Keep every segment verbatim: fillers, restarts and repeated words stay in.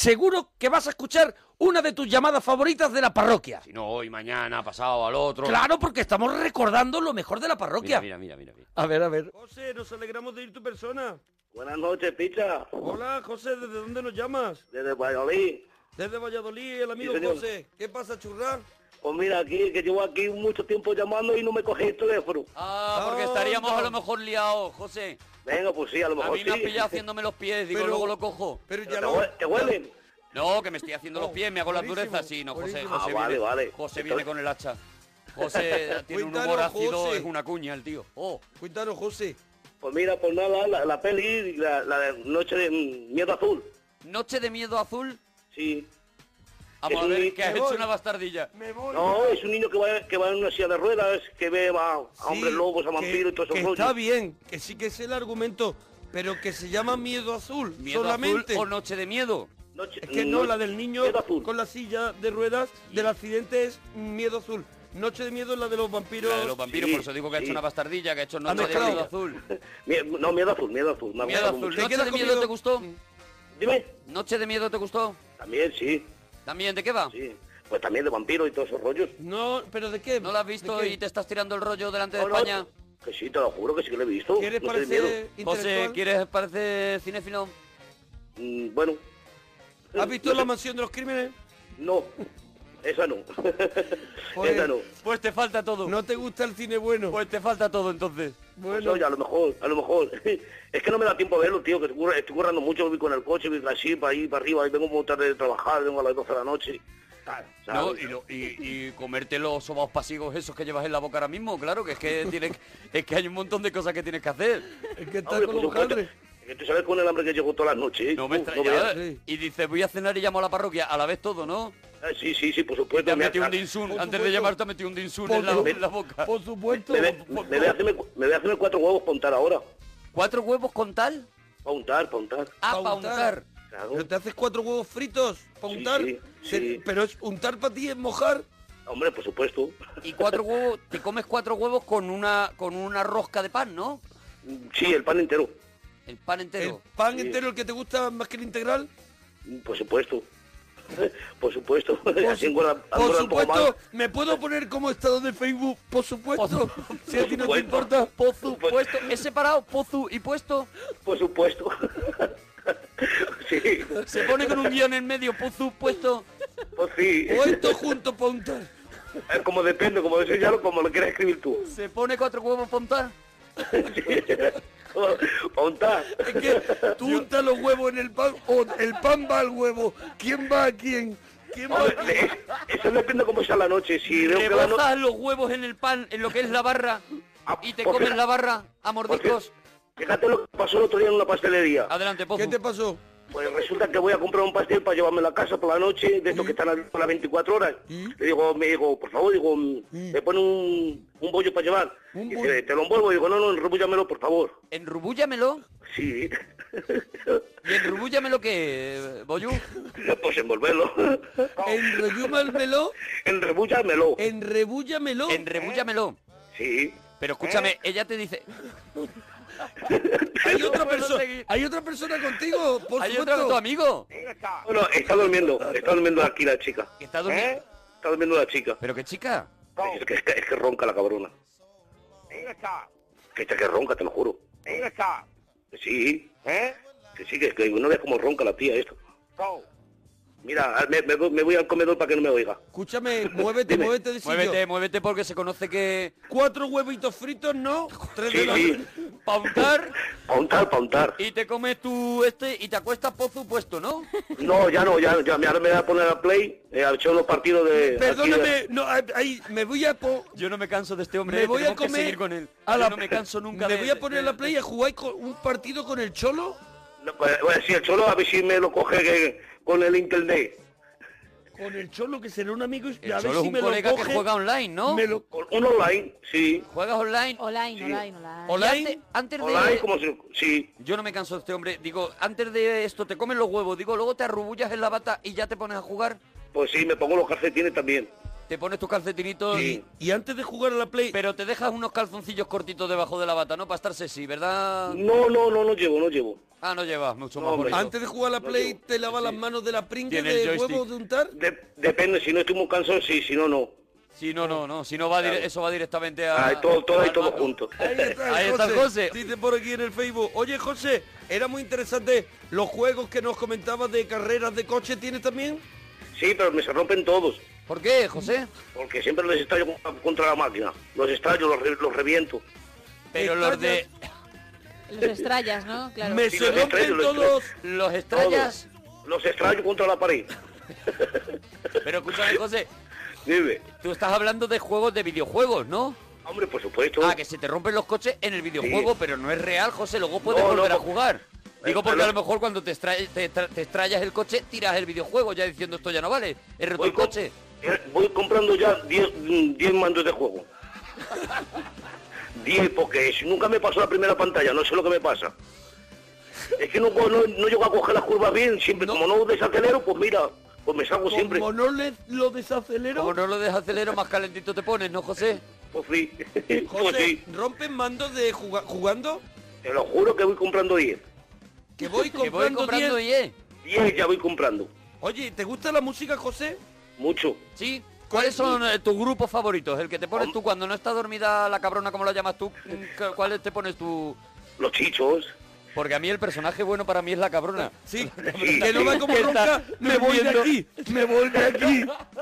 seguro que vas a escuchar una de tus llamadas favoritas de la parroquia. Si no, hoy, mañana, pasado, al otro. Claro, porque estamos recordando lo mejor de la parroquia. Mira, mira, mira, mira. A ver, a ver. José, nos alegramos de ir tu persona. Buenas noches, picha. Hola, José, ¿desde dónde nos llamas? Desde Valladolid. Desde Valladolid, el amigo Sí, señor. José. ¿Qué pasa, churra? Pues mira, aquí, que llevo aquí mucho tiempo llamando y no me coge el teléfono. Ah, porque Ah, estaríamos no. a lo mejor liados, José. Venga, pues sí, a lo A mejor mí me has sí. pillado haciéndome los pies, digo, Pero- luego lo cojo. Pero Pero ya ¿Te, no... hue- te huelen? No, que me estoy haciendo los Oh, pies, me hago las buenísimo, durezas. Sí, no, José, buenísimo. José Ah, vale, viene, vale. José Entonces- viene con el hacha. José tiene un Cuéntanos, humor ácido, José. es una cuña el tío. Oh, Cuéntanos, José. Pues mira, pues nada, la, la peli, la, la de Noche de mm, Miedo Azul. Noche de miedo azul. Sí. Vamos a Sí, ver, que has me hecho voy. una bastardilla. Me voy. No, es un niño que va, que va en una silla de ruedas, que ve a, a hombres lobos, a vampiros y todo que eso. está bien, que sí que es el argumento, pero que se llama Miedo Azul, Miedo solamente. azul o noche de miedo. Noche, Es que no, no- la del niño Miedo Azul. con la silla de ruedas del accidente es Miedo Azul. Noche de Miedo es la de los vampiros. La de los vampiros, Sí, por eso digo que ha hecho sí. una bastardilla, que ha hecho Ha noche de mezclado. miedo azul. Mie- No, Miedo Azul, Miedo Azul. Me ha Miedo gustado azul. mucho. ¿Te ¿Noche quedas de miedo conmigo? te gustó? Dime. ¿Noche de miedo te gustó? También, sí. ¿También de qué va? Sí. Pues también de vampiros y todos esos rollos. No, pero ¿de qué? ¿No la has visto ¿De qué? y te estás tirando el rollo delante de No, no, España? Que sí, te lo juro que sí que lo he visto. ¿Quieres No sé de miedo. parecer José, intelectual? ¿quieres parecer cinéfilo? Mm, bueno. ¿Has visto No La sé. Mansión de los Crímenes? No, esa no. Pues- esa no. Pues te falta todo. ¿No te gusta el cine bueno? Pues te falta todo entonces. Pues bueno, oye, a lo mejor, a lo mejor. Es que no me da tiempo a verlo, tío, que estoy curra- estoy currando mucho, voy con el coche, voy así, para ahí, para arriba, y vengo muy tarde de trabajar, vengo a las doce de la noche. ¿sabes? No, y, lo- y, y comerte los sobaos pasivos esos que llevas en la boca ahora mismo, claro, que es que tienes, es que hay un montón de cosas que tienes que hacer. es que está Hombre, con por los supuesto. padres. Es que tú sabes con el hambre que llego todas las noches. ¿eh? No me Uh, extraña. veas. sí. Y dices, voy a cenar y llamo a la parroquia, a la vez todo, ¿no? Eh, sí, sí, sí, por Te supuesto. has me metido un hace- dinsun, por antes de supuesto. llamar te has metido un dinsun Por en la, su- en la boca. Por supuesto. Me, ve- me voy a hacerme, me voy a hacerme cuatro huevos para untar ahora. ¿Cuatro huevos con tal? Para untar, para untar. Ah, Pa' para untar. untar. Claro. ¿Pero te haces cuatro huevos fritos para Sí, untar? sí, Se- sí. Pero es untar para ti es mojar. Hombre, por supuesto. Y cuatro huevos, te comes cuatro huevos con una con una rosca de pan, ¿no? Sí, el pan entero. El pan ¿El entero. pan Sí. entero el que te gusta más que el integral? Por supuesto. Por supuesto. Por, Así su- engorda, por engorda un poco supuesto, más. ¿me puedo poner como estado de Facebook? Por supuesto. Si a ti no te supuesto. importa. Pozu, puesto, ¿es separado? Pozu y puesto. Por supuesto. Sí. Se pone con un guión en medio, pozu, puesto. Pues sí. O esto junto para untar. Es como depende, como eso ya lo, como lo quieras escribir tú. Se pone cuatro huevos para untar. Para untar. Es que tú untas los huevos en el pan o el pan va al huevo. ¿Quién va a quién? ¿Quién va a quién? Hombre, Eso depende cómo sea la noche. Si veo que la noche... Rebozas los huevos en el pan, en lo que es la barra, y te Pues comes fíjate- la barra a Porque, mordiscos. fíjate lo que pasó el otro día en una pastelería. Adelante, Pozu. ¿Qué te pasó? Pues resulta que voy a comprar un pastel para llevarme a la casa por la noche, de estos que están abiertos las veinticuatro horas. ¿Y? Le digo, me digo, por favor, digo, me pone un, un bollo para llevar. ¿Un Y bollo? dice, te lo envuelvo. Digo, no, no, enrubúllamelo, por favor. Enrubúllamelo. Sí. ¿Y enrubúllamelo qué, Boyu? Pues envolverlo. Enrollúmamelo, Enrebúllamelo. enrebúllamelo. Enrebúllamelo. Sí. Pero escúchame, ella te dice... Hay otra No puedo persona, seguir. hay otra persona contigo, por Hay supuesto. otro tu amigo. Bueno, está durmiendo. Está durmiendo aquí la chica. Que está durmiendo. Está durmiendo la chica. ¿Pero qué chica? Es que, es que, es que ronca la cabrona. Que está que ronca, te lo juro. Que sí. Que sí, que, que no ves cómo ronca la tía esto. Mira, me, me, me voy al comedor para que no me oiga. Escúchame, muévete, Dime. muévete de sitio. Muévete, muévete porque se conoce que... Cuatro huevitos fritos, ¿no? Tres de Sí, la... sí. Pa' untar Pa' untar, pa' untar. y te comes tú este y te acuestas Pozu puesto, ¿no? No, ya no, ya, ya ahora me voy a poner a play, eh, a echar unos partidos de... aquí Perdóname, de- no, ahí, me voy a... po- Yo no me canso de este hombre, Me eh, voy a tenemos que comer seguir con él. a Yo la- no me canso nunca Me de- voy a poner de- la play a jugar con un partido con el Cholo. No, pues, bueno, sí, el cholo, a ver si me lo coge que- con el internet. Con el Cholo, que será un amigo, y El a ver Cholo si es me un lo colega coge. que juega online, ¿no? Me lo... Con un online, sí. ¿Juegas online? Online, Sí. online, online. Online. Y Antes, antes de... Online, como si... Sí. Yo no me canso de este hombre. Digo, antes de esto te comes los huevos. Digo, luego te arrubullas en la bata y ya te pones a jugar. Pues sí, me pongo los calcetines también. te pones tus calcetinitos, Y, y antes de jugar a la Play... pero te dejas unos calzoncillos cortitos debajo de la bata, ¿no? Para estar sexy, ¿verdad? No, no, no, no llevo, no llevo. Ah, no llevas, mucho No, más hombre. bonito. Antes de jugar a la No Play, llevo. ¿te lavas las manos de la pringue Tiene el de joystick. huevos de untar? De- depende, si no estoy muy cansado, sí, si no, no. Sí, no, no, no, si no va dire- Claro. eso va directamente a... Ah, todo, todo ahí, al todo mando. junto. Ahí está, Ahí el está el José. Dice por aquí en el Facebook. Oye, José, era muy interesante los juegos que nos comentabas de carreras de coche. ¿Tienes también? Sí, pero me se rompen todos. ¿Por qué, José? Porque siempre los estallo con- contra la máquina. Los estallo, los, re- los reviento. Pero los de... Los estrellas, ¿no? Claro. Me Sí, se los rompen estrellos, los todos. Los estrellas... Los extraño contra la pared. Pero escúchame, José, Dime. tú estás hablando de juegos de videojuegos, ¿no? Hombre, por supuesto. Ah, que se te rompen los coches en el videojuego, Sí. pero no es real, José, luego puedes No, no, volver a porque- jugar. Digo porque a pero- lo mejor cuando te, extra- te, tra- te extrayas el coche, tiras el videojuego ya diciendo esto ya no vale, he roto Voy, el com- coche. eh, voy comprando ya diez mandos de juego. diez, porque si nunca me pasó la primera pantalla, no sé lo que me pasa. Es que no, no, no llego a coger las curvas bien, siempre, como no desacelero, pues mira, pues me salgo siempre. Como no le, lo desacelero. Como no lo desacelero, más calentito te pones, ¿no, José? Pues sí, pues José, sí, ¿rompen mandos de juga- jugando? te lo juro que voy comprando diez. Que voy Que voy comprando comprando diez. y eh. diez ya voy comprando. Oye, ¿te gusta la música, José? Mucho. ¿Sí? ¿Cuáles son eh, tus grupos favoritos? El que te pones tú cuando no está dormida la cabrona, como la llamas tú, mm, ¿cuál te pones tú? Los chichos. Porque a mí el personaje bueno para mí es la cabrona. Sí, Sí. que no va como Que ronca, está me voy de durmiendo. aquí, me voy de aquí.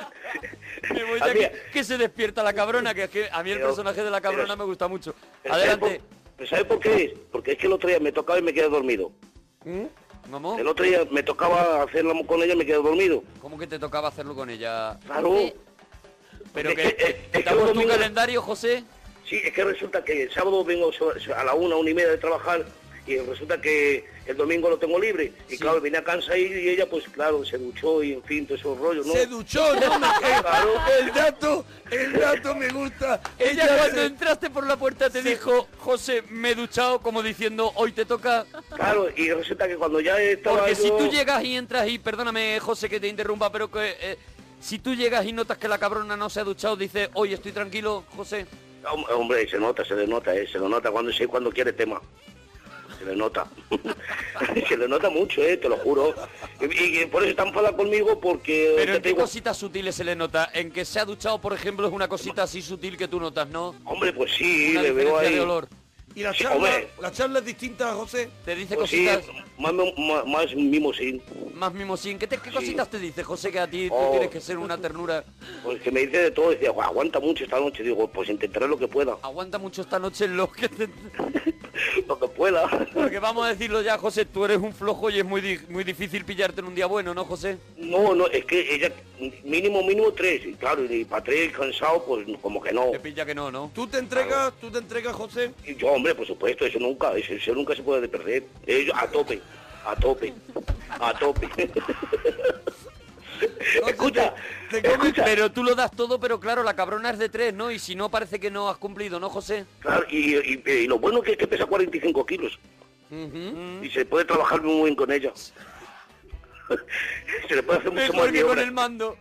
Me voy de A mí- aquí, que se despierta la cabrona, que es que a mí el Pero- personaje de la cabrona pero- me gusta mucho. Pero ¿sabe Adelante. por- pero ¿sabe por qué es? Porque es que el otro día me tocaba y me quedé dormido. ¿Cómo? El otro día me tocaba hacerlo con ella y me quedé dormido. ¿Cómo que te tocaba hacerlo con ella? Claro. Sí. Pero Es que, que- es- es que ¿quitamos los tu domingos- calendario, José? Sí, es que resulta que el sábado vengo so- so- a la una, una y media de trabajar y resulta que el domingo lo tengo libre. Y Sí. claro, vine a casa y, y ella pues claro, se duchó y en fin, todos esos rollos, ¿no? Se duchó, ¿no? Me Claro. El dato, el dato me gusta. Ella cuando se- entraste por la puerta te dijo, José, me he duchado, como diciendo, hoy te toca. Claro, y resulta que cuando ya estaba Porque si yo- tú llegas y entras y, perdóname, José, que te interrumpa, pero que eh, si tú llegas y notas que la cabrona no se ha duchado, dices, hoy estoy tranquilo, José. Hom- Hombre, se nota, se le nota, eh, se lo nota cuando sé cuando quiere tema. Se le nota. Se le nota mucho, eh, te lo juro. Y, y por eso está enfadada conmigo porque... Pero ya ¿en te qué digo, cositas sutiles se le nota? En que se ha duchado, por ejemplo, es una cosita así sutil que tú notas, ¿no? hombre, pues sí, Una le veo diferencia ahí. de olor. Y la Sí, charla, hombre. la charla es distinta, José. Te dice Pues sí, cositas más, más, más mimosín. más mimosín. ¿Qué, te, qué Sí. cositas te dice, José, que a ti tú Oh. tienes que ser una ternura? Pues que me dice de todo, decía, aguanta mucho esta noche. Digo, pues intentaré lo que pueda. Aguanta mucho esta noche lo que te... Lo que pueda. Porque vamos a decirlo ya, José, tú eres un flojo y es muy, di- muy difícil pillarte en un día bueno, ¿no, José? No, no, es que ella, mínimo, mínimo tres. Y claro, y para tres cansado, pues como que no. Te pilla que no, ¿no? ¿Tú te entregas, tú te entregas, José? Y yo, hombre, por supuesto, eso nunca, eso, eso nunca se puede perder. Ellos a tope, a tope, a tope. Escucha, te- te comes- escucha. Pero tú lo das todo, pero claro, la cabrona es de tres, ¿no? Y si no, parece que no has cumplido, ¿no, José? Claro, y, y- y lo bueno que es que pesa cuarenta y cinco kilos. Mm. Y se puede trabajar muy bien con ella. Se le puede hacer mucho Mejor más que con el mando.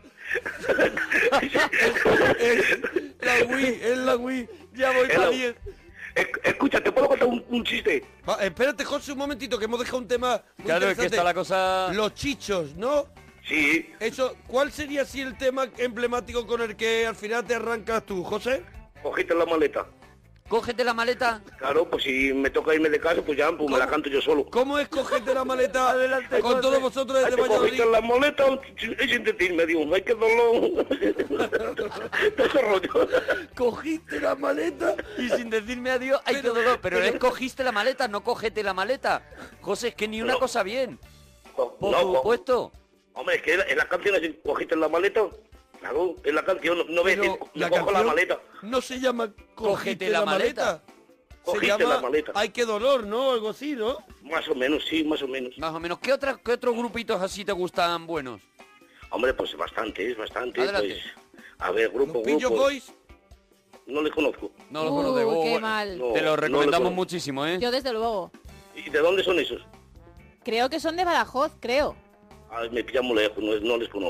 Es la Wii, es la Wii. Ya voy Es para la- diez. Escucha, ¿te puedo contar un, un chiste? Va, espérate, José, un momentito, que hemos dejado un tema muy Claro, es que interesante. está la cosa... Los chichos, ¿no? Sí, Eso, ¿cuál sería así el tema emblemático con el que al final te arrancas tú, José? cogiste la maleta. Cógete la maleta. Claro, pues si me toca irme de casa, pues ya, pues me la canto yo solo. ¿Cómo es cogerte la maleta Adelante, con José. todos vosotros Ay, desde te Valladolid? cogiste la maleta y sin decirme, digo, ay, qué dolor. De ese rollo. ¿Cogiste la maleta? Y sin decirme adiós, ay, qué dolor. Pero es cogiste la maleta, no cógete la maleta. José, es que ni una No. cosa bien. Co- Por no, co- supuesto. Hombre, es que en la, en la canción así, cogiste la maleta. Claro, en la canción no, no ves, Pero me la cojo la canción maleta. no se llama Cogiste la la maleta. maleta. Se Cogiste llama la maleta. Ay, qué dolor, ¿no? Algo así, ¿no? Más o menos, sí, más o menos. Más o menos. ¿Qué, otras, qué otros grupitos así te gustan buenos? Hombre, pues bastante, es bastante. Adelante. Pues, a ver, grupo, Los Pillo grupo. Boys. No les conozco. No los Uh, conozco. Oh, qué bueno. mal. No, Te no lo les recomendamos conozco. muchísimo, ¿eh? Yo desde luego. ¿Y de dónde son esos? Creo que son de Badajoz, creo. Ah, me pillan muy lejos, no, no les conozco.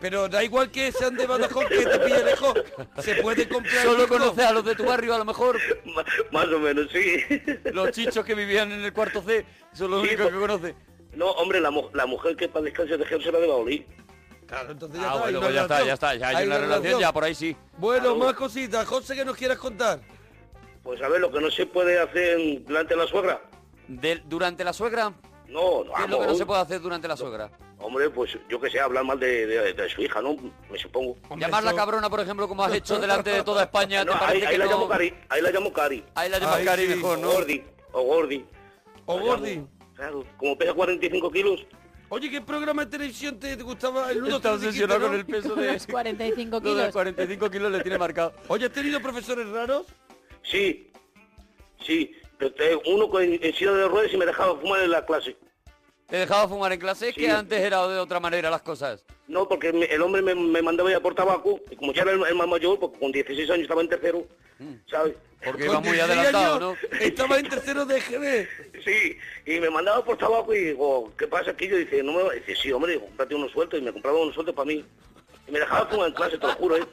Pero da igual que sean de Badajoz, que te pille lejos. Se puede comprar. Solo disco. conoces a los de tu barrio, a lo mejor. Ma- Más o menos, sí. Los chichos que vivían en el cuarto C son los Sí, únicos pues- que conoces. No, hombre, la, mu- la mujer que para descansar de Jesús era de Baolí. Claro, entonces ya Ah, está. hay bueno, una pues ya está, relación. ya está. Ya hay una relación, ya por ahí sí. Bueno, Claro. más cositas. José, ¿qué nos quieras contar? Pues a ver, lo que no se puede hacer delante de la suegra. Del- ¿Durante la suegra? No, no, ¿Qué es lo que no vamos. se puede hacer durante la suegra? Hombre, pues yo que sé, hablar mal de, de- de su hija, ¿no? Me supongo. Hombre, Llamarla eso- cabrona, por ejemplo, como has hecho delante de toda España, ¿te No, ahí, parece ahí que la no? llamo Cari, ahí la llamo Cari. Ahí la llamas Ahí Cari sí. mejor, O ¿no? Gordi, o Gordi. O La Gordi. llamo, Claro, como pesa cuarenta y cinco kilos. Oye, ¿qué programa de televisión te, te gustaba? El nudo Está te lo dijiste, obsesionado ¿no? con el peso de... Los cuarenta y cinco Lo de kilos. cuarenta y cinco kilos le tiene marcado. Oye, ¿has tenido profesores raros? Sí, sí. Pero te- Uno con en silla de ruedas y me dejaba fumar en la clase. ¿Te dejaba fumar en clase? Es Sí. que antes era de otra manera las cosas. No, porque me- el hombre me, me mandaba ya por tabaco, y como ya era el, el más mayor, porque con dieciséis años estaba en tercero, ¿sabes? Porque Con iba muy dieciséis adelantado, años ¿no? Estaba en tercero de G B. Sí, y me mandaba por tabaco y digo, ¿qué pasa aquí? Yo dice, no me va. Dice, sí, hombre, cómprate unos sueltos, y me compraba unos sueltos para mí. Y me dejaba fumar en clase, te lo juro, ¿eh?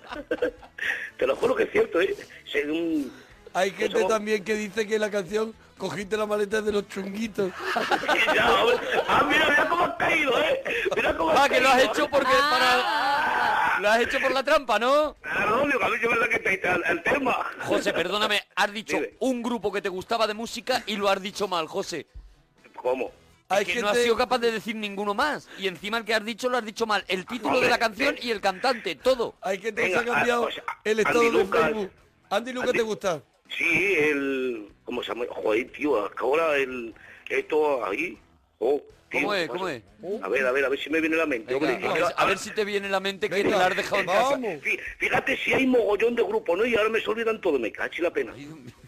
Te lo juro que es cierto, ¿eh? Sí, un... Hay gente Eso- también que dice que la canción Cogiste la maleta de los chunguitos. Ya, hombre. Ah, mira, mira cómo has caído, ¿eh? Mira cómo has Ah, que lo has caído. hecho porque para... Lo has hecho por la trampa, ¿no? Claro, digo, a ver, yo verdad que te al, al tema. José, perdóname, has dicho Dime. un grupo que te gustaba de música y lo has dicho mal, José. ¿Cómo? Hay que gente... no has sido capaz de decir ninguno más. Y encima el que has dicho lo has dicho mal. El título de la Hombre, canción ve- y el cantante, todo. Hay gente que Venga, se ha cambiado ah, pues, el Andy estado de Lucas. Facebook. Andy Lucas, Andy- ¿te gusta? Sí, el... ¿Cómo se llama? Joder, tío, hasta ahora el... Esto ahí... Oh, tío, ¿Cómo es? ¿qué ¿Cómo pasa? es? A ver, a ver, a ver si me viene a la mente. Venga, hombre. a, ver, a ver si te viene en la mente que Venga, la has dejado en casa. vamos. Fí- Fíjate si hay mogollón de grupos, ¿no? Y ahora me se olvidan todo, me cachi la pena.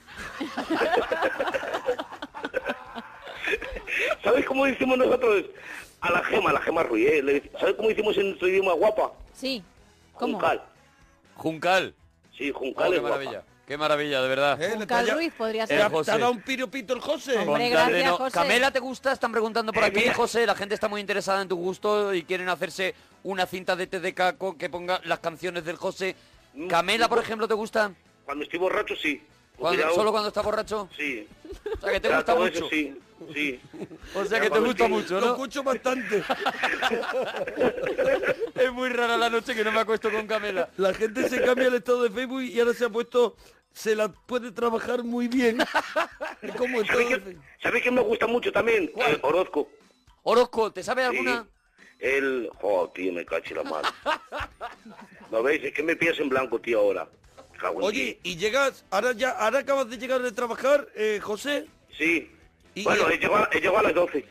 ¿Sabes cómo decimos nosotros? A la Gema, a la Gema Ruiz, ¿eh? Le- ¿Sabes cómo decimos en nuestro idioma guapa? Sí. ¿Cómo? Juncal. Juncal. Sí, Oh, Juncal qué es guapa. maravilla. Qué maravilla, de verdad. ¿Eh? Le Juncal está ya- Ruiz podría ¿Te Eh, ser. ha, José. te ha dado un piropito el José? Hombre, Con tal de gracias, no- José. Camela, ¿te gusta? Están preguntando por Eh, aquí, mira. José. La gente está muy interesada en tu gusto y quieren hacerse una cinta de T D K con que ponga las canciones del José. Mm, Camela, por no. ejemplo, ¿te gusta? Cuando estoy borracho, sí. Cuando- Cuidado. ¿Solo cuando estás borracho? Sí. O sea, que te Ya, gusta todo mucho. eso sí, sí. O sea, Ya, que te cuando gusta estoy- mucho, Lo ¿no? escucho bastante. Es muy rara la noche que no me acuesto con Camela. La gente se cambia el estado de Facebook y ahora se ha puesto... Se la puede trabajar muy bien. Es como el estado ¿Sabes de qué, Facebook. ¿Sabes qué me gusta mucho también? El Orozco. Orozco, ¿te sabes Sí. alguna? El... Joder, tío, me cachi la mano. ¿No veis? Es que me pillas en blanco, tío, ahora. Cago en Oye, y llegas... Ahora ya... Ahora acabas de llegar de trabajar, eh, José. ti. Sí. Y- Bueno, y- he llegado, he llegado a las doce.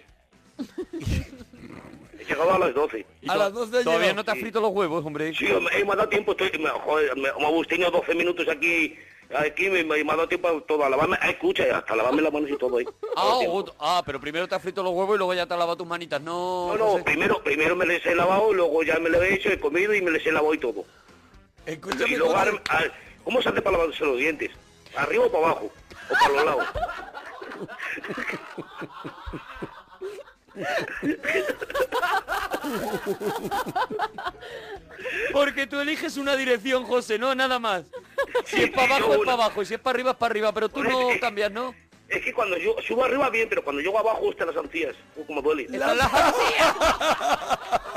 He llegado a las doce. Y A to- las doce ha Todavía llegado. no te has frito los huevos, hombre. Sí, me, me ha dado tiempo, estoy, me, joder, me, me hemos tenido doce minutos aquí, aquí me, me, me ha dado tiempo a todo, a lavarme, ah, escucha, hasta lavarme las manos y todo ahí. Me ha Ah, dado tiempo. ot- ah, pero primero te has frito los huevos y luego ya te has lavado tus manitas. No, No, no, José. primero, primero me les he lavado, luego ya me les he hecho, he comido y me les he lavado y todo. Escúchame, Y luego, José. ahora, ah, ¿cómo se hace para lavarse los dientes? ¿Arriba o para abajo? ¿O para los lados? Porque tú eliges una dirección, José, no nada más. Si es para sí, abajo, yo es una. para abajo. Y si es para arriba, es para arriba. Pero tú Hombre, no es que- cambias, ¿no? Es que cuando yo subo arriba bien, pero cuando llego abajo, usted las encías. Uh, como duele. Esa es la-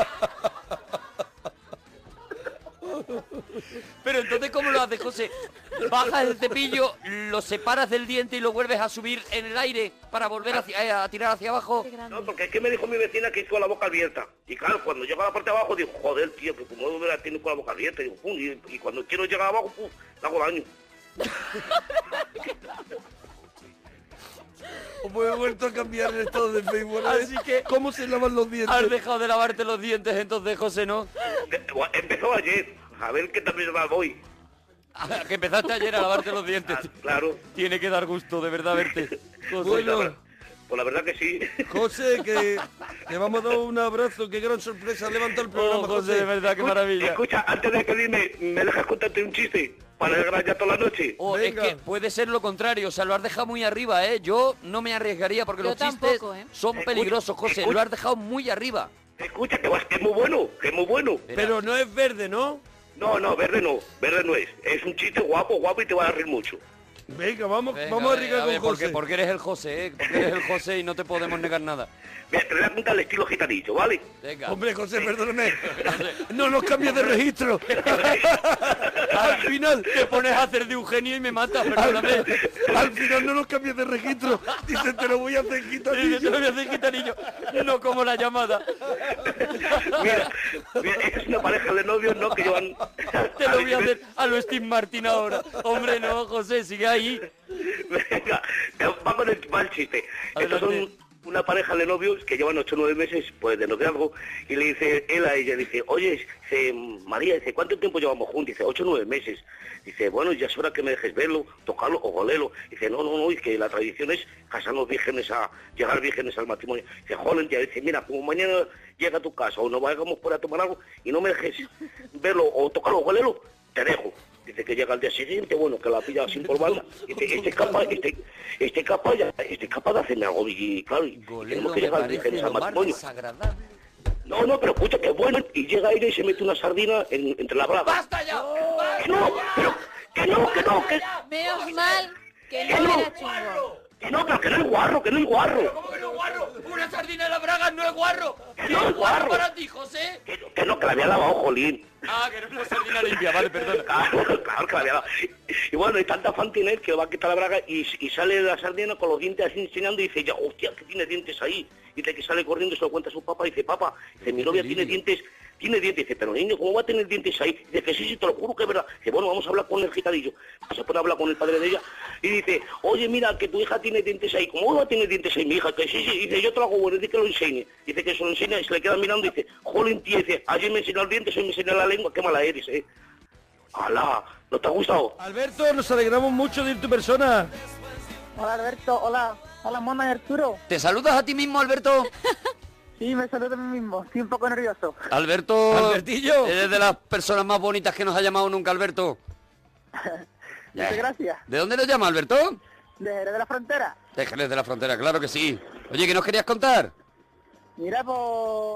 Pero entonces, ¿cómo lo haces, José? Bajas el cepillo, lo separas del diente y lo vuelves a subir en el aire para volver hacia- eh, a tirar hacia abajo. Qué grande. No, porque es que me dijo mi vecina que hizo con la boca abierta. Y claro, cuando llego a la parte de abajo, digo, joder, tío, que como la tiene con la boca abierta. Y, digo, pum, y, y cuando quiero llegar abajo, pum, le hago daño. Como he vuelto a cambiar el estado de Facebook. ¿no? Así que- ¿Cómo se lavan los dientes? Has dejado de lavarte los dientes entonces, José, ¿no? De- bueno, empezó ayer. A ver qué también va voy. Ah, que empezaste ayer a lavarte los dientes. Ah, claro. Tiene que dar gusto, de verdad, verte. José. Pues la, Bueno. ver- pues la verdad que sí. José, que le vamos a dar un abrazo. Qué gran sorpresa. Levanta el programa, Oh, José, de verdad, qué maravilla. Escucha, antes de que irme, ¿me dejas contarte un chiste? Para alegrar ya toda la noche. Oh, es Venga. que puede ser lo contrario, o sea, lo has dejado muy arriba, ¿eh? Yo no me arriesgaría porque Yo los chistes tampoco, ¿eh? son Escucha, peligrosos, José. escucha. Lo has dejado muy arriba. Escucha, que vas, que es muy bueno, que es muy bueno. Pero no es verde, ¿no? No, no, verde no, verde no es. Es un chiste guapo, guapo y te va a reír mucho. Venga, vamos, Venga, vamos a ver, ricar a con ver, José. porque, porque eres el José, ¿eh? Porque eres el José y no te podemos negar nada. Mira, te voy a contar el estilo gitanillo, ¿vale? Venga. Hombre, José, perdóname. No nos cambies de registro. Al final, Te pones a hacer de Eugenio y me matas, al, perdóname. al final no nos cambies de registro. Dice, te lo voy a hacer Sí, quitanillo. te lo voy a hacer gitanillo. No como la llamada. Mira, mira, es una pareja de novios, ¿no? Que llevan... Te lo voy a hacer a lo Steve Martin ahora. Hombre, no, José, sigue ahí. Venga, va con el, va el chiste. Estos Adelante. son una pareja de novios que llevan ocho o nueve meses pues de noviazgo y le dice él a ella, dice, oye, dice, María, dice, ¿cuánto tiempo llevamos juntos? Dice, ocho o nueve meses. Dice, bueno, ya es hora que me dejes verlo, tocarlo o olerlo. Dice, no, no, no, es que la tradición es casarnos vírgenes a, llegar vírgenes al matrimonio. Dice, joder, tía, dice, mira, como mañana llega a tu casa o nos vayamos por a tomar algo y no me dejes verlo o tocarlo o olerlo, te dejo. Dice que llega al día siguiente, bueno, que la pilla sin polvarla. Dice, este es capaz, este, este es capaz, ya- este es capaz de hacerme algo y claro, y Golero tenemos que me llegar parece vírgenes lo al más matrimonio. desagradable. No, no, pero escucha que es bueno y llega ella y se mete una sardina en- entre las bragas. ¡Basta ya! Que no, pero que no, que no, que, Menos mal que que no no, era chungo. que no, pero que no es guarro, que no es guarro. ¿Cómo que no es guarro? Una sardina en la braga no es guarro. Que ¿Qué no es es guarro guarro. para ti, José? Que no, que no, que la había lavado, jolín. Ah, que no es una sardina limpia, vale, perdona. Claro, claro que la había lavado. Y bueno, hay tanta fantinel que va a quitar la braga y, y sale la sardina con los dientes así enseñando y dice, ya, hostia, que tiene dientes ahí. Dice que sale corriendo y se lo cuenta a su papá y dice, papá, dice, mi novia tiene dientes, tiene dientes. Dice, pero niño, ¿cómo va a tener dientes ahí? Dice, que sí, sí, te lo juro que es verdad. Dice, bueno, vamos a hablar con el gitadillo. Se pone a hablar con el padre de ella y dice, oye, mira, que tu hija tiene dientes ahí. ¿Cómo va a tener dientes ahí, mi hija? Que sí, sí. Dice, yo te lo hago bueno, dice que lo enseñe. Dice que se lo enseña y se le queda mirando y dice, jolín, tía, dice, ayer me enseñó los dientes, hoy me enseñó la lengua, qué mala eres, eh. ¡Hala! ¿No te ha gustado? Alberto, nos alegramos mucho de ir tu persona. Hola Alberto, hola, hola Mona y Arturo. ¿Te saludas a ti mismo, Alberto? Sí, me saludo a mí mismo, estoy un poco nervioso. Alberto, Albertillo. eres de las personas más bonitas que nos ha llamado nunca, Alberto. Muchas gracias. ¿De dónde nos llama, Alberto? De Jerez de la Frontera. De Jerez de la Frontera, claro que sí. Oye, ¿qué nos querías contar? Mira, pues,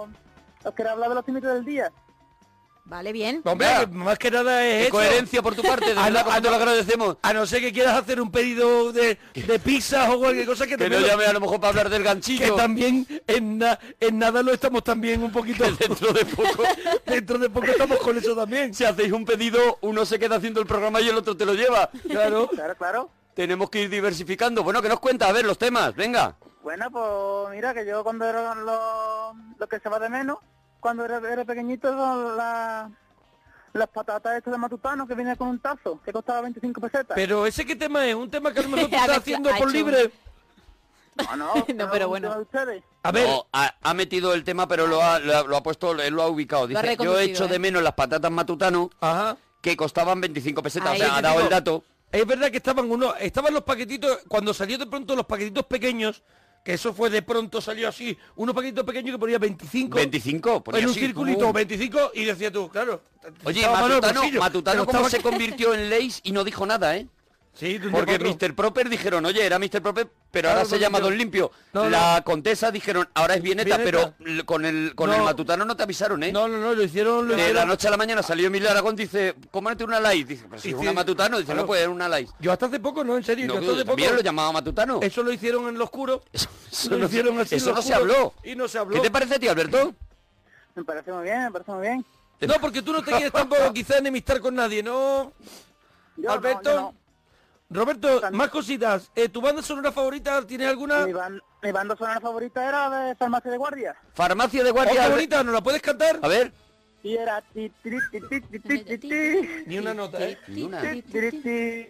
os quiero hablar de los límites del día. Vale, bien. Hombre, Ya. que más que nada es Qué eso. coherencia por tu parte, de Ah, verdad, no, como ah, te lo no. agradecemos. A no ser que quieras hacer un pedido de, de pizzas o cualquier cosa que, Que también no lo- llame a lo mejor para hablar del que ganchillo. también en, na- en nada lo estamos también un poquito Dentro de poco. dentro de poco estamos con eso también. Si hacéis un pedido, uno se queda haciendo el programa y el otro te lo lleva. Claro. Claro, claro. Tenemos que ir diversificando. Bueno, ¿qué nos cuenta? A ver, los temas, venga. Bueno, pues mira, que yo cuando era lo, lo que se va de menos, cuando era, era pequeñito, son la- las patatas estas de matutano que venía con un tazo, que costaba veinticinco pesetas. Pero ese qué tema es, un tema que a lo mejor tú A estás ver, haciendo ha por hecho libre. No, no, No, pero bueno. de ustedes. A ver, No, ha, ha metido el tema, pero lo ha, lo ha- lo ha puesto, él lo ha ubicado. Lo ha Dice, yo he reconducido, hecho ¿eh? de menos las patatas matutano ajá. que costaban veinticinco pesetas. Ahí. O sea, ha dado el dato. Es verdad que estaban unos, estaban los paquetitos, cuando salió de pronto los paquetitos pequeños, que eso fue de pronto, salió así, unos paquetitos pequeños que ponía veinticinco. veinticinco, ponía en un así, circulito, ¡pum! veinticinco, y decía tú, claro. Oye, estaba mano en el Matutano, bolsillo, Matutano pero ¿cómo estaba- se convirtió en Lays y no dijo nada, eh? Sí, de un día Porque para otro. mister Proper dijeron, oye, era mister Proper, pero Claro, ahora se Don llama Limpio. Don Limpio. No, la Contesa dijeron, ahora es Vieneta, Vieneta. pero l- con el con No. el Matutano no te avisaron, ¿eh? No, no, no, lo hicieron, lo De la hicieron. noche a la mañana salió Emilio Aragón, dice, cómete una Lays. Dice, pero si Sí, es sí. una Matutano, dice, Claro. no puede ser una Lays. Yo hasta hace poco, no, en serio, No, yo hasta hace también poco. lo llamaba Matutano. Eso lo hicieron en lo oscuro. Eso, eso Lo no, hicieron así en eso lo no se oscuro habló. y no se habló. ¿Qué te parece a ti, Alberto? Me parece muy bien, me parece muy bien. No, porque tú no te quieres tampoco quizás enemistar con nadie, ¿no? Yo Alberto. no, yo no. Roberto, más cositas. Eh, ¿Tu banda sonora favorita tienes alguna? Mi, ban- mi banda sonora favorita era de Farmacia de Guardia. Farmacia de Oh, guardia. qué Albert- bonita, ¿nos la puedes cantar? A ver. Y era ti, ti, ti, ti, ti, ti, ti, ti, Ni una nota, ¿eh? Ni una. ti, ti, ti.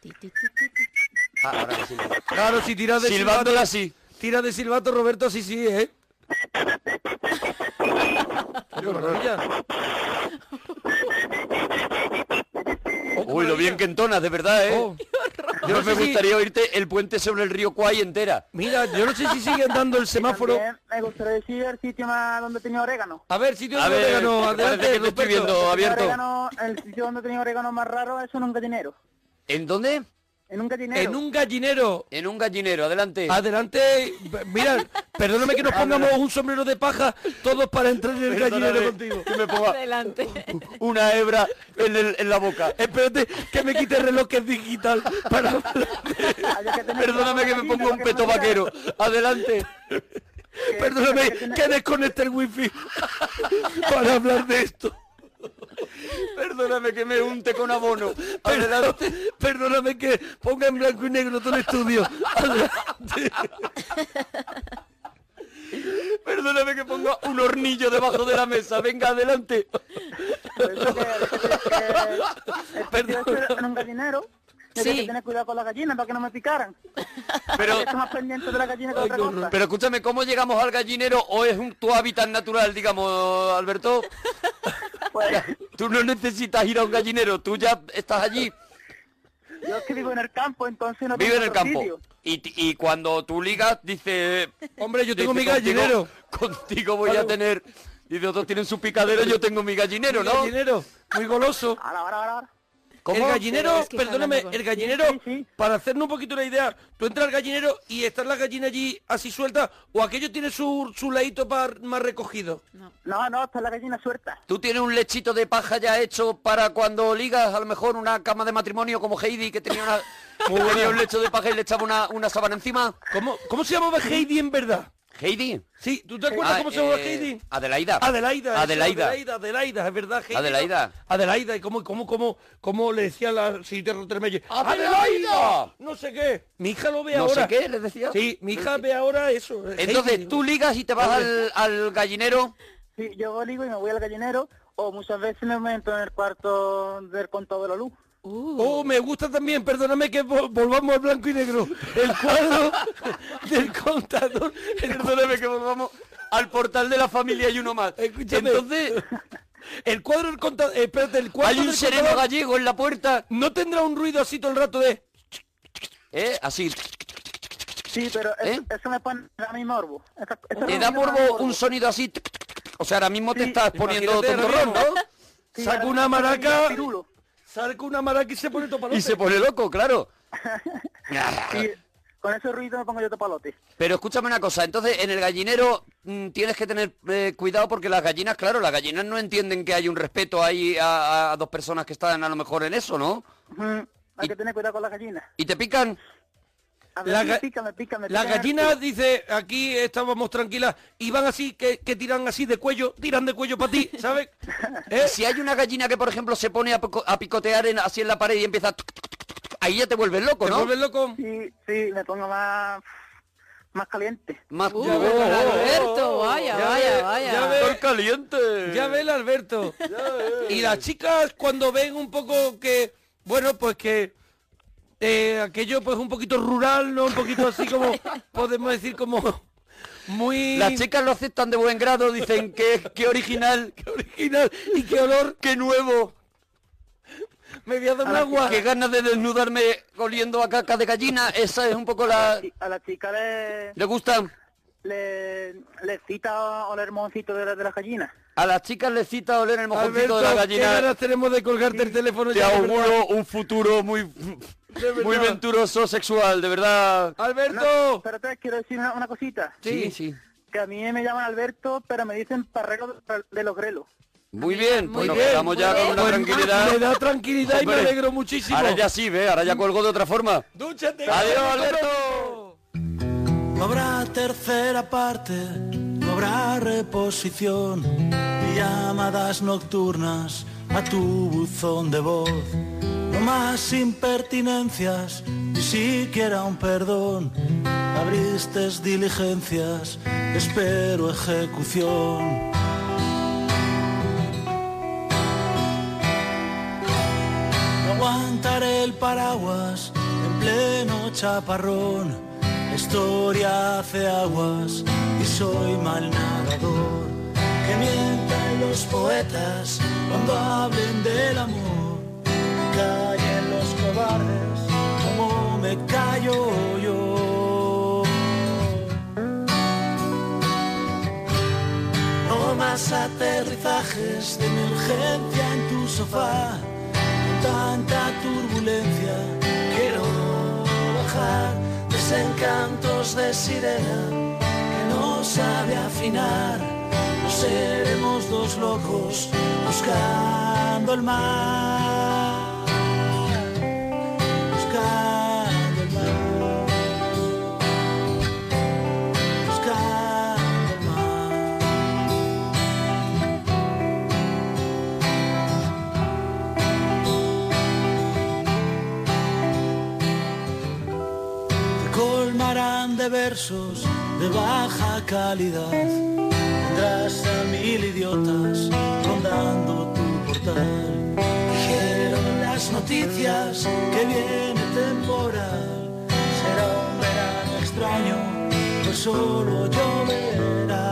Ah, ahora sí. Claro, si tiras de Silbándola silbato, así. tira de silbato, Roberto, sí, sí, ¿eh? Qué maravilla. Uy, lo bien que entonas, de verdad, ¿eh? Oh. Yo Yo no me sé si- gustaría oírte el puente sobre el río Kwai entera. Mira, yo no sé si siguen dando el semáforo. También me gustaría decir el sitio más donde tenía orégano. A ver, sitio A de ver, orégano, que adelante, parece que te estoy Ruperto. viendo. Tenía abierto. orégano- el sitio donde tenía orégano más raro, eso nunca dinero. ¿En dónde? En un gallinero. En un gallinero. En un gallinero, adelante. Adelante, mira, perdóname que nos pongamos un sombrero de paja todos para entrar en el gallinero contigo. Que me ponga Adelante. una hebra en, el- en la boca. Espérate que me quite el reloj que es digital para Hay que tener Perdóname que me cuidado ponga con un la peto gallina, vaquero. Adelante. que- Perdóname que tiene- que desconecte el wifi para hablar de esto. Perdóname que me unte con abono. Adelante. Perdóname que ponga en blanco y negro todo el estudio. Adelante. Perdóname que ponga un hornillo debajo de la mesa. Venga, adelante. Por eso que, que, que, que, que yo en un gallinero. Y Sí. hay que tener cuidado con las gallinas para que no me picaran. Pero, Estoy más pendiente de la gallina que de otra cosa. pero escúchame, ¿cómo llegamos al gallinero o es un, tu hábitat natural, digamos, Alberto? Pues, Tú no necesitas ir a un gallinero, tú ya estás allí, yo es que vivo en el campo, entonces no tengo vives en el otro campo. sitio. Y, y cuando tú ligas, dice... Hombre, yo tengo dice, mi gallinero. Contigo, contigo voy Claro. a tener... Dice, otros tienen su picadero, yo tengo mi gallinero, Mi ¿no? gallinero, muy goloso. Ahora, ahora, ahora, ahora. ¿Cómo? El gallinero, Es que está perdóname, hablando con- el gallinero, Sí, sí, sí. para hacernos un poquito una idea, tú entras al gallinero y están las gallinas allí así sueltas, o aquello tiene su, su ladito par- más recogido. No, no, está la gallina suelta. ¿Tú tienes un lechito de paja ya hecho para cuando ligas, a lo mejor una cama de matrimonio como Heidi, que tenía, una, tenía un lecho de paja y le echaba una, una sábana encima? ¿Cómo, cómo se llamaba Heidi en verdad? ¿Heidi? Sí, ¿tú te acuerdas Ah, cómo se llamaba eh, Heidi? Adelaida. Adelaida. eso, Adelaida. Adelaida, Adelaida, es verdad, Heidi. Adelaida. ¿no? Adelaida, y cómo, cómo, cómo, cómo le decía la señorita Rotermelle. ¡Adelaida! No sé qué. Mi hija lo ve No ahora. sé qué, le decía. Sí, mi hija ve ahora eso. Entonces, Heidi. tú ligas y te vas al, al gallinero. Sí, yo ligo y me voy al gallinero, o muchas veces me meto en el cuarto del contador de la luz. Oh, me gusta también, perdóname que vol- volvamos al blanco y negro. El cuadro del contador. Perdóname que volvamos al portal de la familia y uno más. Escúchame. Entonces, El cuadro del contador. Espérate, el cuadro hay un del sereno contador gallego en la puerta. no tendrá un ruido así todo el rato de. ¿Eh? Así. Sí, pero eso, ¿Eh? eso me pone a mí morbo. Esa- esa Te da ruido me morbo un sonido así. O sea, ahora mismo te Sí, estás poniendo imagínate ahora tontorrón, mismo. ¿no? Sí, Saca ahora una mismo estoy maraca. en pirulo. Saca una maraca y se pone topalote. Y se pone loco, claro. Sí, con ese ruido me pongo yo topalote. Pero escúchame una cosa, entonces en el gallinero mm, tienes que tener eh, cuidado porque las gallinas, claro, las gallinas no entienden que hay un respeto ahí a, a dos personas que están a lo mejor en eso, ¿no? Ujú, Hay Y- que tener cuidado con las gallinas. Y te pican. A ver, La me ga- pica, me pica, me Las pica en el gallinas, culo. dice, aquí estábamos tranquilas, y van así, que, que tiran así de cuello, tiran de cuello para ti, ¿sabes? ¿Eh? Si hay una gallina que, por ejemplo, se pone a, pico- a picotear en- así en la pared y empieza... a tuc, tuc, tuc, tuc, ahí ya te vuelves loco, ¿Te ¿no? vuelves loco? Sí, sí, me pongo más, más caliente. Más... Uh, Ya ves, Alberto, vaya, ya vaya, ves, vaya. ya ves. ¡Estoy caliente! Ya ve el Alberto. Y las chicas cuando ven un poco que, bueno, pues que eh, aquello pues un poquito rural, ¿no? Un poquito así como, podemos decir como muy... Las chicas lo aceptan de buen grado, dicen que qué original, Qué original y qué olor, qué nuevo, me voy a dar un A la agua. qué ganas de desnudarme oliendo a caca de gallina. Esa es un poco la... Y a la chica le, ¿Le gusta? le, le cita oler mojoncito de, la- de las gallinas. A las chicas les cita oler el mojoncito Alberto, de la qué gallina. ganas tenemos de colgarte el teléfono. Te ya, de verdad. auguro un futuro muy, verdad. muy venturoso sexual, de verdad. Alberto. Pero te quiero decir una, una cosita. Sí, sí. Que a mí me llaman Alberto, pero me dicen parrero de, de los grelos. Muy bien, pues Muy nos bien, quedamos muy ya bien. con una Pues, tranquilidad. Me da tranquilidad y me Hombre, alegro muchísimo. Ahora ya sí, ve, ahora ya colgo de otra forma. Dúchate. Adiós, Alberto. No habrá tercera parte, no habrá reposición, ni llamadas nocturnas a tu buzón de voz. No más impertinencias, ni siquiera un perdón. Abriste diligencias, espero ejecución. No aguantaré el paraguas en pleno chaparrón. La historia hace aguas y soy mal nadador. Que mientan los poetas cuando hablen del amor. Que callen los cobardes como me callo yo. No más aterrizajes de emergencia en tu sofá. Con tanta turbulencia quiero desencantos de sirena que no sabe afinar. No seremos dos locos buscando el mar, buscando el mar, buscando el mar. Te colmarán de versos de baja calidad. Tendrás a mil idiotas rondando tu portal. Dijeron las noticias que viene temporal. Será un verano extraño, pues solo lloverá.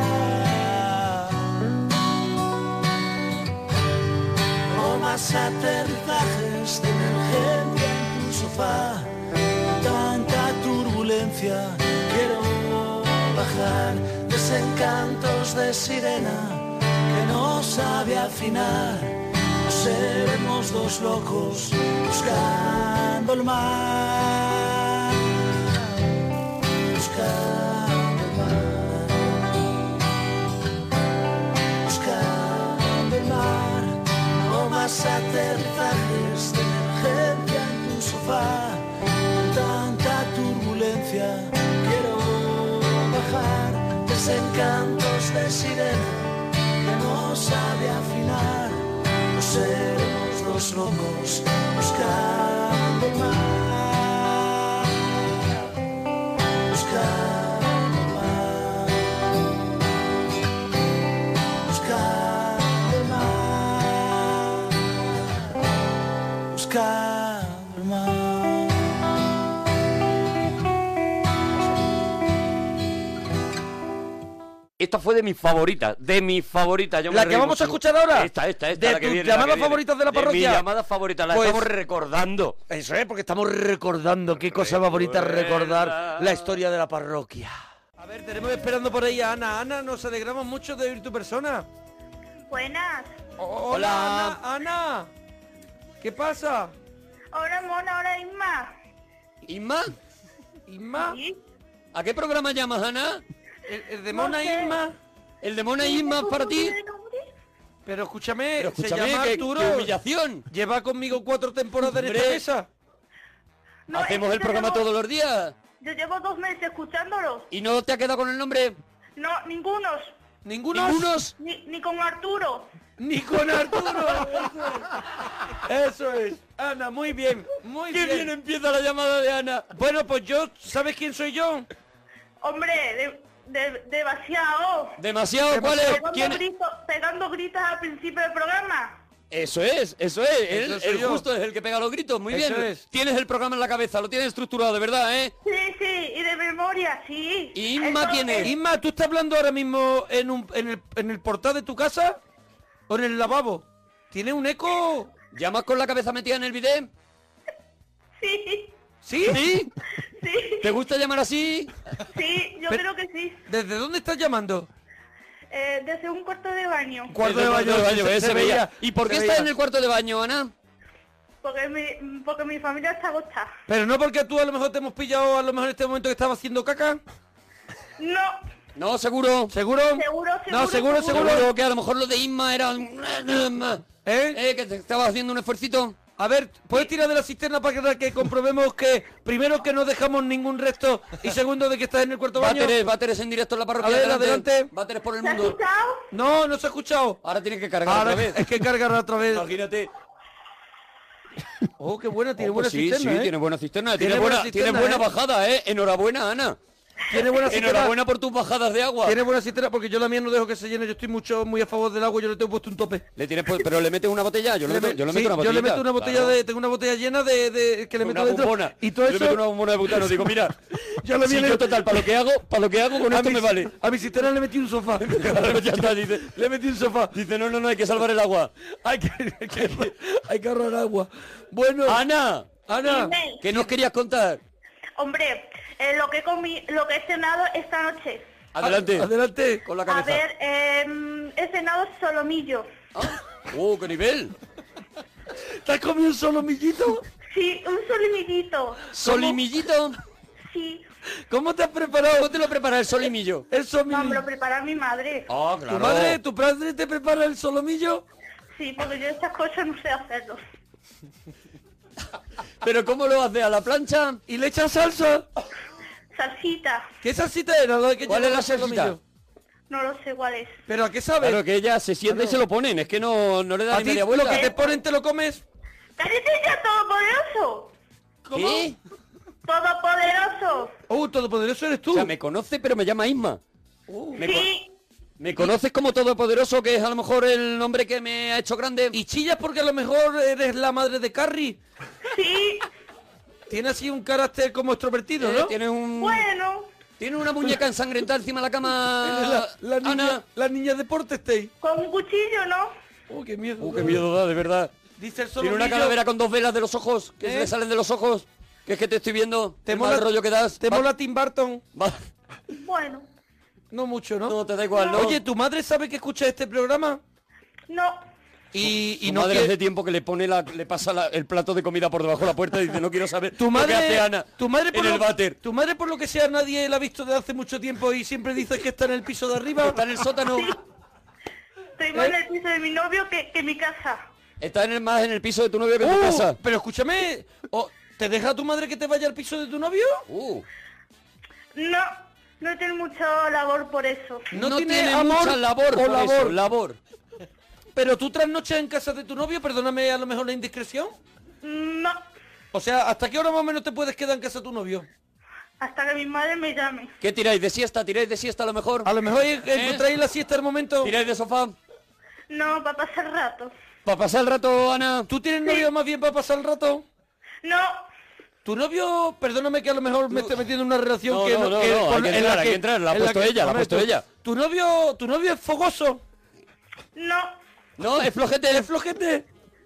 No más aterrizajes de emergencia en tu sofá. Tanta turbulencia, quiero bajar. Desencantos de sirena que no sabe afinar. No seremos dos locos buscando el mar, buscando el mar, buscando el mar. No más aterrizajes de emergencia en tu sofá. Tanta turbulencia, quiero bajar. Desencantos de sirena que no sabe afinar. No seremos dos locos buscando el mar, buscando el mar, buscando el mar, buscando el mar. Esta fue de mis favoritas, de mis favoritas. Yo me ¿La reí que vamos a mucho. escuchar ahora? Esta, esta, esta. ¿De la que tus viene, la llamadas que viene. favoritas de la parroquia? De mis llamadas favoritas, la Pues- estamos recordando. Eso es, porque estamos recordando. Qué cosa más bonita recordar la historia de la parroquia. A ver, tenemos esperando por ahí a Ana. Ana, nos alegramos mucho de oír tu persona. Buenas. Hola, Hola. Ana. Ana. ¿Qué pasa? Hola, Mona, hola, Isma. ¿Isma? ¿Isma? ¿Sí? ¿A qué programa llamas, Ana? ¿El, el de No Mona sé. Isma? ¿El de Mona Isma es para ti? Pero escúchame, Pero se escúchame, llama qué, Arturo. qué humillación. Lleva conmigo cuatro temporadas en esta Hombre. mesa. No, Hacemos es que el yo programa llevo- todos los días. Yo llevo dos meses escuchándolo. ¿Y no te ha quedado con el nombre? No, ningunos. ¿Ninguno? ¿Ningunos? Ni, ni con Arturo. Ni con Arturo. Eso es. Eso es. Ana, muy bien, muy ¡Qué bien. bien empieza la llamada de Ana! Bueno, pues yo, ¿sabes quién soy yo? Hombre, de, de, demasiado. ¿Demasiado? ¿Cuál es? Pegando, ¿Quién es? gritos, pegando gritos al principio del programa. Eso es, eso es. Él, Eso soy él yo. justo es el que pega los gritos. Muy Eso bien. es. Tienes el programa en la cabeza, lo tienes estructurado, de verdad, ¿eh? Sí, sí, y de memoria, sí. ¿Y Isma Entonces, quién es? Isma, ¿tú estás hablando ahora mismo en, un, en, el, en el portal de tu casa? ¿O en el lavabo? ¿Tiene un eco? ¿Llamas con la cabeza metida en el bidet? Sí, ¿Sí? ¿Sí? sí, ¿Te gusta llamar así? sí, yo Pero- creo que sí. ¿Desde dónde estás llamando? Eh, desde un cuarto de baño. Cuarto Desde de el baño, se- ¿ves? se Se veía. veía, ¿Y por se qué veía. estás en el cuarto de baño, Ana? Porque mi, porque mi familia está agotada. Pero no porque tú a lo mejor te hemos pillado a lo mejor en este momento que estaba haciendo caca. No, No, seguro. ¿Seguro? Seguro, No, seguro, seguro, seguro. Seguro que a lo mejor lo de Isma era... ¿Eh? ¿Eh? Que te estabas haciendo un esfuercito. A ver, ¿puedes tirar de la cisterna para que, que comprobemos que, primero, que no dejamos ningún resto y segundo, de que estás en el cuarto baño? Váteres, váteres en directo en la parroquia. A ver, adelante. Váteres por el ¿te has mundo. escuchado? No, no se ha escuchado. Ahora tienes que cargar Ahora otra vez. es que cargar otra vez. Imagínate. Oh, qué buena, tiene Oh, buena pues sí, cisterna, sí, ¿eh? tiene buena cisterna. Tiene Tiene, buena buena, cisterna, tiene buena ¿eh? bajada, ¿eh? Enhorabuena, Ana. Tiene buena cisterna. Enhorabuena por tus bajadas de agua. Tiene buena cisterna porque yo la mía no dejo que se llene. Yo estoy mucho muy a favor del agua. Yo le tengo puesto un tope. Le tienes, pu- pero le metes una botella. Yo le Le meto, me- yo le sí, meto una botella. yo le meto una botella de, tengo una botella llena de, de- que le meto una dentro. bombona. Y todo Yo le eso. meto una bombona de butano. Digo, mira, yo le si viene- yo total, para lo que hago, para lo que hago con a esto mi- me vale. A mi cisterna le metí un sofá. Ya está, dice, Le metí un sofá. dice, no, no, no, hay que salvar el agua. Hay que, hay que, hay que ahorrar agua. Bueno, Ana, Ana, Dime. ¿qué nos querías contar? Hombre, eh, lo que comí, lo que he cenado esta noche. Adelante. a- adelante. Con la A cabeza. ver, eh, he cenado solomillo. Ah, ¡Oh, qué nivel! ¿Te has comido un solomillito? Sí, un solomillito. ¿Solimillito? Sí. ¿Cómo te has preparado? ¿Cómo te lo prepara el solomillo? El No, me solomillo. lo prepara mi madre. Oh, ¿Tu madre, tu padre te prepara el solomillo? Sí, porque yo estas cosas no sé hacerlo. ¿Pero cómo lo hace? ¿A la plancha? ¿Y le echas salsa? Salsita. ¿Qué salsita era la que ¿Cuál lleva es la el solomillo? salsita? No lo sé cuál es. ¿Pero a qué sabe? Claro que ella se sienta y se lo ponen, es que no, no le da ¿A ni ti media lo vuelta. que te ponen te lo comes? ¡Cállate ya, todopoderoso! ¿Cómo? ¿Qué? ¡Todopoderoso! Oh, todopoderoso eres tú. O sea, me conoce pero me llama Isma. Me, co- Sí. me conoces como todopoderoso, que es a lo mejor el nombre que me ha hecho grande. ¿Y chillas porque a lo mejor eres la madre de Carrie? Sí. Tiene así un carácter como extrovertido, Eh, ¿no? Tiene un... Bueno. Tiene una muñeca ensangrentada encima de la cama. la, la niña, Ana. la niña deporte Stay. Con un cuchillo, ¿no? Oh, qué miedo. Uh, qué miedo da, de verdad. Dice el Tiene solomillo. una calavera con dos velas de los ojos, que se ¿Eh? le salen de los ojos. Que es que te estoy viendo. ¿Te el mola mal rollo que das. ¿Te Va- mola Tim Burton? va- Bueno. No mucho, ¿no? No, te da igual, ¿no? Oye, ¿tu madre sabe que escucha este programa? No. Y, y Tu no madre quiere- hace tiempo que le pone la, le pasa la- el plato de comida por debajo de la puerta y dice, no quiero saber Tu madre, lo que hace Ana tu madre por en lo, el váter. Tu madre por lo que sea nadie la ha visto desde hace mucho tiempo y siempre dice que está en el piso de arriba. Está en el sótano. Estoy más en el piso de mi novio que, que mi casa. Está en el más en el piso de tu novio que en tu Uh, casa. pero escúchame, oh, ¿te deja tu madre que te vaya al piso de tu novio? Uh, No. No tengo mucha labor por eso. No, no tiene, tiene amor mucha labor o por labor. eso, labor. Pero tú trasnochas en casa de tu novio, perdóname a lo mejor la indiscreción. No. O sea, ¿hasta qué hora más o menos te puedes quedar en casa de tu novio? Hasta que mi madre me llame. ¿Qué tiráis de siesta? ¿Tiráis de siesta a lo mejor? A lo mejor encontráis la siesta al momento. ¿Tiráis de sofá? No, para pasar rato. ¿Para pasar el rato, Ana? ¿Tú tienes novio más bien para pasar el rato? No. Tu novio, perdóname que a lo mejor me esté metiendo en una relación No, que no, no, que no, hay con- que en entrar, la hay que entrar, la ha en puesto que- ella, la ha correcto. puesto ella. Tu novio, tu novio es fogoso, No. No, es flojete. es flojete.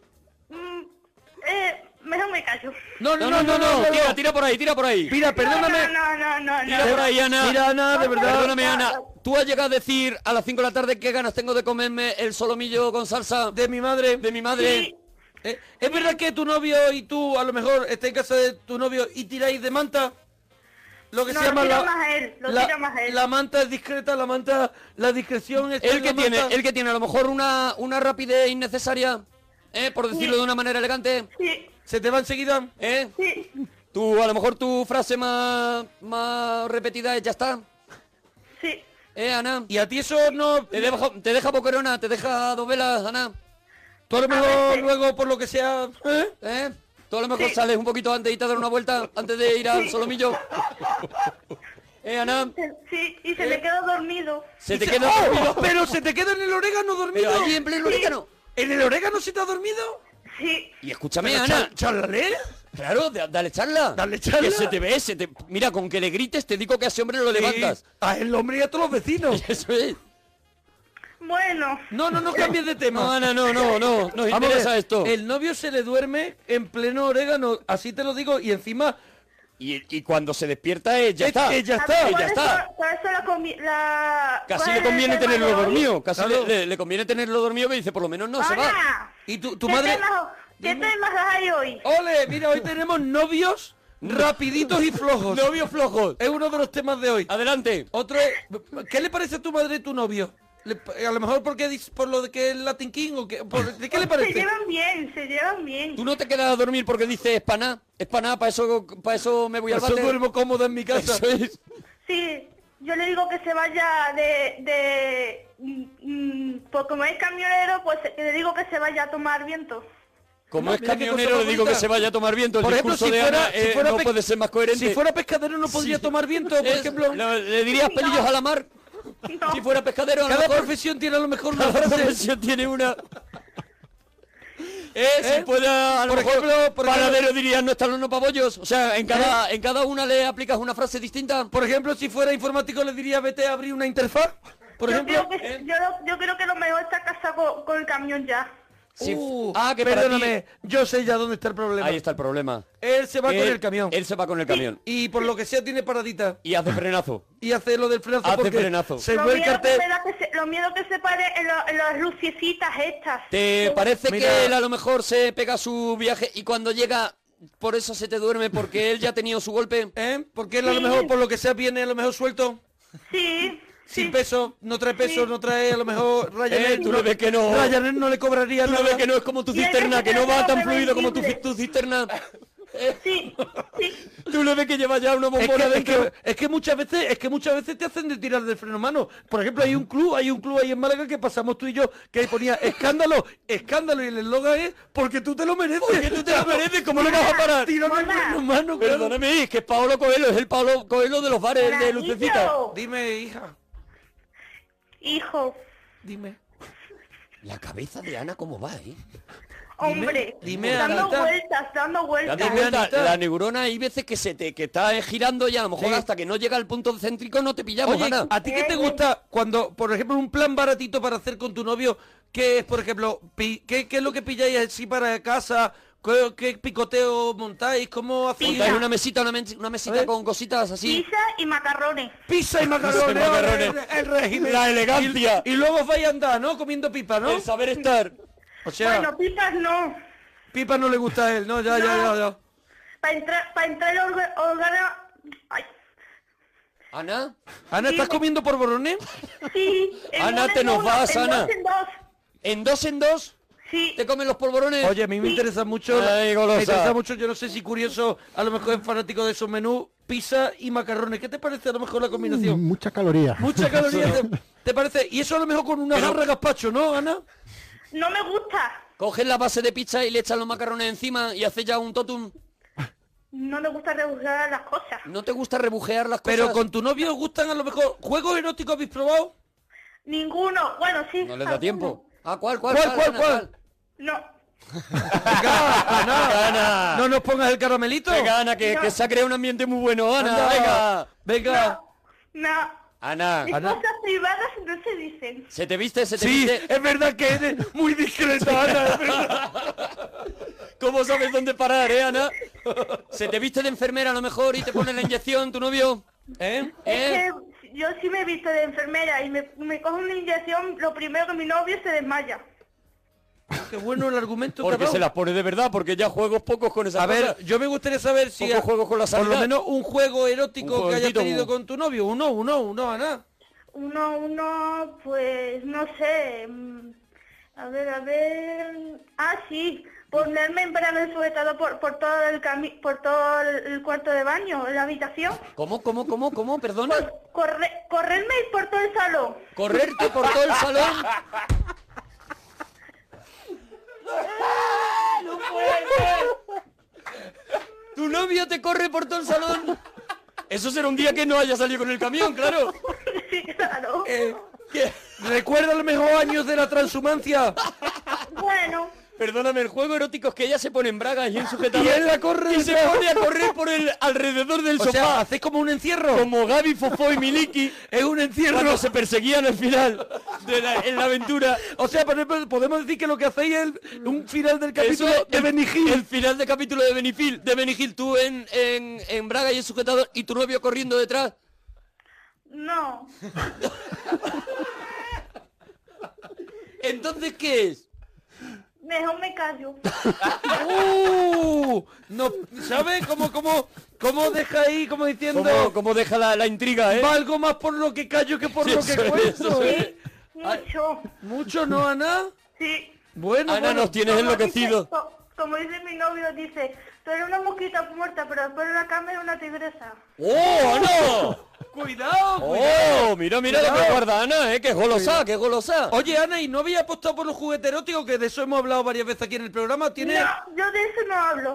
Mm, eh, mejor me callo. No, No, no, no, no, tira, tira por ahí, tira por ahí. Mira, perdóname. No, no, no, no, Tira no. por ahí, Ana. Mira, Ana, de verdad. Perdóname, Ana. ¿Tú has llegado a decir a las cinco de la tarde qué ganas tengo de comerme el solomillo con salsa De mi madre. de mi madre? Sí. Eh, ¿Es verdad que tu novio y tú a lo mejor estáis en casa de tu novio y tiráis de manta? Lo que No, se lo llama tira la, más él, lo la, tira más él. la manta es discreta, la manta, la discreción está El en que la tiene, manta. el que tiene a lo mejor una, una rapidez innecesaria, ¿eh? Por decirlo de una manera elegante, Sí, ¿Se te va enseguida? ¿eh? sí, Tú, a lo mejor tu frase más, más repetida es ya está, sí. ¿eh, Ana? Y a ti eso no... Te deja, te deja boquerona, te deja dos velas, Ana, Tú a lo A mejor veces. luego por lo que sea... ¿eh? ¿eh? Tú a lo mejor Sí. sales un poquito antes y te das una vuelta antes de ir al solomillo. ¿Eh, Ana? Se- Sí, y se me quedó dormido. Se te Se- queda ¡Oh! dormido. Pero se te queda en el orégano dormido. Pero allí en pleno orégano. ¿En el orégano se te ha dormido? Sí. Y escúchame, Pero Ana. char- charlalé. Claro, da- dale charla. Dale charla. Que se te ve, se te... Mira, con que le grites te digo que a ese hombre lo levantas. Sí, a el hombre y a todos los vecinos. Eso es. Bueno, No, no, no cambies de tema. No, Ana, no, no, no. Nos Vamos a interesa ver, esto. El novio se le duerme en pleno orégano, así te lo digo, y encima... Y, y cuando se despierta, eh, ya Es está. que ya a está, ver, ya por está. eso- Por eso la... comi- la Casi ¿cuál le es conviene el tema tenerlo de hoy? dormido. Casi Claro. le, le- le conviene tenerlo dormido que dice, por lo menos no se va. Hola. Y tu, tu ¿Qué madre... temas- ¿Qué temas hay hoy? Ole, mira, hoy tenemos novios rapiditos y flojos. Novios flojos. Es uno de los temas de hoy. Adelante. Otro es, ¿qué le parece a tu madre tu novio? Le- a lo mejor porque dis- por lo de que es Latin King o que, por- ¿de qué le Se parece? llevan bien, se llevan bien. Tú no te quedas a dormir porque dices espaná. Espaná, para eso, para eso me voy al Por eso váter. duermo cómodo en mi casa. Eso es. Sí, yo le digo que se vaya de... de mm, mm, pues como es camionero, pues que le digo que se vaya a tomar viento. Como No, es mira qué cosa camionero, más le digo que bonita. se vaya a tomar viento. El Por ejemplo, discurso si de fuera, Ana si eh, fuera no pe- puede ser más coherente. Si fuera pescadero no podría Sí. tomar viento, por Es- ejemplo. ¿Le, le dirías pelillos a la mar? No. Si fuera pescadero, a lo Cada mejor. profesión tiene a lo mejor una Cada frase. profesión tiene una. Eh, ¿Eh? Si puede, a lo Por mejor, ejemplo, por ejemplo- paradero dirías no están los no pabollos. O sea, en cada, en cada una le aplicas una frase distinta. Por ejemplo, si fuera informático le diría vete a abrir una interfaz. Por yo, ejemplo, creo que, ¿eh? yo, lo- yo creo que lo mejor está casado con, con el camión ya. Si- Uh, ah, que para perdóname, yo sé ya dónde está el problema. Ahí está el problema. Él se va con Él- el camión. Él se va con el camión. Y por lo que sea tiene paradita. Y hace frenazo. Y hace lo del frenazo Hace porque frenazo. se Lo ve el miedo, que cartel. me da que se, lo miedo que se pare en, lo- en las lucecitas estas. ¿Te parece Mira. que él a lo mejor se pega su viaje y cuando llega por eso se te duerme, porque él ya ha tenido su golpe. ¿Eh? Porque él a lo mejor, por lo que sea, viene a lo mejor suelto. Sí. Sin sí. peso, no trae peso, Sí. no trae a lo mejor Ryanair. Eh, tú le ves que no. Ryanair no le cobraría Tú le nada. ves que no es como tu Y el cisterna, que no va tan refrigerador fluido como tu, reversible. tu cisterna. Sí, sí. Tú le ves que lleva ya una Es bombona que, es, dentro. que, es que muchas veces es que muchas veces te hacen de tirar del freno a mano. Por ejemplo, hay un club, hay un club ahí en Málaga que pasamos tú y yo que ponía escándalo, escándalo y el eslogan es porque tú te lo mereces. Porque tú te lo mereces, ¿cómo lo vas a parar? Tirar del Mona. freno a mano, claro. Perdóname, es que es Paolo Coelho, es el Paolo Coelho de los bares de Monaguillo. Lucecita. Dime, hija, Hijo, dime. La cabeza de Ana, ¿cómo va, eh? hombre. dime, dando Anita. vueltas, dando vueltas. Date Dime, cuenta, Anita. la neurona hay veces que se te que está eh, girando y a lo mejor Sí. hasta que no llega al punto céntrico no te pillamos, Oye, Ana. ¿a ti qué te gusta cuando, por ejemplo, un plan baratito para hacer con tu novio? ¿Qué es, por ejemplo, pi- qué, qué es lo que pilláis así para casa? ¿Qué, qué picoteo montáis? ¿Cómo hacéis? Montáis una mesita, una, mes- una A mesita ver. con cositas así. Pizza y macarrones. Pizza y macarrones, Pizza y macarrones. el, el régimen. La elegancia. Y, y luego vais a andar, ¿no? Comiendo pipa, ¿no? El saber estar. O sea, Bueno, pipas no. pipa no le gusta a él, ¿no? Ya, ya, ya, ya. Para entrar, para entrar el orga- órgano... Ay, Ana, Ana, ¿estás Dime. comiendo polvorones? sí. en Ana, uno te en nos uno, vas, en Ana. Dos en dos. en dos en dos Sí. te comen los polvorones. Oye, a mí me interesa mucho, Ay, golosa. me interesa mucho, yo no sé si curioso, a lo mejor es fanático de esos menús, pizza y macarrones. ¿Qué te parece a lo mejor la combinación? Muchas calorías. Muchas calorías, te, ¿te parece? Y eso a lo mejor con una jarra gazpacho, ¿no, Ana? No me gusta. Coges la base de pizza y le echas los macarrones encima y haces ya un totum. No me gusta rebuscar las cosas. ¿No te gusta rebujear las cosas? Pero con tu novio os gustan a lo mejor juegos eróticos, ¿habéis probado? Ninguno. Bueno, sí. No le da alguno. tiempo. Ah, ¿cuál, cuál, ¿Cuál, cuál, Ana, cuál? No. Venga, Ana, Ana. no nos pongas el caramelito. Venga, Ana, que, No. que se ha creado un ambiente muy bueno, Ana, Anda, venga. Venga. No. Ana, Las Ana. cosas privadas no se dicen. ¿se te viste, se te Sí, viste? es verdad que eres muy discreta, Ana, es verdad. ¿Cómo sabes dónde parar, eh, Ana? ¿Se te viste de enfermera a lo mejor y te pone la inyección tu novio? ¿Eh? ¿Eh? Es que yo sí me he visto de enfermera y me, me cojo una inyección, lo primero que mi novio se desmaya. Qué bueno el argumento que ha Porque dado. se las pone de verdad, porque ya juegos pocos con esa A ver, yo me gustaría saber si Poco ha- juego con la por lo sanidad. menos un juego erótico Un que hayas jueguecito, tenido un- con tu novio. Uno, uno, uno, Ana. Uno, uno, pues no sé. mm, A ver, a ver. Ah, sí. Ponerme en verano el sujetador por, por todo el cami por todo el, el cuarto de baño, en la habitación. ¿Cómo, cómo, cómo, cómo? Perdona. Pues corre, correrme por todo el salón. Correrte por todo el salón. ¡No puede ser! Tu novio te corre por todo el salón. Eso será un día que no haya salido con el camión, claro. Sí, claro. Eh, ¿qué? ¿Recuerda los mejores años de la transhumancia? Bueno, Perdóname, el juego erótico es que ella se pone en bragas y en sujetador. Y él la corre y se detrás. pone a correr por el alrededor del O sofá. sea, hacéis como un encierro. Como Gaby, Fofó y Miliki. Es un encierro. Cuando se perseguían al final de la, en la aventura. O sea, por ejemplo, podemos decir que lo que hacéis es el- un final del capítulo Eso es de el- Benny Hill. El final del capítulo de Benny Hill. De Benny Hill, tú en, en, en braga y en sujetador y tu novio corriendo detrás. no. Entonces, ¿qué es? Mejor me callo. ¡Uh! No, ¿sabes? Como, como, como deja ahí, como diciendo... ¿Cómo, cómo deja la, la intriga, eh? Valgo más por lo que callo que por Sí, lo que eso es, cuento. eso es. ¿eh? Mucho. Mucho, ¿no, Ana? Sí. Bueno, Ana, bueno. nos tienes Como enloquecido. dice- co- como dice mi novio, dice, tú eres una mosquita muerta, pero después de la cama eres una tigresa. ¡Oh, Ana! Cuidado, cuidado. ¡Oh! Mira, mira lo que Cuidado. guarda Ana, eh. ¡Qué golosa, qué golosa! Oye, Ana, ¿y no había apostado por los juguetes eróticos? Que de eso hemos hablado varias veces aquí en el programa. ¿Tiene...? No, yo de eso no hablo.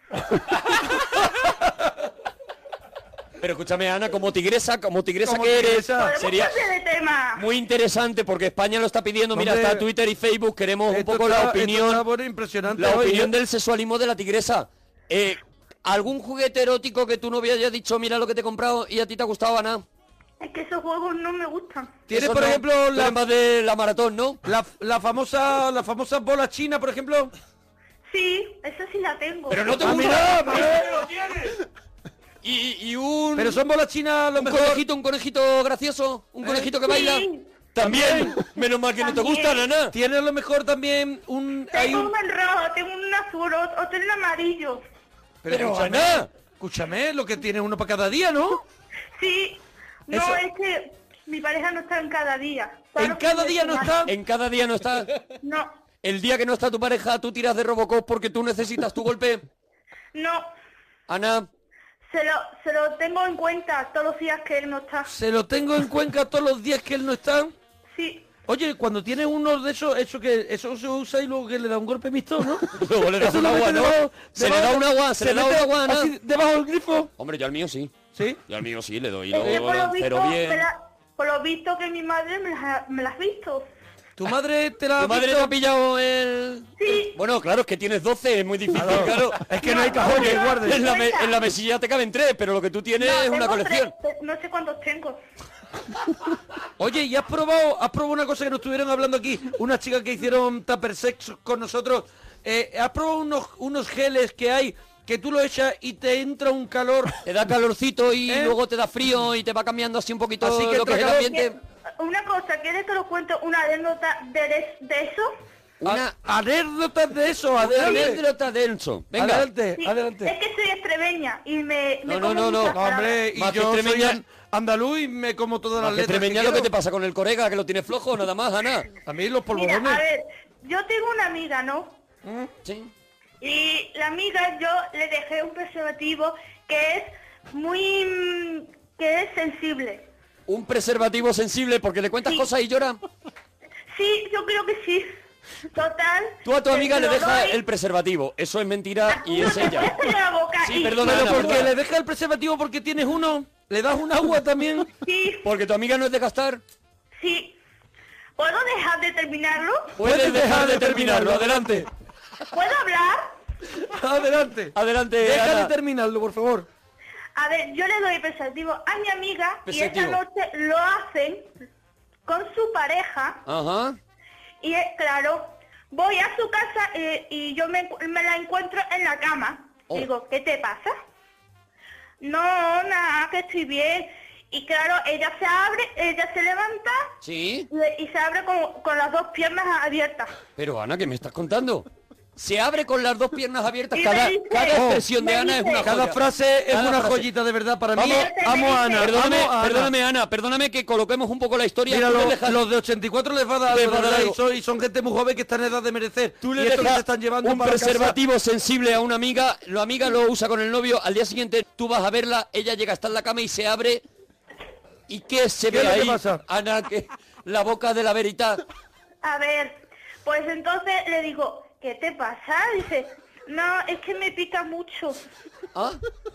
Pero escúchame, Ana, como tigresa, como tigresa Como que eres, tigresa. Podemos sería cambiar de tema. muy interesante porque España lo está pidiendo. Mira, Hombre, está Twitter y Facebook. Queremos un Esto poco está- la esto opinión, está, bueno, impresionante. la Oye, opinión del sexualismo de la tigresa. Eh, ¿Algún juguete erótico que tu novia haya dicho, mira lo que te he comprado y a ti te ha gustado, Ana? Es que esos juegos no me gustan. ¿Tienes, Eso por no, ejemplo, tú la, eres más de la maratón, ¿no? la, la famosa la famosa bola china, por ejemplo? Sí, esa sí la tengo. Pero no te Ah, gusta. mira, mira. Y, y un, Pero son bolas chinas a lo un mejor... conejito, un conejito gracioso, un conejito que Sí. baila. También. Menos mal que no te También. gustan, Ana. Tiene a lo mejor también un... Hay Tengo un... uno en rojo, tengo un azul, o- otro en amarillo. Pero, Pero, escúchame, Ana. escúchame, lo que tienes uno para cada día, ¿no? Sí, no, Eso- es que mi pareja no está en cada día. ¿En cada día no está? En cada día no está. No, El día que no está tu pareja, tú tiras de Robocop porque tú necesitas tu golpe. no, Ana, se lo, se lo tengo en cuenta todos los días que él no está. Se lo tengo en Cuenca todos los días que él no está. Sí, Oye, cuando tienes uno de esos, eso que eso se usa y luego que le da un golpe mixto, ¿no? luego le das Eso un lo agua, mete ¿no? debajo- Se le debajo- da un agua, se le da un mete agua, Ana. así debajo del grifo. Hombre, yo al mío sí. ¿Sí? Yo al mío sí le doy. es que Luego por lo pero visto, bien. me la- por lo visto que mi madre me las, me las ha visto. ¿Tu madre te la ha ¿Tu madre visto? te ha pillado el...? Sí. Bueno, claro, es que tienes doce, es muy difícil, Claro. claro. Es que no hay cajón que no, guarde. En la, me- cuenta. en la mesilla te caben tres, pero lo que tú tienes No, es una tengo colección. tres, no sé cuántos tengo. Oye, ¿y has probado, has probado una cosa que nos estuvieron hablando aquí? Unas chicas que hicieron tupper sex con nosotros. Eh, ¿Has probado unos, unos geles que hay que tú lo echas y te entra un calor? Te da calorcito y ¿Eh? luego te da frío y te va cambiando así un poquito Así que lo que es el entra calor. ambiente. Una cosa, ¿quieres que os cuente una anécdota de, de, de eso? Una A- anécdotas de eso, una adelante. anécdota denso. Venga. Adelante, Sí, adelante. es que soy extremeña y me... me No, no, como no, no. muchas No, hombre, y Más que yo soy extremeña- an- andaluz y me como todas las Más que letras. extremeña que lo que te quiero. pasa con el corega, que lo tienes flojo, nada más, Ana. A mí los palabras. Mira, polvorones. a ver, yo tengo una amiga, ¿no? Sí. Y la amiga yo le dejé un preservativo que es muy... mm, que es sensible. Un preservativo sensible porque le cuentas Sí. cosas y llora. Sí, yo creo que sí. Total. Tú a tu amiga se le lo dejas doy. el preservativo. Eso es mentira y No es te ella. puedes poner la boca Sí, y- perdona, Pero Ana, porque perdona. le deja el preservativo porque tienes uno, le das un agua también. Sí, Porque tu amiga no es de gastar. sí. ¿Puedo dejar de terminarlo? Puedes dejar de terminarlo. Adelante. ¿Puedo hablar? Adelante. Adelante, Deja Ana. de terminarlo, por favor. A ver, yo le doy preservativo a mi amiga y esta Preservativo. noche lo hacen con su pareja Ajá. y es claro, voy a su casa eh, y yo me, encu- me la encuentro en la cama. Oh. Digo, ¿qué te pasa? No, nada, que estoy bien. Y claro, ella se abre, ella se levanta Sí. y, y se abre con, con las dos piernas abiertas. Pero Ana, ¿qué me estás contando? Se abre con las dos piernas abiertas. Y Cada, me dice- cada expresión de me Ana es dice- una Cada joya. frase es Cada una frase. joyita de verdad para mí. Vamos, Amo a Ana. Perdóname, amo a Ana. perdóname, Ana, perdóname que coloquemos un poco la historia. Mira, Tú le los, dejas- los de ochenta y cuatro les va a dar Les algo, va a de dar verdad, algo. y son, y son gente muy joven que está en edad de merecer. Tú y le esto que dejas se están llevando un para casa- preservativo sensible a una amiga, la amiga lo usa con el novio, al día siguiente tú vas a verla, ella llega hasta en la cama y se abre. ¿Y qué se ¿Qué ve es lo que ahí, pasa? Ana? Que la boca de la veridad. A ver, pues entonces le digo, ¿qué te pasa? Dice, no, es que me pica mucho. ¿Ah?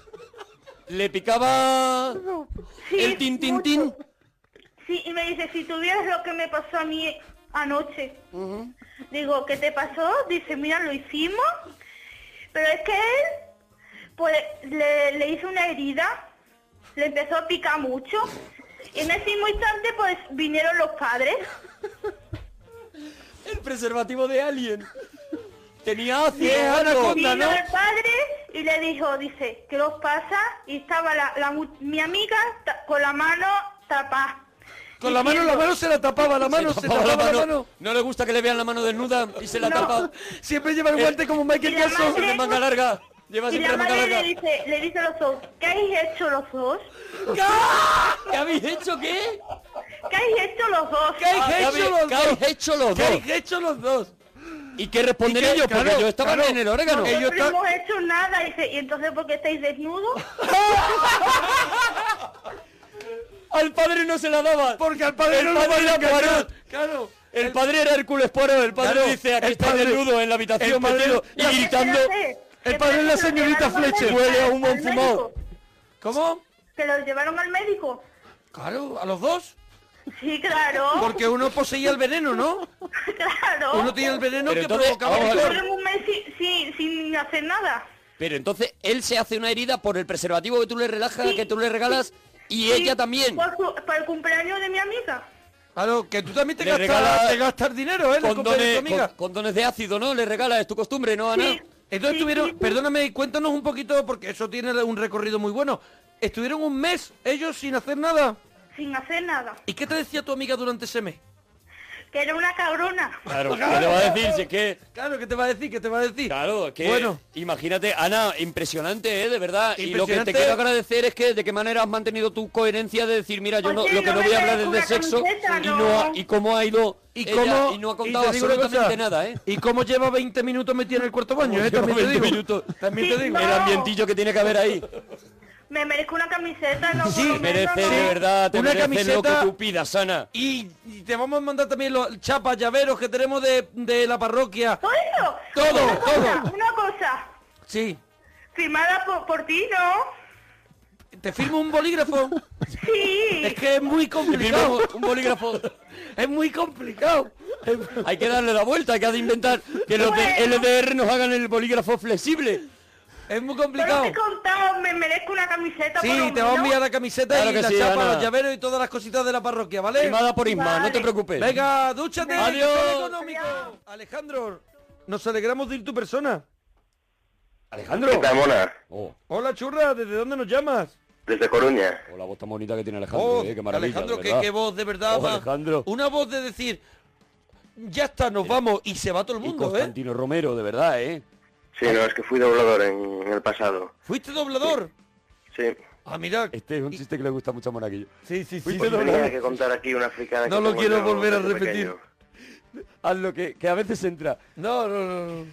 Le picaba Sí, el tin tin tin. mucho. Sí, y me dice, si tuvieras lo que me pasó a mí anoche. Digo, ¿qué te pasó? Dice, mira, lo hicimos, pero es que él, pues, le, le hizo una herida, le empezó a picar mucho, y en ese mismo instante, pues, vinieron los padres. El preservativo de Alien. Tenía Y ácido. es algo. anaconda, Vino ¿no? el padre y le dijo, dice, ¿qué os pasa? Y estaba la, la mu- mi amiga ta- con la mano tapada. Con la mano, la diciendo, mano se la tapaba, la mano se, Tapaba tapaba la la mano. mano. No le gusta que le vean la mano desnuda y se la No. tapa. Siempre lleva el guante como Michael y la Jackson. madre- De manga larga. Lleva Y siempre la manga madre larga. le dice, le dice a los dos, ¿qué habéis hecho los dos? ¿Qué habéis hecho qué? ¿Qué habéis hecho los dos? ¿Qué habéis ¿Qué hecho habéis, los qué dos? habéis hecho los ¿Qué dos? habéis hecho los dos? ¿Y qué responden ¿Y qué? ellos? Porque Claro, yo estaba claro. en el orégano. No, Nosotros ellos no están- hemos hecho nada. Dice, ¿y entonces por qué estáis desnudos? Al padre no se la daba. Porque al padre El no lo padre van a era engañar. Poirot. Claro. El padre era Hércules Poirot. El padre Claro, dice, aquí el está padre- desnudo en la habitación el padre- metido y la- gritando. Espérate, el padre es la espérate, que lo señorita llevaron al Fletcher. médico, Huele a humo al enfumado. médico. ¿Cómo? Que los llevaron al médico. Claro, a los dos. Sí, claro. Porque uno poseía el veneno, ¿no? Claro. Uno tenía el veneno Pero que entonces, provocaba vamos a ver. picor. Estuvieron un mes sin, sin, sin hacer nada. Pero entonces él se hace una herida por el preservativo que tú le relajas, Sí, que tú le regalas, y Sí, ella también. Por, su- por el cumpleaños de mi amiga. Claro, que tú también te Le gastas, regala te gastas dinero, ¿eh? En el cumpleaños de Condones, tu amiga. con- condones de ácido, ¿no? Le regalas, es tu costumbre, ¿no, Ana? Sí. Entonces Sí, tuvieron, sí, sí. perdóname, cuéntanos un poquito, porque eso tiene un recorrido muy bueno. Estuvieron un mes ellos sin hacer nada. Sin hacer nada. ¿Y qué te decía tu amiga durante ese mes? que era una cabrona. Claro, ¿qué le va a decir? Si es que... Claro, ¿qué te va a decir? ¿Qué te va a decir? Claro, es que... Bueno. Imagínate, Ana, impresionante, ¿eh? De verdad. Y lo que te Impresionante. quiero agradecer es que de qué manera has mantenido tu coherencia de decir, mira, yo no, Oye, lo que no no me voy a hablar merezco es de una sexo camiseta, y, no. no ha- y cómo ha ido ¿Y ella, cómo? y no ha y contado te digo una absolutamente cosa, nada, ¿eh? ¿Y cómo lleva veinte minutos metido en el cuarto baño? Como eh? lleva También te veinte digo. minutos. También te Sí, digo. no. El ambientillo que tiene que haber ahí. Me merezco una camiseta, no Sí, por lo menos, Merece, no. de verdad, te Una mereces lo que camiseta- tú pidas, Ana. Y, y te vamos a mandar también los chapas, llaveros que tenemos de, de la parroquia. ¿Todo eso? Todo, Una cosa, todo. Una cosa, Sí. firmada por, por ti, ¿no? ¿Te firmo un bolígrafo? Sí. Es que es muy complicado. Firmamos un bolígrafo. Es muy complicado. Es- Hay que darle la vuelta, hay que inventar que los de Bueno. L D R nos hagan el bolígrafo flexible. Es muy Pero complicado. te he contado, me merezco una camiseta por Sí, lo te vamos a menos. enviar la camiseta Claro y que la sí, chapa, Ana. los llaveros y todas las cositas de la parroquia, ¿vale? Firmada por Isma, no te Vale. preocupes. Venga, dúchate. Adiós. que sale económico. Alejandro, nos alegramos de ir tu persona. Alejandro. ¿Qué tal, mona? Oh, Hola, churra, ¿desde dónde nos llamas? Desde Coruña. oh, la voz tan bonita que tiene Alejandro, Oh, eh, qué maravilla. Alejandro, de qué, verdad. qué voz, de verdad. Oh, va. Alejandro. Una voz de decir, ya está, nos vamos, y se va todo el Y mundo, ¿eh? Constantino Romero, de verdad, ¿eh? Sí, no, es que fui doblador en, en el pasado. ¿Fuiste doblador? Sí. Ah, mira. Este es un chiste que le gusta mucho a Monaguillo. Sí, sí, sí. Fuiste Pues doblador. tenía que contar aquí una fricada No que lo tengo quiero yo volver a desde repetir. pequeño. Haz lo que, que a veces entra. No, no, no, no.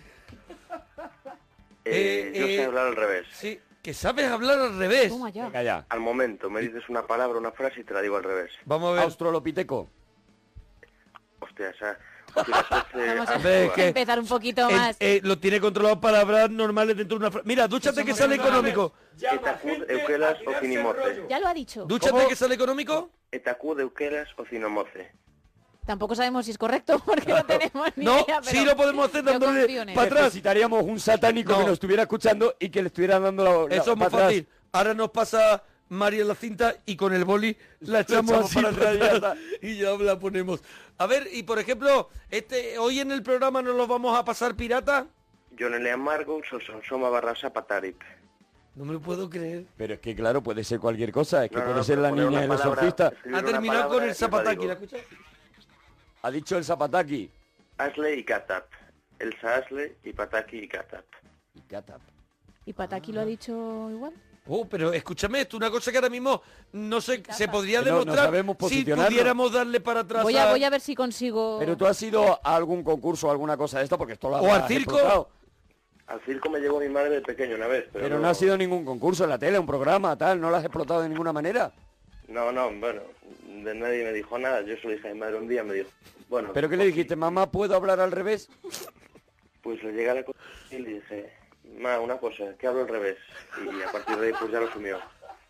Eh, Eh, yo sé eh, hablar al revés. Sí, que sabes hablar al revés. Toma ya. Venga ya. Al momento, me dices una palabra, una frase y te la digo al revés. Vamos a ver. Australopiteco. Hostia, esa... hostia, entonces, Vamos ah, a ver, que- empezar un poquito Eh, más. eh, lo tiene controlado palabras normales dentro de una frase. Mira, dúchate que sale económico. Etacud, Euquelas o Cinimoce. Ya lo ha dicho. Dúchate ¿Cómo? que sale económico. Etacud, Euquelas o Cinomoce. Tampoco sabemos si es correcto porque no tenemos ni No, idea. sí lo podemos hacer yo dándole confío en él. para atrás. Necesitaríamos un satánico No. que nos estuviera escuchando y que le estuviera dando la, la- Eso es muy para atrás. fácil. Ahora nos pasa María en la cinta y con el boli la echamos, echamos así para para atrás y ya atrás y ya la ponemos. A ver, y por ejemplo, este hoy en el programa nos lo vamos a pasar pirata. Yo no le amargo, sosonsoma barra zapatarip. No me lo puedo creer. Pero es que claro, puede ser cualquier cosa. Es que No, no, puede no, ser pero la poner niña una del palabra, exorcista. escribir Ha una terminado palabra con el y os la zapataki, digo. ¿la escuchas? Ha dicho el zapataki. Asle y Katap. Elsa Asle y Pataki y Katap. Y catap. ¿Y Pataki lo ha dicho igual? Oh, pero escúchame esto, una cosa que ahora mismo no sé, se podría No, no demostrar sabemos si posicionarnos. pudiéramos darle para atrás Voy a, voy a ver si consigo... Pero tú has ido a algún concurso o alguna cosa de esto porque esto lo O al has circo. explotado. Al circo me llevó mi madre de pequeño una vez, pero, Pero no ha sido ningún concurso en la tele, un programa, tal. No lo has explotado de ninguna manera. No, no, bueno, de nadie me dijo nada. Yo se lo dije a mi madre un día, me dijo, bueno... ¿Pero qué le pues, dijiste? Mamá, ¿puedo hablar al revés? Pues le llegué a la cosa y le dije, ma, una cosa, que hablo al revés. Y a partir de ahí pues ya lo asumió.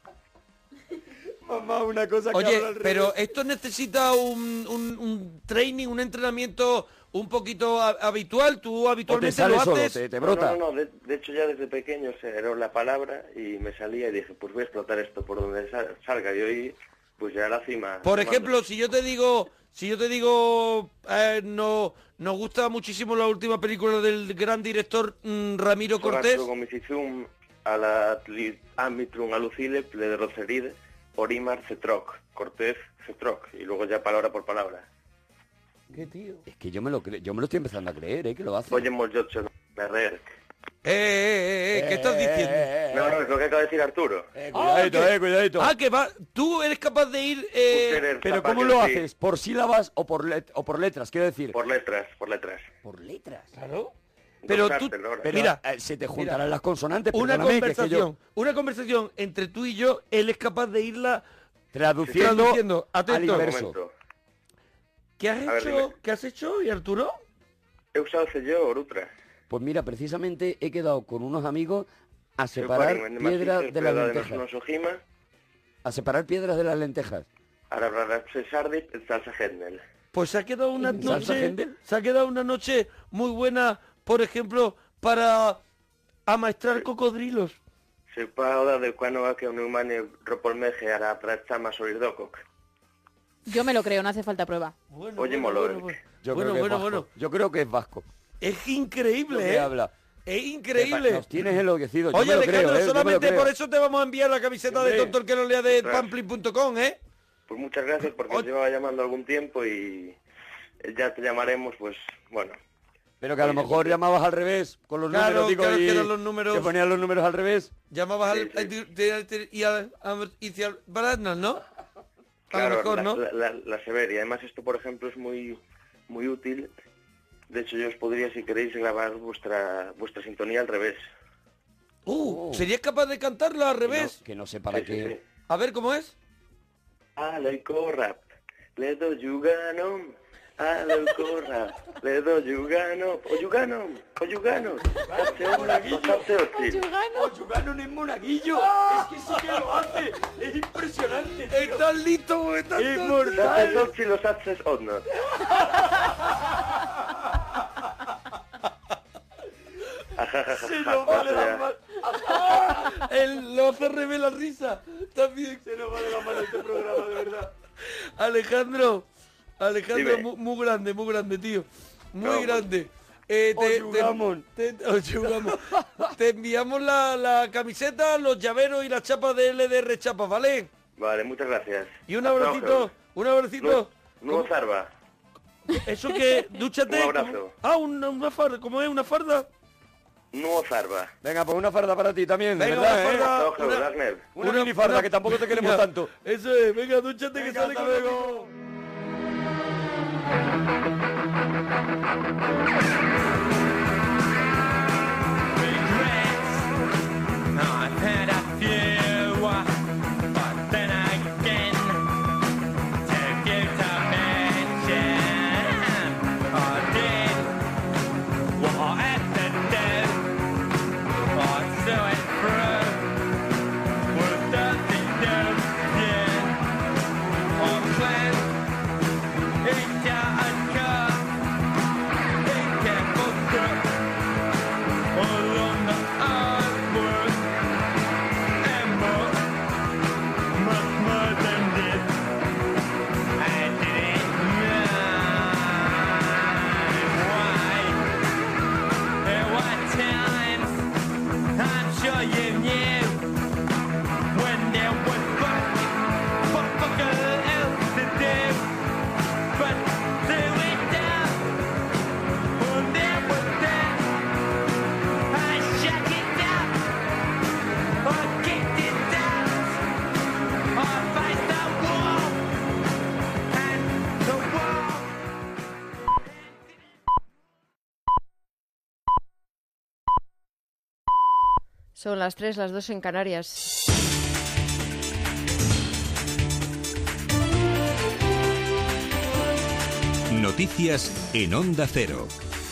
Mamá, una cosa que Oye, hablo al revés. pero esto necesita un, un- un training, un entrenamiento un poquito a- habitual. Tú O te habitualmente sale lo solo, haces. te, te No, brota. no, no, de, de hecho ya desde pequeño se era la palabra y me salía y dije, pues voy a explotar esto por donde sal- salga. Y hoy, pues ya a la cima. Por tomando. ejemplo, si yo te digo, si yo te digo, eh, no, nos gusta muchísimo la última película del gran director mm, Ramiro Cortés. Gomicizum a la amitrum alucile ple de roceride orimar cetroc. Cortés cetroc. Y luego ya palabra por palabra. ¿Qué tío? Es que yo me lo cre- yo me lo estoy empezando a creer, ¿eh? Que lo hace. Oye, mollocho, merrer. Eh, eh, eh, eh, ¿qué estás diciendo? Eh, eh, No, no, es lo que acaba de decir Arturo. eh, Ah, cuidadito, que- eh, cuidadito. Ah, que va, tú eres capaz de ir... eh, Ustedes, Pero capaz ¿cómo que lo sí. haces? ¿Por sílabas o por, let- o por letras? Quiero decir. Por letras, por letras. Por letras. Claro. Pero tú, Gozártelo ahora. Pero mira, eh, se te juntarán las consonantes. una perdóname, que es que yo- conversación, una conversación entre tú y yo, él es capaz de irla traduciendo, traduciendo. al Atento. Un inverso. momento. ¿Qué has A ver, hecho? dime. ¿Qué has hecho hoy, Arturo? He usado yo orutra. Pues mira, precisamente he quedado con unos amigos a separar piedras de las lentejas. Nosojima, A separar piedras de las lentejas. arabrarapse sardip, salsa hetnel. Pues se ha quedado una ¿Salsa noche, Hendel? se ha quedado una noche muy buena, por ejemplo, para amaestrar cocodrilos. Se pauda de cuano va que un humano ropolmeje a la prachama solirdokok. Yo me lo creo, no hace falta prueba. Bueno, Oye, bueno, molón. bueno, bueno. Yo Bueno, creo que bueno, es vasco. bueno. Yo creo que es vasco. Es increíble, Lo que ¿eh? habla. Es increíble. Nos tienes enloquecido. Yo Oye, me lo Alejandro, creo, ¿eh? Yo me lo solamente creo. por eso te vamos a enviar la camiseta de Hombre. Tonto el que no lea de Ostras. pamplin punto com, ¿eh? Pues muchas gracias porque Oye. os llevaba llamando algún tiempo y, ya te llamaremos, pues bueno. Pero que a lo mejor llamabas al revés, con los Claro, números, digo, claro, y que eran los números- que ponían los números al revés. Llamabas Sí, al... sí. al- te- te- y al... al- y al- Baranas, ¿no? A Claro, lo mejor, la, ¿no? la, la, la Sever. Y además esto, por ejemplo, es muy muy útil. De hecho, yo os podría, si queréis, grabar vuestra vuestra sintonía al revés. Uh, ¿serías capaz de cantarla al Que no, revés? que no sé para Sí, sí, qué. sí. A ver, ¿cómo es? Aleko rap, le do yuganom. Aleko rap, le do yuganom. O yuganom, o yuganom. Hace una, hace otil. Oyugano no es monaguillo, es que sí que lo hace, es impresionante. ¡Estás listo! ¡Estás Es listo! mortal. Hace otil, los haces odnot. Se nos va de las manos. Él lo hace revés la risa. También Se nos va de las manos este programa, de verdad. Alejandro, Alejandro, Dime. muy, muy grande, muy grande, tío. Muy No, grande. Eh, te, Oyugamon. te, te- Oyugamon. Te enviamos la, la camiseta, los llaveros y las chapas de L D R Chapas, ¿vale? Vale, muchas gracias. Y un abracito, un abracito. Nuevo Zarba. Eso que, dúchate. Un abrazo. ¿cómo? Ah, una, una farda, ¿cómo es? ¿Una farda? Nuevo Zarba. Venga, pues una farda para ti también, de Venga, verdad, una ¿eh? farda. Hasta luego, Wagner. Una, mini farda, una- que tampoco te queremos Venga, tanto. Eso es, venga, dúchate que Venga, sale hasta con luego. I've had a few, but then again, to give to mention, I did what I had to do, I saw it through, with nothing new, yeah, I planned, it doesn't cut, it can't go through, all on the hard work. And more, much more than this. I didn't know why. There were times I'm sure you knew when there was fuck, fuck, fuck else to do, but do it down. When there was that, I shut it down. I kicked it down. I faced the wall, and the wall. Son las tres, las dos en Canarias. Noticias en Onda Cero.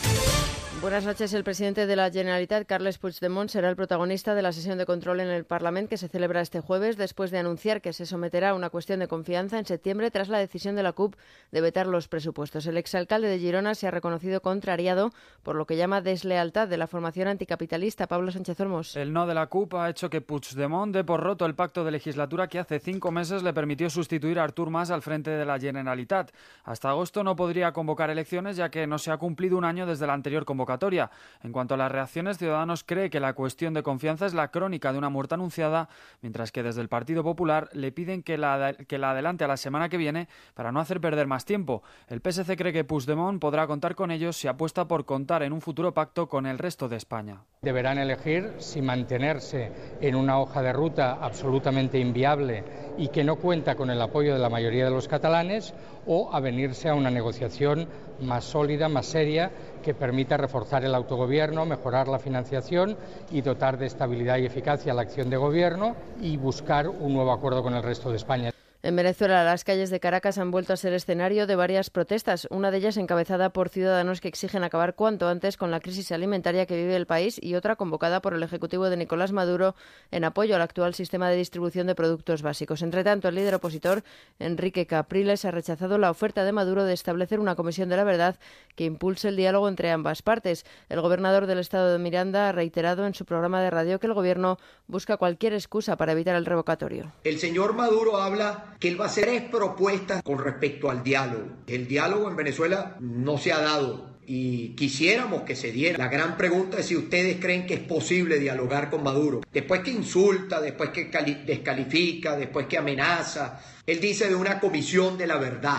Buenas noches. El presidente de la Generalitat, Carles Puigdemont, será el protagonista de la sesión de control en el Parlamento que se celebra este jueves, después de anunciar que se someterá a una cuestión de confianza en septiembre tras la decisión de la C U P de vetar los presupuestos. El exalcalde de Girona se ha reconocido contrariado por lo que llama deslealtad de la formación anticapitalista. Pablo Sánchez Olmos. El no de la C U P ha hecho que Puigdemont dé por roto el pacto de legislatura que hace cinco meses le permitió sustituir a Artur Mas al frente de la Generalitat. Hasta agosto no podría convocar elecciones ya que no se ha cumplido un año desde la anterior convocatoria. En cuanto a las reacciones, Ciudadanos cree que la cuestión de confianza es la crónica de una muerte anunciada, mientras que desde el Partido Popular le piden que la, que la adelante a la semana que viene para no hacer perder más tiempo. El P S C cree que Puigdemont podrá contar con ellos si apuesta por contar en un futuro pacto con el resto de España. Deberán elegir si mantenerse en una hoja de ruta absolutamente inviable y que no cuenta con el apoyo de la mayoría de los catalanes, o avenirse a una negociación más sólida, más seria, que permita reforzar el autogobierno, mejorar la financiación y dotar de estabilidad y eficacia la acción de gobierno y buscar un nuevo acuerdo con el resto de España. En Venezuela, las calles de Caracas han vuelto a ser escenario de varias protestas, una de ellas encabezada por ciudadanos que exigen acabar cuanto antes con la crisis alimentaria que vive el país, y otra convocada por el Ejecutivo de Nicolás Maduro en apoyo al actual sistema de distribución de productos básicos. Entre tanto, el líder opositor, Enrique Capriles, ha rechazado la oferta de Maduro de establecer una comisión de la verdad que impulse el diálogo entre ambas partes. El gobernador del estado de Miranda ha reiterado en su programa de radio que el gobierno busca cualquier excusa para evitar el revocatorio. El señor Maduro habla que él va a hacer tres propuestas con respecto al diálogo. El diálogo en Venezuela no se ha dado y quisiéramos que se diera. La gran pregunta es si ustedes creen que es posible dialogar con Maduro. Después que insulta, después que descalifica, después que amenaza, él dice de una comisión de la verdad.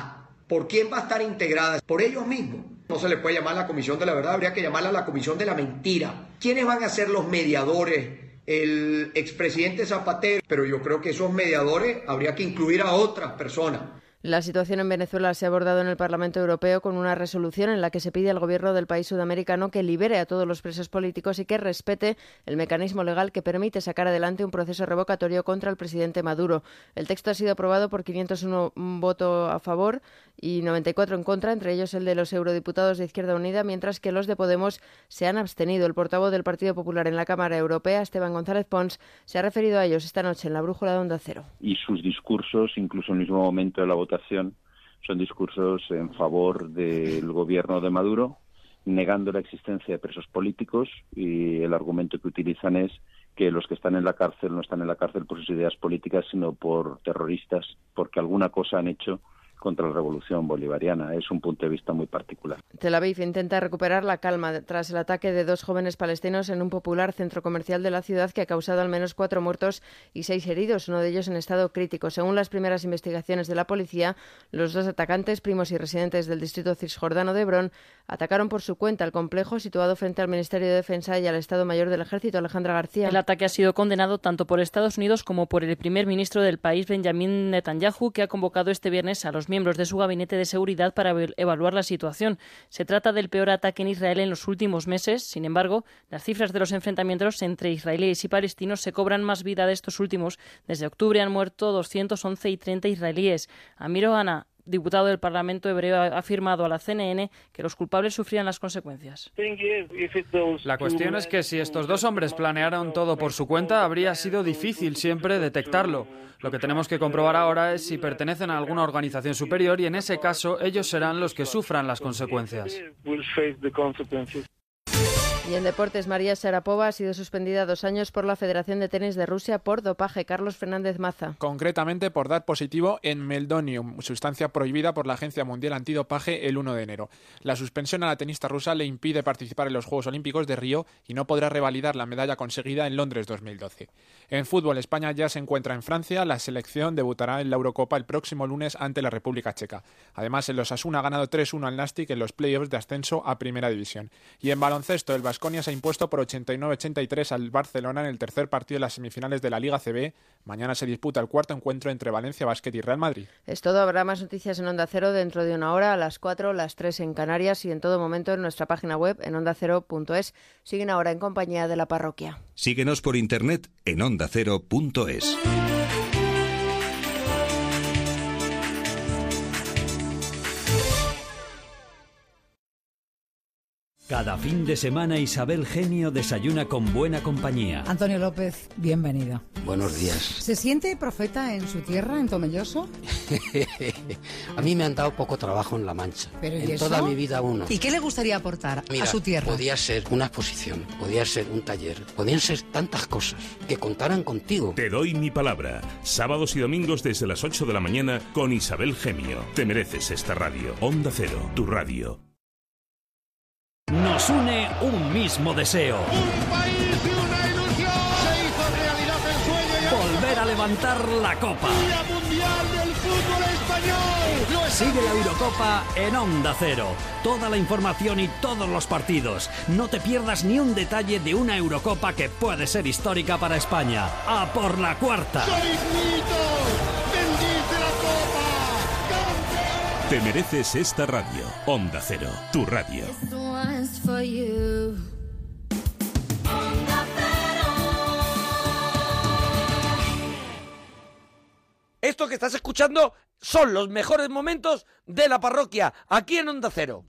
¿Por quién va a estar integrada? Por ellos mismos. No se le puede llamar la Comisión de la Verdad, habría que llamarla la Comisión de la Mentira. ¿Quiénes van a ser los mediadores? El expresidente Zapatero, pero yo creo que esos mediadores habría que incluir a otras personas. La situación en Venezuela se ha abordado en el Parlamento Europeo con una resolución en la que se pide al gobierno del país sudamericano que libere a todos los presos políticos y que respete el mecanismo legal que permite sacar adelante un proceso revocatorio contra el presidente Maduro. El texto ha sido aprobado por quinientos uno votos a favor y noventa y cuatro en contra, entre ellos el de los eurodiputados de Izquierda Unida, mientras que los de Podemos se han abstenido. El portavoz del Partido Popular en la Cámara Europea, Esteban González Pons, se ha referido a ellos esta noche en la Brújula de Onda Cero. Y sus discursos, incluso en el mismo momento de la votación, son discursos en favor del gobierno de Maduro, negando la existencia de presos políticos, y el argumento que utilizan es que los que están en la cárcel no están en la cárcel por sus ideas políticas, sino por terroristas, porque alguna cosa han hecho contra la revolución bolivariana. Es un punto de vista muy particular. Tel Aviv intenta recuperar la calma tras el ataque de dos jóvenes palestinos en un popular centro comercial de la ciudad que ha causado al menos cuatro muertos y seis heridos, uno de ellos en estado crítico. Según las primeras investigaciones de la policía, los dos atacantes, primos y residentes del distrito cisjordano de Hebrón, atacaron por su cuenta el complejo situado frente al Ministerio de Defensa y al Estado Mayor del Ejército. Alejandra García. El ataque ha sido condenado tanto por Estados Unidos como por el primer ministro del país, Benjamin Netanyahu, que ha convocado este viernes a los miembros de su gabinete de seguridad para evaluar la situación. Se trata del peor ataque en Israel en los últimos meses. Sin embargo, las cifras de los enfrentamientos entre israelíes y palestinos se cobran más vida de estos últimos. Desde octubre han muerto doscientos once y treinta israelíes. Amir Ohana, diputado del Parlamento hebreo, ha afirmado a la C N N que los culpables sufrían las consecuencias. La cuestión es que si estos dos hombres planearon todo por su cuenta, habría sido difícil siempre detectarlo. Lo que tenemos que comprobar ahora es si pertenecen a alguna organización superior y en ese caso ellos serán los que sufran las consecuencias. Y en deportes, María Sharapova ha sido suspendida dos años por la Federación de Tenis de Rusia por dopaje. Carlos Fernández Maza. Concretamente por dar positivo en meldonium, sustancia prohibida por la Agencia Mundial Antidopaje el uno de enero. La suspensión a la tenista rusa le impide participar en los Juegos Olímpicos de Río y no podrá revalidar la medalla conseguida en Londres dos mil doce. En fútbol, España ya se encuentra en Francia. La selección debutará en la Eurocopa el próximo lunes ante la República Checa. Además, el Osasuna ha ganado tres uno al Nástic en los playoffs de ascenso a Primera División. Y en baloncesto, el Baskonia se ha impuesto por ochenta y nueve a ochenta y tres al Barcelona en el tercer partido de las semifinales de la Liga C B. Mañana se disputa el cuarto encuentro entre Valencia Basket y Real Madrid. Es todo. Habrá más noticias en Onda Cero dentro de una hora, a las cuatro, las tres en Canarias y en todo momento en nuestra página web en onda cero punto es. Siguen ahora en compañía de la parroquia. Síguenos por internet en onda cero punto es. Cada fin de semana Isabel Genio desayuna con buena compañía. Antonio López, bienvenido. Buenos días. ¿Se siente profeta en su tierra, en Tomelloso? A mí me han dado poco trabajo en La Mancha. ¿Pero y en eso? toda mi vida uno. ¿Y qué le gustaría aportar Mira, a su tierra? Podía ser una exposición, podía ser un taller, podían ser tantas cosas que contaran contigo. Te doy mi palabra. Sábados y domingos desde las ocho de la mañana con Isabel Gemio. Te mereces esta radio. Onda Cero, tu radio. Nos une un mismo deseo. Un país y una ilusión. Se hizo realidad el sueño. Volver a levantar la copa. Día Mundial del Fútbol Español. Sigue la Eurocopa en Onda Cero. Toda la información y todos los partidos. No te pierdas ni un detalle de una Eurocopa que puede ser histórica para España. ¡A por la cuarta! ¡Sois mitos! ¡Bendice la copa! ¡Campeón! Te mereces esta radio. Onda Cero, tu radio. Esto que estás escuchando son los mejores momentos de la parroquia, aquí en Onda Cero.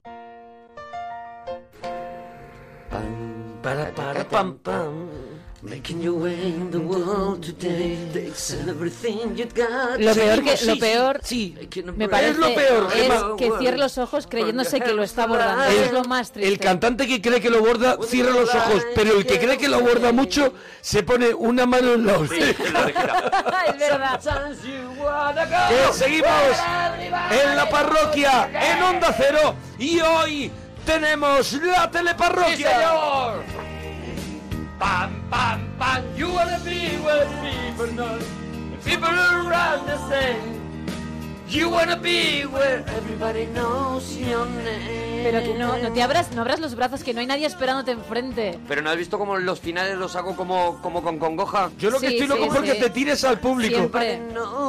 Pam, para, para, pam, pam. Making your way in the world today, takes everything you got. Lo peor que sí, lo peor sí, me parece es, lo peor, es Gemma. que cierre los ojos creyéndose que lo está abordando. El, es lo más triste. El cantante que cree que lo borda cierra los ojos, pero el que cree que lo borda mucho se pone una mano en la oreja. Es verdad. Que seguimos en la parroquia, en Onda Cero, y hoy tenemos la teleparroquia. ¡Sí, señor! Pam, pam, pam, you wanna be with people, no. People around the same. You wanna be where everybody knows your name. Pero que no, no te abras, no abras los brazos, que no hay nadie esperándote enfrente. Pero ¿no has visto cómo los finales los hago como, como con congoja? Yo lo que Sí, estoy loco sí, porque sí. te tires al público. Siempre.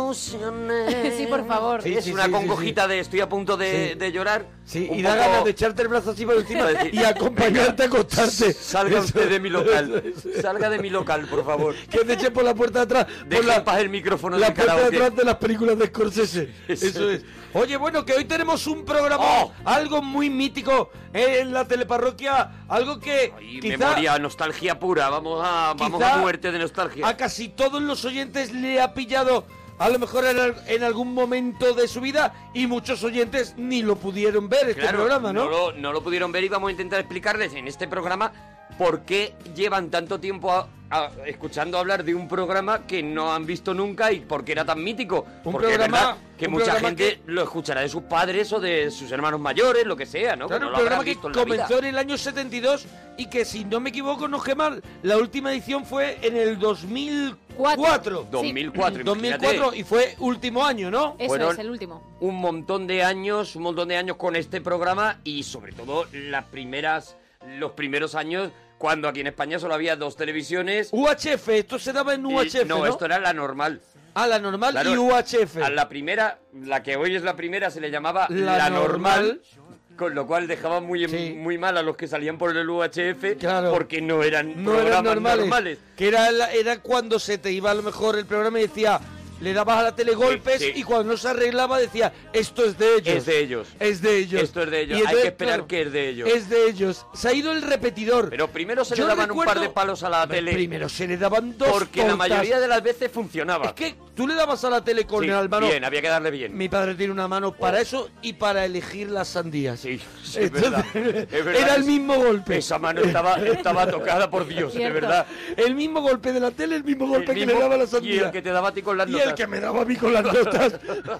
Sí, por favor. Sí, es sí, una sí, congojita sí, sí. de estoy a punto de, Sí. de llorar. Sí, un y da poco- ganas de echarte el brazo así por encima decir, y acompañarte a acostarte. Salga Eso- usted de mi local. eso es. Salga de mi local, por favor. Que te eche por la puerta de atrás. Por Deje la, en paz el micrófono la del puerta de karaoke. atrás de las películas de Scorsese. Eso Eso es. Oye, bueno, que hoy tenemos un programa, ¡Oh! algo muy mítico en la teleparroquia, algo que Y quizá memoria, nostalgia pura. Vamos a, vamos Quizá a muerte de nostalgia. a casi todos los oyentes le ha pillado, a lo mejor en, al- en algún momento de su vida, y muchos oyentes ni lo pudieron ver este Claro, programa, ¿no? lo, no lo pudieron ver y vamos a intentar explicarles en este programa por qué llevan tanto tiempo a- a- escuchando hablar de un programa que no han visto nunca y por qué era tan mítico. Un Porque programa- es verdad que un mucha programa gente lo escuchará de sus padres o de sus hermanos mayores, lo que sea, ¿no? Claro, Que no un lo habrán programa que visto en la vida. comenzó en el año setenta y dos y que, si no me equivoco, no es mal, la última edición fue en el dos mil cuatro. dos mil cuatro, dos mil imagínate. cuatro, y fue último año, ¿no? Eso Fueron es, el último. Un montón de años, un montón de años con este programa y sobre todo las primeras, los primeros años cuando aquí en España solo había dos televisiones. U H F, esto se daba en U H F, no, ¿no? esto era la normal. Ah, la normal Claro, y U H F. A la primera, la que hoy es la primera, se le llamaba La la, normal. normal, con lo cual dejaba muy, Sí. muy mal a los que salían por el U H F, Claro. porque no eran No eran programas normales, normales. que era, la- era cuando se te iba a lo mejor el programa y decía, le dabas a la tele golpes, sí. y cuando no se arreglaba decía, esto es de ellos. Es de ellos. Es de ellos. Esto es de ellos. Y Hay entonces, que esperar claro, que es de ellos. Es de ellos. Se ha ido el repetidor. Pero primero se Yo le daban un recuerdo- par de palos a la Hombre, tele. Primero se le daban dos Porque la tortas. mayoría de las veces funcionaba. Es que tú le dabas a la tele con Sí, el mano. bien, había que darle bien. Mi padre tiene una mano para eso y para elegir las sandías. Sí, sí, es Entonces, verdad. Es verdad. Era el Es- mismo golpe. Esa mano estaba, estaba tocada por Dios, de Cierto. verdad. El mismo golpe de la tele, el mismo golpe El que mismo- le daba a la y sandía. el que te daba a ti con las Y notas. el que me daba a mí con las notas.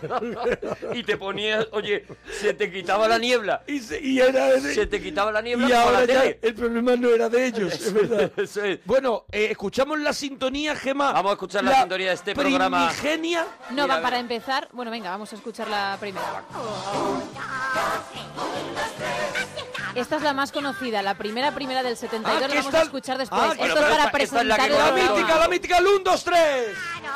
Y te ponías, oye, se te quitaba la niebla. Y, se, y era de- Se te quitaba la niebla y con ahora la ya tele. el problema no era de ellos, es verdad. Eso es. Bueno, eh, escuchamos la sintonía, Gema. Vamos a escuchar la sintonía de este programa. Primigenia. No, Mira, va, para empezar, bueno, venga, vamos a escuchar la primera. Esta es la más conocida, la primera primera del setenta y dos, Ah, la que vamos a esta- escuchar después. Ah, Esto bueno, es pero para esta- esta es la presentar que el La conozco. programa. mítica, la mítica, el uno, dos, tres.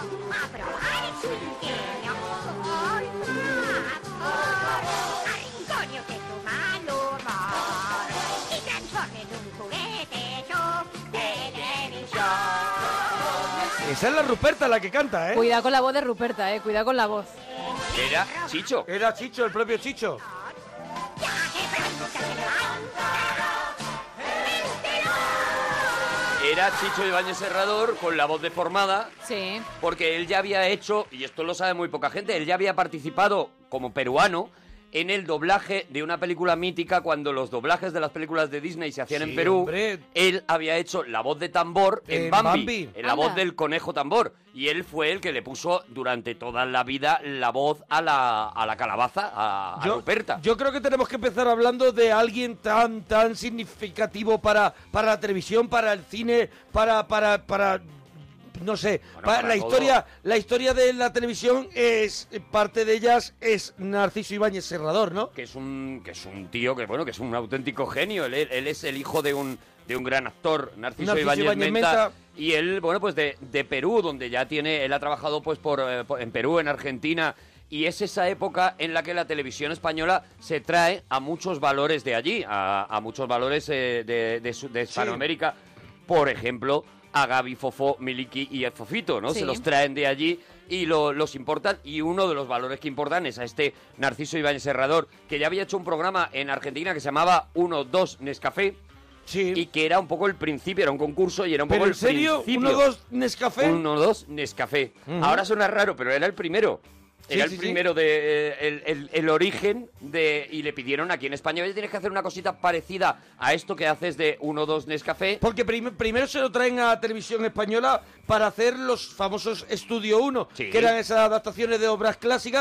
Coño, que tu mal humor y transforme en un juguete tu televisión. Esa es la Ruperta la que canta, ¿eh? Cuidado con la voz de Ruperta, eh, cuidado con la voz. Era Chicho. Era Chicho, el propio Chicho. Era Chicho Ibáñez Serrador con la voz deformada. Sí. Porque él ya había hecho, y esto lo sabe muy poca gente, él ya había participado como peruano en el doblaje de una película mítica. Cuando los doblajes de las películas de Disney se hacían Sí, en Perú, hombre. él había hecho la voz de tambor en, En Bambi, Bambi. en la Anda. voz del conejo tambor. Y él fue el que le puso durante toda la vida la voz a la, a la calabaza, a, a Ruperta. Yo creo que tenemos que empezar hablando de alguien tan tan significativo para, para la televisión, para el cine, para para para no sé, Bueno, para para la todo. historia, la historia de la televisión es parte de ellas es Narciso Ibáñez Serrador, ¿no? Que es un que es un tío que bueno, que es un auténtico genio. Él, él es el hijo de un de un gran actor, Narciso, Narciso Ibáñez, Ibáñez Menta, Menta. y él, bueno, pues de, de Perú, donde ya tiene, él ha trabajado pues por, eh, por- en Perú, en Argentina, y es esa época en la que la televisión española se trae a muchos valores de allí, a, a muchos valores eh, de, de, su- de Hispanoamérica, por ejemplo, a Gaby, Fofó, Miliki y a Fofito, ¿no? Sí. Se los traen de allí y lo- los importan, y uno de los valores que importan es a este Narciso Ibáñez Serrador, que ya había hecho un programa en Argentina que se llamaba uno dos Nescafé, Sí. y que era un poco el principio, era un concurso y era un Pero poco en el serio, principio. uno dos Nescafé. Uno, dos, Nescafé. Ujú. Ahora suena raro, pero era el primero. Sí, Era sí, el sí. primero de eh, el, el- el origen de. Y le pidieron aquí en España, oye, tienes que hacer una cosita parecida a esto que haces de uno dos Nescafé. Porque prim- primero se lo traen a televisión española para hacer los famosos Estudio uno, Sí. que eran esas adaptaciones de obras clásicas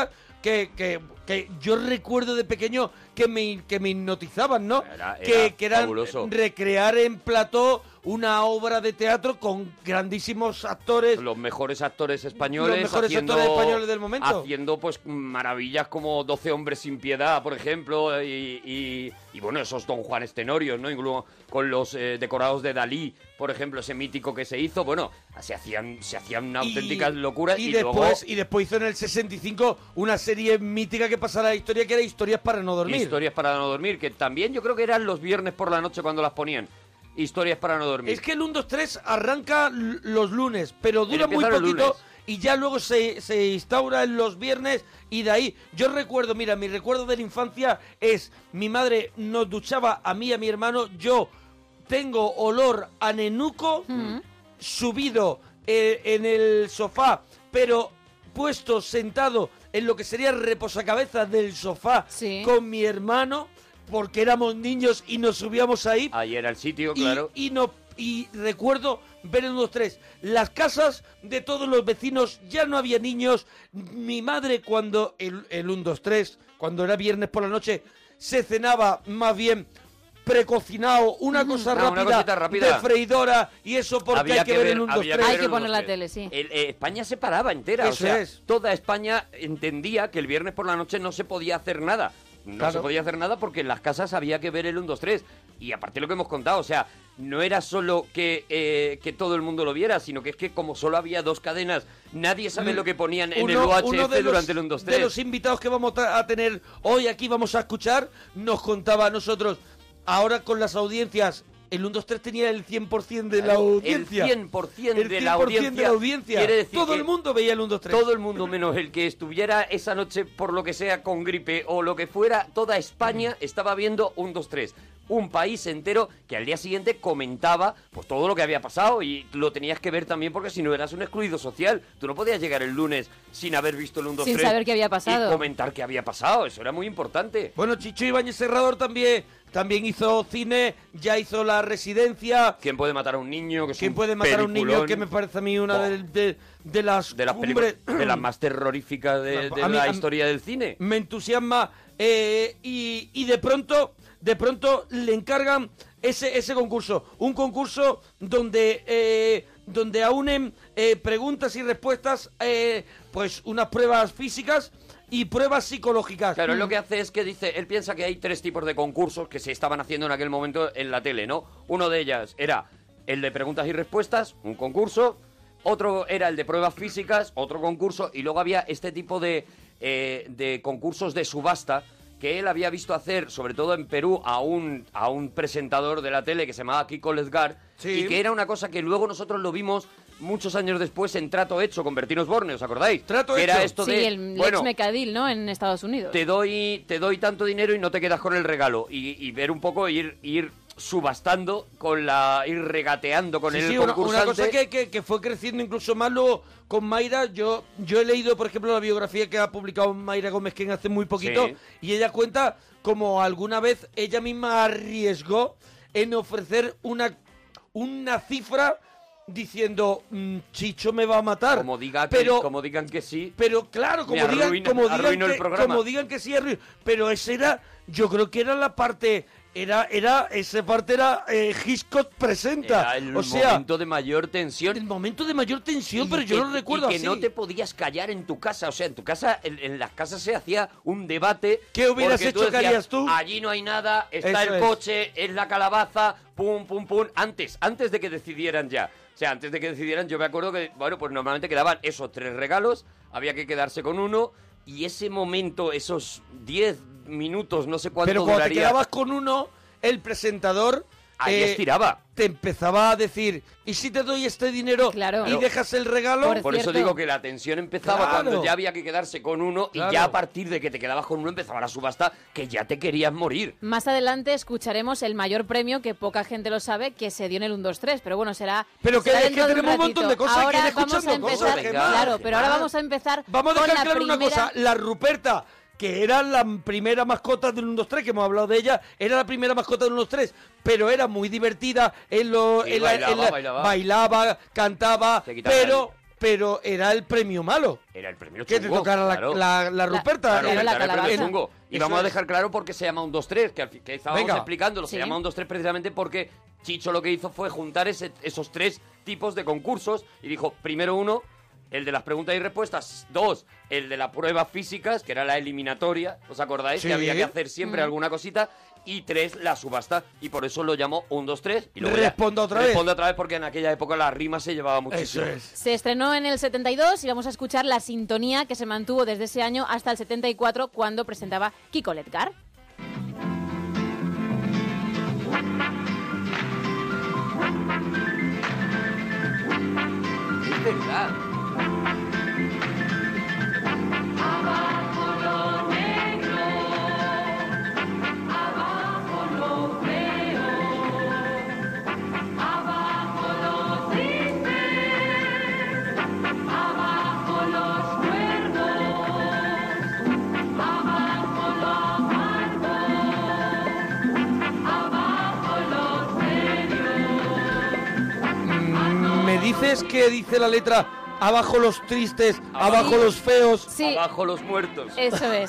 que, que, que yo recuerdo de pequeño que me, que me hipnotizaban, ¿no? Era- era que, que eran fabuloso. recrear en plató una obra de teatro con grandísimos actores. Los mejores actores españoles. Los mejores haciendo, actores españoles del momento. Haciendo, pues, maravillas como doce hombres sin piedad, por ejemplo, y, y, y, bueno, esos Don Juanes Tenorios, ¿no? Incluso con los eh, decorados de Dalí, por ejemplo, ese mítico que se hizo. Bueno, se hacían, se hacían auténticas locuras y, y después luego... y después hizo en el sesenta y cinco una serie mítica que pasará a la historia, que era Historias para no dormir. Historias para no dormir, que también yo creo que eran los viernes por la noche cuando las ponían. Historias para no dormir. Es que el uno, dos, tres arranca l- los lunes, pero dura muy Empieza los poquito lunes. y ya luego se, se instaura en los viernes y de ahí. Yo recuerdo, mira, mi recuerdo de la infancia es mi madre nos duchaba a mí y a mi hermano, yo tengo olor a nenuco subido eh, en el sofá, pero puesto sentado en lo que sería el reposacabezas del sofá con mi hermano, porque éramos niños y nos subíamos ahí. Ahí era el sitio, Y- claro. Y, no, y recuerdo ver en unos tres las casas de todos los vecinos, ya no había niños. Mi madre, cuando el, el uno, dos, tres, cuando era viernes por la noche, se cenaba más bien precocinado, una cosa Ah, una rápida, cosita rápida. de freidora, y eso porque Había hay que, que ver ver- el uno, dos, había que tres. ver el uno, dos, tres. tele, sí. El- eh, España se paraba entera, o Eso sea, es. toda España entendía que el viernes por la noche no se podía hacer nada. No Claro. se podía hacer nada porque en las casas había que ver el uno, dos, tres. Y aparte lo que hemos contado, o sea, no era solo que, eh, que todo el mundo lo viera, sino que es que como solo había dos cadenas, nadie sabe Mm. lo que ponían en el Uno- U H uno F de los- durante el uno, dos, De tres. los invitados que vamos a a tener hoy aquí, vamos a escuchar, nos contaba a nosotros, ahora con las audiencias, el uno, dos, tres tenía el cien por ciento de la Claro, audiencia. El cien por ciento El de la cien por ciento audiencia. de la audiencia. Quiere decir Todo que el mundo veía el uno, dos, tres. Todo el mundo, menos el que estuviera esa noche, por lo que sea, con gripe o lo que fuera, toda España estaba viendo un, dos, tres. Un país entero que al día siguiente comentaba pues todo lo que había pasado y lo tenías que ver también porque si no eras un excluido social. Tú no podías llegar el lunes sin haber visto el uno, dos, Sin tres saber qué había pasado. y comentar qué había pasado. Eso era muy importante. Bueno, Chicho Ibáñez Serrador también, también hizo cine, ya hizo La Residencia. ¿Quién puede matar a un niño? Que es ¿Quién un puede matar a un niño? peliculón. Que me parece a mí una de, de- de las de las cumbres- películas, de las más terroríficas de, de A mí- la a mí- historia del cine. Me entusiasma eh, y, y de pronto, de pronto le encargan ese, ese concurso, un concurso donde eh, donde aunen eh, preguntas y respuestas, eh, pues unas pruebas físicas y pruebas psicológicas. Claro, él lo que hace es que dice, él piensa que hay tres tipos de concursos que se estaban haciendo en aquel momento en la tele, ¿no? Uno de ellas era el de preguntas y respuestas, un concurso. Otro era el de pruebas físicas, otro concurso. Y luego había este tipo de, eh, de concursos de subasta que él había visto hacer, sobre todo en Perú, a un, a un presentador de la tele que se llamaba Kiko Lesgar. Sí. Y que era una cosa que luego nosotros lo vimos muchos años después en Trato Hecho con Bertín Osborne, ¿os acordáis? Trato Que Hecho. Era esto Sí, de, el bueno, Lex Mercadil, ¿no? En Estados Unidos. te doy te doy tanto dinero y no te quedas con el regalo y, y ver un poco ir ir subastando con la ir regateando con Sí, el sí, una, concursante. una cosa que, que, que fue creciendo incluso más luego con Mayra. Yo, yo he leído, por ejemplo, la biografía que ha publicado Mayra Gómez Ken hace muy poquito, Sí. y ella cuenta como alguna vez ella misma arriesgó en ofrecer una, una cifra diciendo, "Mm, Chicho me va a matar". como diga que, pero, como digan que sí. pero claro, como me digan, arruina- como digan arruino el que, programa. como digan que sí, arruino. Pero esa era, yo creo que era la parte, era, era, esa parte era eh, Hitchcock presenta. Era el o sea, momento de mayor tensión. el momento de mayor tensión, Y pero yo que- lo recuerdo y que así. no te podías callar en tu casa. O sea, en tu casa, en, en las casas se hacía un debate. ¿Qué hubieras porque tú hecho, qué decías, harías tú? Allí no hay nada, está Eso el es. coche, es la calabaza, pum, pum, pum. Antes, antes de que decidieran ya. O sea, antes de que decidieran, yo me acuerdo que, bueno, pues normalmente quedaban esos tres regalos, había que quedarse con uno, y ese momento, esos diez minutos, no sé cuánto Pero cuando te duraría. quedabas con uno, el presentador Ahí eh, estiraba. te empezaba a decir, ¿y si te doy este dinero Claro. y dejas el regalo? Por Por eso cierto. digo que la tensión empezaba Claro. cuando ya había que quedarse con uno Claro. y ya a partir de que te quedabas con uno empezaba la subasta que ya te querías morir. Más adelante escucharemos el mayor premio que poca gente lo sabe que se dio en el uno, dos, tres, pero bueno, será Pero que- será es que dentro de tenemos un montón ratito. de cosas, hay que Ahora ir vamos a escuchando empezar, cosas, venga. claro, pero ahora Gemma. vamos a empezar Vamos a con dejar la claro una primera. cosa, la Ruperta, que era la primera mascota del uno, dos, tres, que hemos hablado de ella, era la primera mascota del uno, dos, tres, pero era muy divertida, en lo, Sí, en la- bailaba, en la- bailaba. bailaba, cantaba, Se quitaba pero pero era el premio malo. Era el premio Que chungo, te tocara la, claro. la, la Ruperta. Claro, Era- claro, el premio chungo. Y Eso vamos a es. dejar claro por qué se llama un dos tres, que, al fin- que estábamos Venga. explicándolo. Sí. Se llama un dos tres precisamente porque Chicho lo que hizo fue juntar ese- esos tres tipos de concursos y dijo, primero uno, el de las preguntas y respuestas, dos, el de las pruebas físicas, que era la eliminatoria, ¿os acordáis? Sí. Que había que hacer siempre Mm. alguna cosita, y tres, la subasta, y por eso lo llamó un dos tres. Y luego ya- Responda otra vez. Responde otra vez porque en aquella época la rima se llevaba muchísimo. Se estrenó en el setenta y dos y vamos a escuchar la sintonía que se mantuvo desde ese año hasta el setenta y cuatro cuando presentaba Kiko Ledgar. Es verdad. Abajo lo negro, abajo lo feo, abajo lo triste, abajo los cuervos, abajo lo amargo, abajo los medios. ¿Me dices qué dice la letra? Abajo los tristes, abajo Sí. los feos. Sí. Abajo los muertos. Eso es.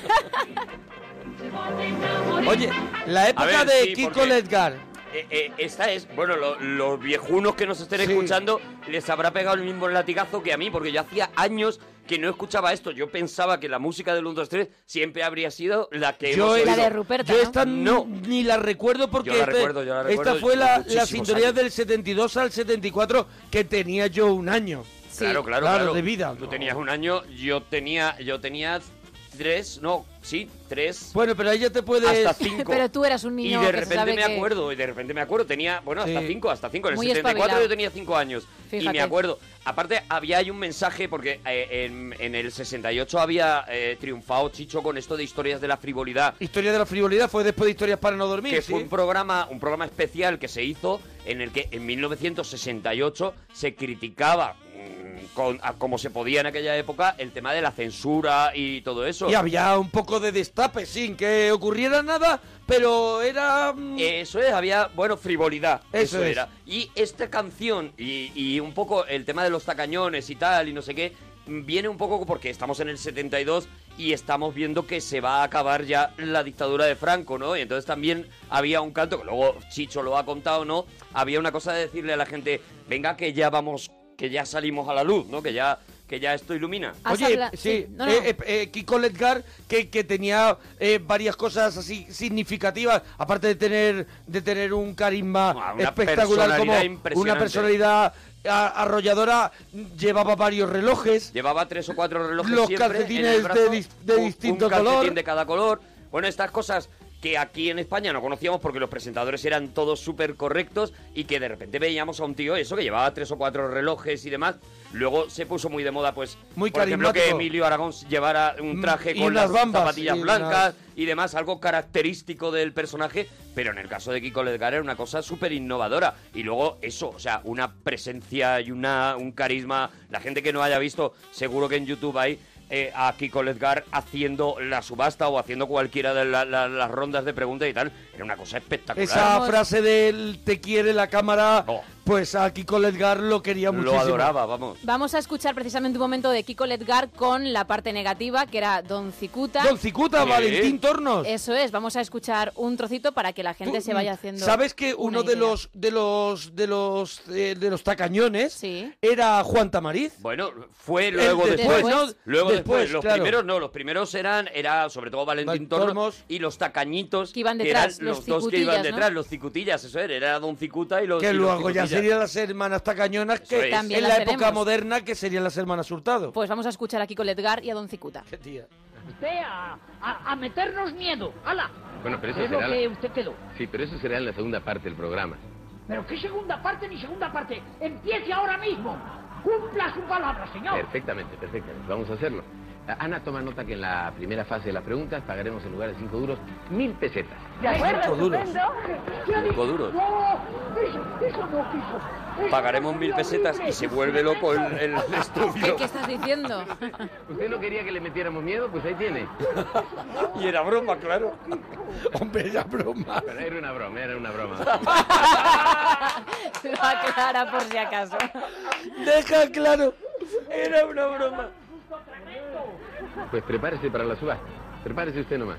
Oye, la época A ver, de sí, Kiko porque- Ledgar. Eh, eh, esta es, bueno, lo- los viejunos que nos estén Sí. escuchando les habrá pegado el mismo latigazo que a mí, porque yo hacía años que no escuchaba esto. Yo pensaba que la música del uno dos tres siempre habría sido la que Yo, hemos he- oído. yo esta n- ni la recuerdo porque Yo la este- recuerdo, yo la recuerdo, esta fue yo la, muchísimos la sintonía años. del setenta y dos al setenta y cuatro que tenía yo un año. Claro, claro, claro. de vida. Tú tenías un año, yo tenía, yo tenía tres, no, sí, tres. Bueno, pero ahí ya te puedes... Hasta cinco. Pero tú eras un Y niño de que se repente sabe me que- acuerdo, y de repente me acuerdo, tenía, bueno, hasta Sí. cinco, hasta cinco. En el Muy setenta y cuatro espabilado. yo tenía cinco años. Y Fíjate. me acuerdo. Aparte, había ahí un mensaje, porque eh, en, en el sesenta y ocho había eh, triunfado Chicho con esto de historias de la frivolidad. Historia de la frivolidad fue después de Historias para no dormir, Que ¿sí? fue un programa, un programa especial que se hizo en el que en mil novecientos sesenta y ocho se criticaba mm, con, a como se podía en aquella época el tema de la censura y todo eso. Y había un poco de destape sin que ocurriera nada, pero era... mm, Eso es, había, bueno, frivolidad. Eso Eso, es. era. Y esta canción y, y un poco el tema de los tacañones y tal y no sé qué, mm, viene un poco porque estamos en el setenta y dos y estamos viendo que se va a acabar ya la dictadura de Franco, ¿no? Y entonces también había un canto, que luego Chicho lo ha contado, ¿no? Había una cosa de decirle a la gente, venga que ya vamos, que ya salimos a la luz, ¿no? Que ya, que ya esto ilumina. Oye, sí, no, no. eh, eh, eh, Kiko Ledgar, que, que tenía eh, varias cosas así significativas, aparte de tener de tener un carisma una espectacular, como personalidad una impresionante. personalidad a- arrolladora, llevaba varios relojes. Llevaba tres o cuatro relojes Los siempre en calcetines el brazo, de dis- de un- distinto un calcetín color. de cada color. Bueno, estas cosas que aquí en España no conocíamos porque los presentadores eran todos súper correctos y que de repente veíamos a un tío eso que llevaba tres o cuatro relojes y demás. Luego se puso muy de moda, pues, Muy por ejemplo, que carismático. Emilio Aragón llevara un Mm, traje y con unas las bambas, zapatillas y blancas unas- y demás, algo característico del personaje, pero en el caso de Kiko Ledgar era una cosa súper innovadora. Y luego eso, o sea, una presencia y una, un carisma. La gente que no haya visto, seguro que en YouTube hay eh, a Kiko Ledgar haciendo la subasta o haciendo cualquiera de la- la- las rondas de preguntas y tal. Era una cosa espectacular. Esa frase del te quiere la cámara, pues a Kiko Ledgar lo quería Lo muchísimo. adoraba, vamos. Vamos a escuchar precisamente un momento de Kiko Ledgar con la parte negativa, que era Don Cicuta. Don Cicuta, Sí. Valentín Tornos. Eso es, vamos a escuchar un trocito para que la gente se vaya haciendo. ¿Sabes que uno una de idea. los de los de los eh, de los tacañones era Juan Tamariz? Bueno, fue El luego después, después. ¿no? Luego Después, después. Los claro. primeros no, los primeros eran, era sobre todo Valentín Val- Tornos Tormos. y los tacañitos. Que iban eran detrás, los, los dos que iban cicutillas, ¿no? detrás, los cicutillas, eso era, era Don Cicuta y los Que y los luego ya cicutillas. serían las hermanas tacañonas, Eso que es. También en las la época tenemos. moderna que serían las hermanas Hurtado. Pues vamos a escuchar a Kiko Ledgar y a Don Cicuta. Qué tía. Usted a, a- a meternos miedo. ¡Hala! Bueno, pero eso Es lo será... la- que usted quedó. Sí, pero eso será en la segunda parte del programa. ¿Pero qué segunda parte ni segunda parte? ¡Empiece ahora mismo! ¡Cumpla su palabra, señor! Perfectamente, perfectamente. Vamos a hacerlo. Ah, Ana, toma nota que en la primera fase de las preguntas pagaremos en lugar de cinco duros mil pesetas. De acuerdo, Cinco duros. estupendo. Cinco duros. No, eso, eso no quiso. Eso Pagaremos no mil sería pesetas horrible. y se vuelve loco el, el ¿Qué, estudio. qué estás diciendo? ¿Usted no quería que le metiéramos miedo? Pues ahí tiene. Y era broma, claro. Hombre, era broma. Pero era una broma, era una broma. Lo aclara por si acaso. Deja claro. Era una broma. Pues prepárese para la subasta. Prepárese usted nomás.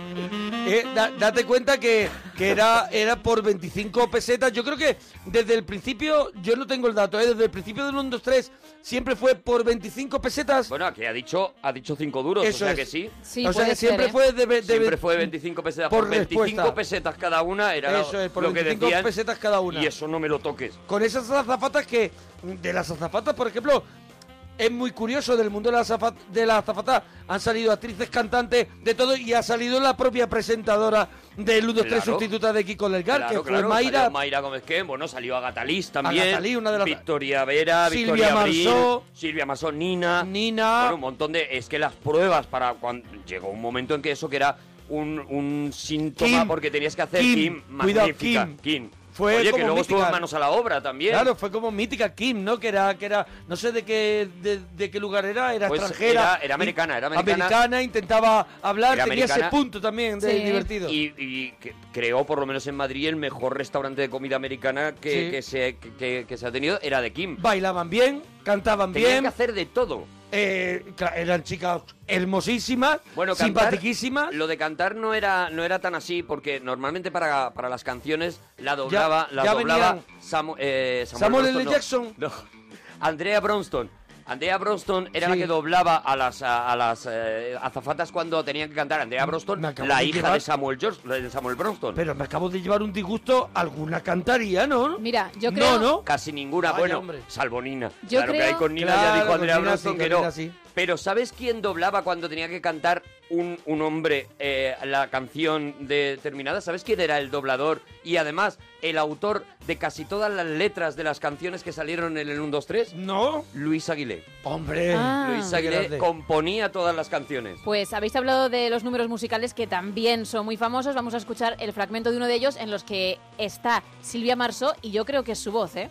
Eh, da- date cuenta que, que era, era por veinticinco pesetas. Yo creo que desde el principio, yo no tengo el dato, ¿eh? Desde el principio del uno, dos, tres siempre fue por veinticinco pesetas. Bueno, aquí ha dicho ha dicho cinco duros, Eso o sea es. que sí. Sí, o sea puede que siempre ser, ¿eh? fue de, ve- de Siempre ve- fue veinticinco pesetas. por Por veinticinco respuesta. pesetas cada una era Eso es, por lo que veinticinco decían. pesetas cada una. Y eso no me lo toques. Con esas azafatas que, de las azafatas, por ejemplo, es muy curioso, del mundo de las azafat- de las azafatas han salido actrices, cantantes, de todo, y ha salido la propia presentadora del uno, dos, tres, Claro. sustituta de Kiko Lergar, Claro, que fue claro, Mayra. salió Mayra Gómez Ken, bueno, salió Agatha Liz también. Agatha Liz, una de las- Victoria Vera, Silvia Victoria Abril, Marsó. Silvia Marsó, Nina. Nina. Bueno, un montón de... Es que las pruebas para cuando... Llegó un momento en que eso que era un, un síntoma Kim. porque tenías que hacer Kim. Kim, Cuidado, magnífica. Kim. Kim. Fue Oye, como que luego estuvo mítica. en manos a la obra también. Claro, fue como mítica Kim, ¿no? Que era, que era, no sé de qué, de, de qué lugar era, era Pues extranjera. era- era americana, era americana. Americana, intentaba hablar, Era tenía americana. ese punto también de Sí. divertido. Y, y que creó, por lo menos en Madrid, el mejor restaurante de comida americana que, Sí. que se, que- que- que se ha tenido, era de Kim. Bailaban bien, cantaban Tenían bien. que hacer de todo. Eh, cla- eran chicas hermosísimas, Bueno, cantar, simpaticísimas. lo de cantar no era no era tan así, porque normalmente para, para las canciones la doblaba, Ya- la ya doblaba venían- Samu- eh, Samuel L. Bronston, Jackson. no, no. Andrea Bronston. Andrea Bronston era Sí. la que doblaba a las a, a las eh, azafatas cuando tenían que cantar. Andrea Bronston, Me acabo la de hija llevar- de Samuel George, de Samuel Bronston. Pero me acabo de llevar un disgusto, alguna cantaría, ¿no? Mira, yo No, creo... ¿no? Casi ninguna, Vaya, bueno, hombre. salvo Nina. Yo claro que creo- hay con Nina, Claro, ya dijo con Andrea Nina Bronston sí, que con no. Nina sí. Pero ¿sabes quién doblaba cuando tenía que cantar un, un hombre eh, la canción determinada? ¿Sabes quién era el doblador y además el autor de casi todas las letras de las canciones que salieron en el uno, dos, tres? No. Luis Aguilé. Hombre. Ah. Luis qué Aguilé grande. componía todas las canciones. Pues habéis hablado de los números musicales que también son muy famosos. Vamos a escuchar el fragmento de uno de ellos en los que está Silvia Marsó y yo creo que es su voz, ¿eh?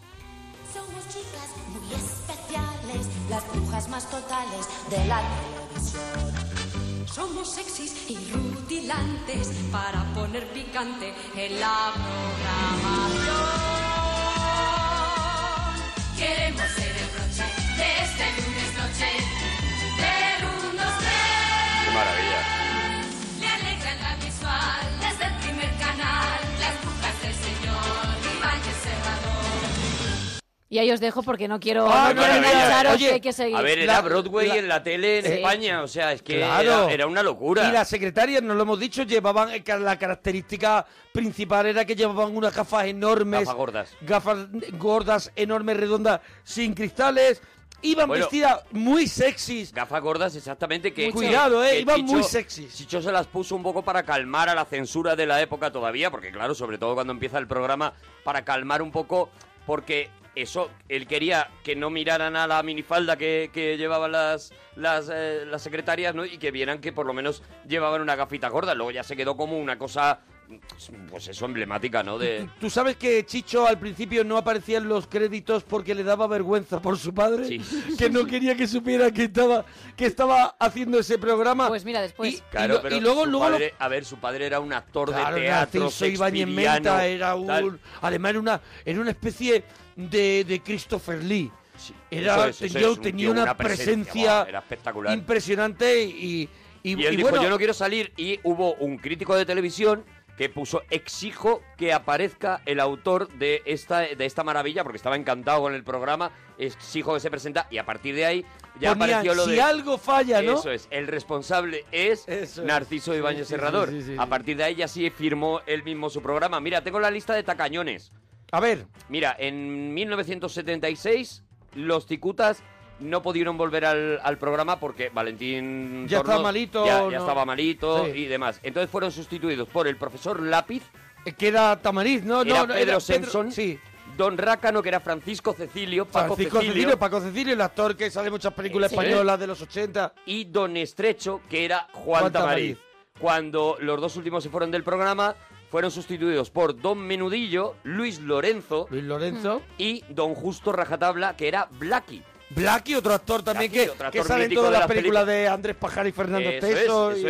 Somos chicas muy especiales, las brujas más totales de la televisión. Somos sexys y rutilantes para poner picante en la programación. Queremos ser el broche de este lunes noche del uno, dos, tres. ¡Qué maravilla! Le alegran la visual desde el primer canal, las brujas del señor Ibáñez Serrador. Y ahí os dejo porque no quiero, Ah, no quiero maravilla. engancharos, Oye, que hay que seguir. A ver, era La- Broadway la- en la tele en Sí. España, o sea, es que Claro. era, era una locura. Y las secretarias, no lo hemos dicho, llevaban eh, que la característica principal era que llevaban unas gafas enormes, Gafas gordas. gafas gordas, enormes, redondas, sin cristales. Iban Bueno, vestidas muy sexys. Gafas gordas, exactamente, que... Mucho. Cuidado, eh, que iban Chicho- muy sexys. Chicho se las puso un poco para calmar a la censura de la época todavía, porque claro, sobre todo cuando empieza el programa, para calmar un poco, porque eso, él quería que no miraran a la minifalda que, que llevaban las, las, eh, las secretarias, ¿no? Y que vieran que por lo menos llevaban una gafita gorda. Luego ya se quedó como una cosa, pues eso, emblemática, ¿no? De... ¿Tú sabes que Chicho al principio no aparecía en los créditos porque le daba vergüenza por su padre? Sí. Que no quería que supiera que estaba, que estaba haciendo ese programa. Pues mira, después... Y, Claro, y lo- pero y luego, su luego lo- padre, a ver, su padre era un actor Claro, de teatro, Narciso Ibáñez shakespeariano, Menta era un... tal. Además era una, era una especie de, de Christopher Lee. Era, Eso es, eso tenía, es, un tenía tío, una, una presencia, presencia, guau, era espectacular. impresionante y... Y, Y él y dijo, bueno, yo no quiero salir. Y hubo un crítico de televisión que puso, exijo que aparezca el autor de esta, de esta maravilla, porque estaba encantado con el programa, exijo que se presenta, y a partir de ahí ya ponía, apareció lo si de... algo falla, ¿no? Eso es, el responsable es Eso es. Narciso Ibáñez Sí, sí, Serrador. sí, sí, sí, a sí. partir de ahí ya sí firmó él mismo su programa. Mira, tengo la lista de tacañones. A ver. Mira, en mil novecientos setenta y seis los Cicutas no pudieron volver al, al programa porque Valentín Ya Tornos estaba malito, ya, ¿no? ya estaba malito Sí. y demás. Entonces fueron sustituidos por el profesor Lápiz, Que era Tamariz, ¿no? era no, no, Pedro era Simpson, sí. Don Rácano, que era Francisco Cecilio, Paco Francisco Cecilio, Cecilio, Paco Cecilio, el actor que sale en muchas películas Sí. españolas de los ochenta. y Don Estrecho, que era Juan, Juan Tamariz. Tamariz. Cuando los dos últimos se fueron del programa, fueron sustituidos por Don Menudillo, Luis Lorenzo, Luis Lorenzo y Don Justo Rajatabla, que era Blackie. Blackie, otro actor también Blackie, que, otro que actor sale en mítico todas de las las películas películas. de Andrés Pajar y Fernando Eso Teso. es, y- eso es.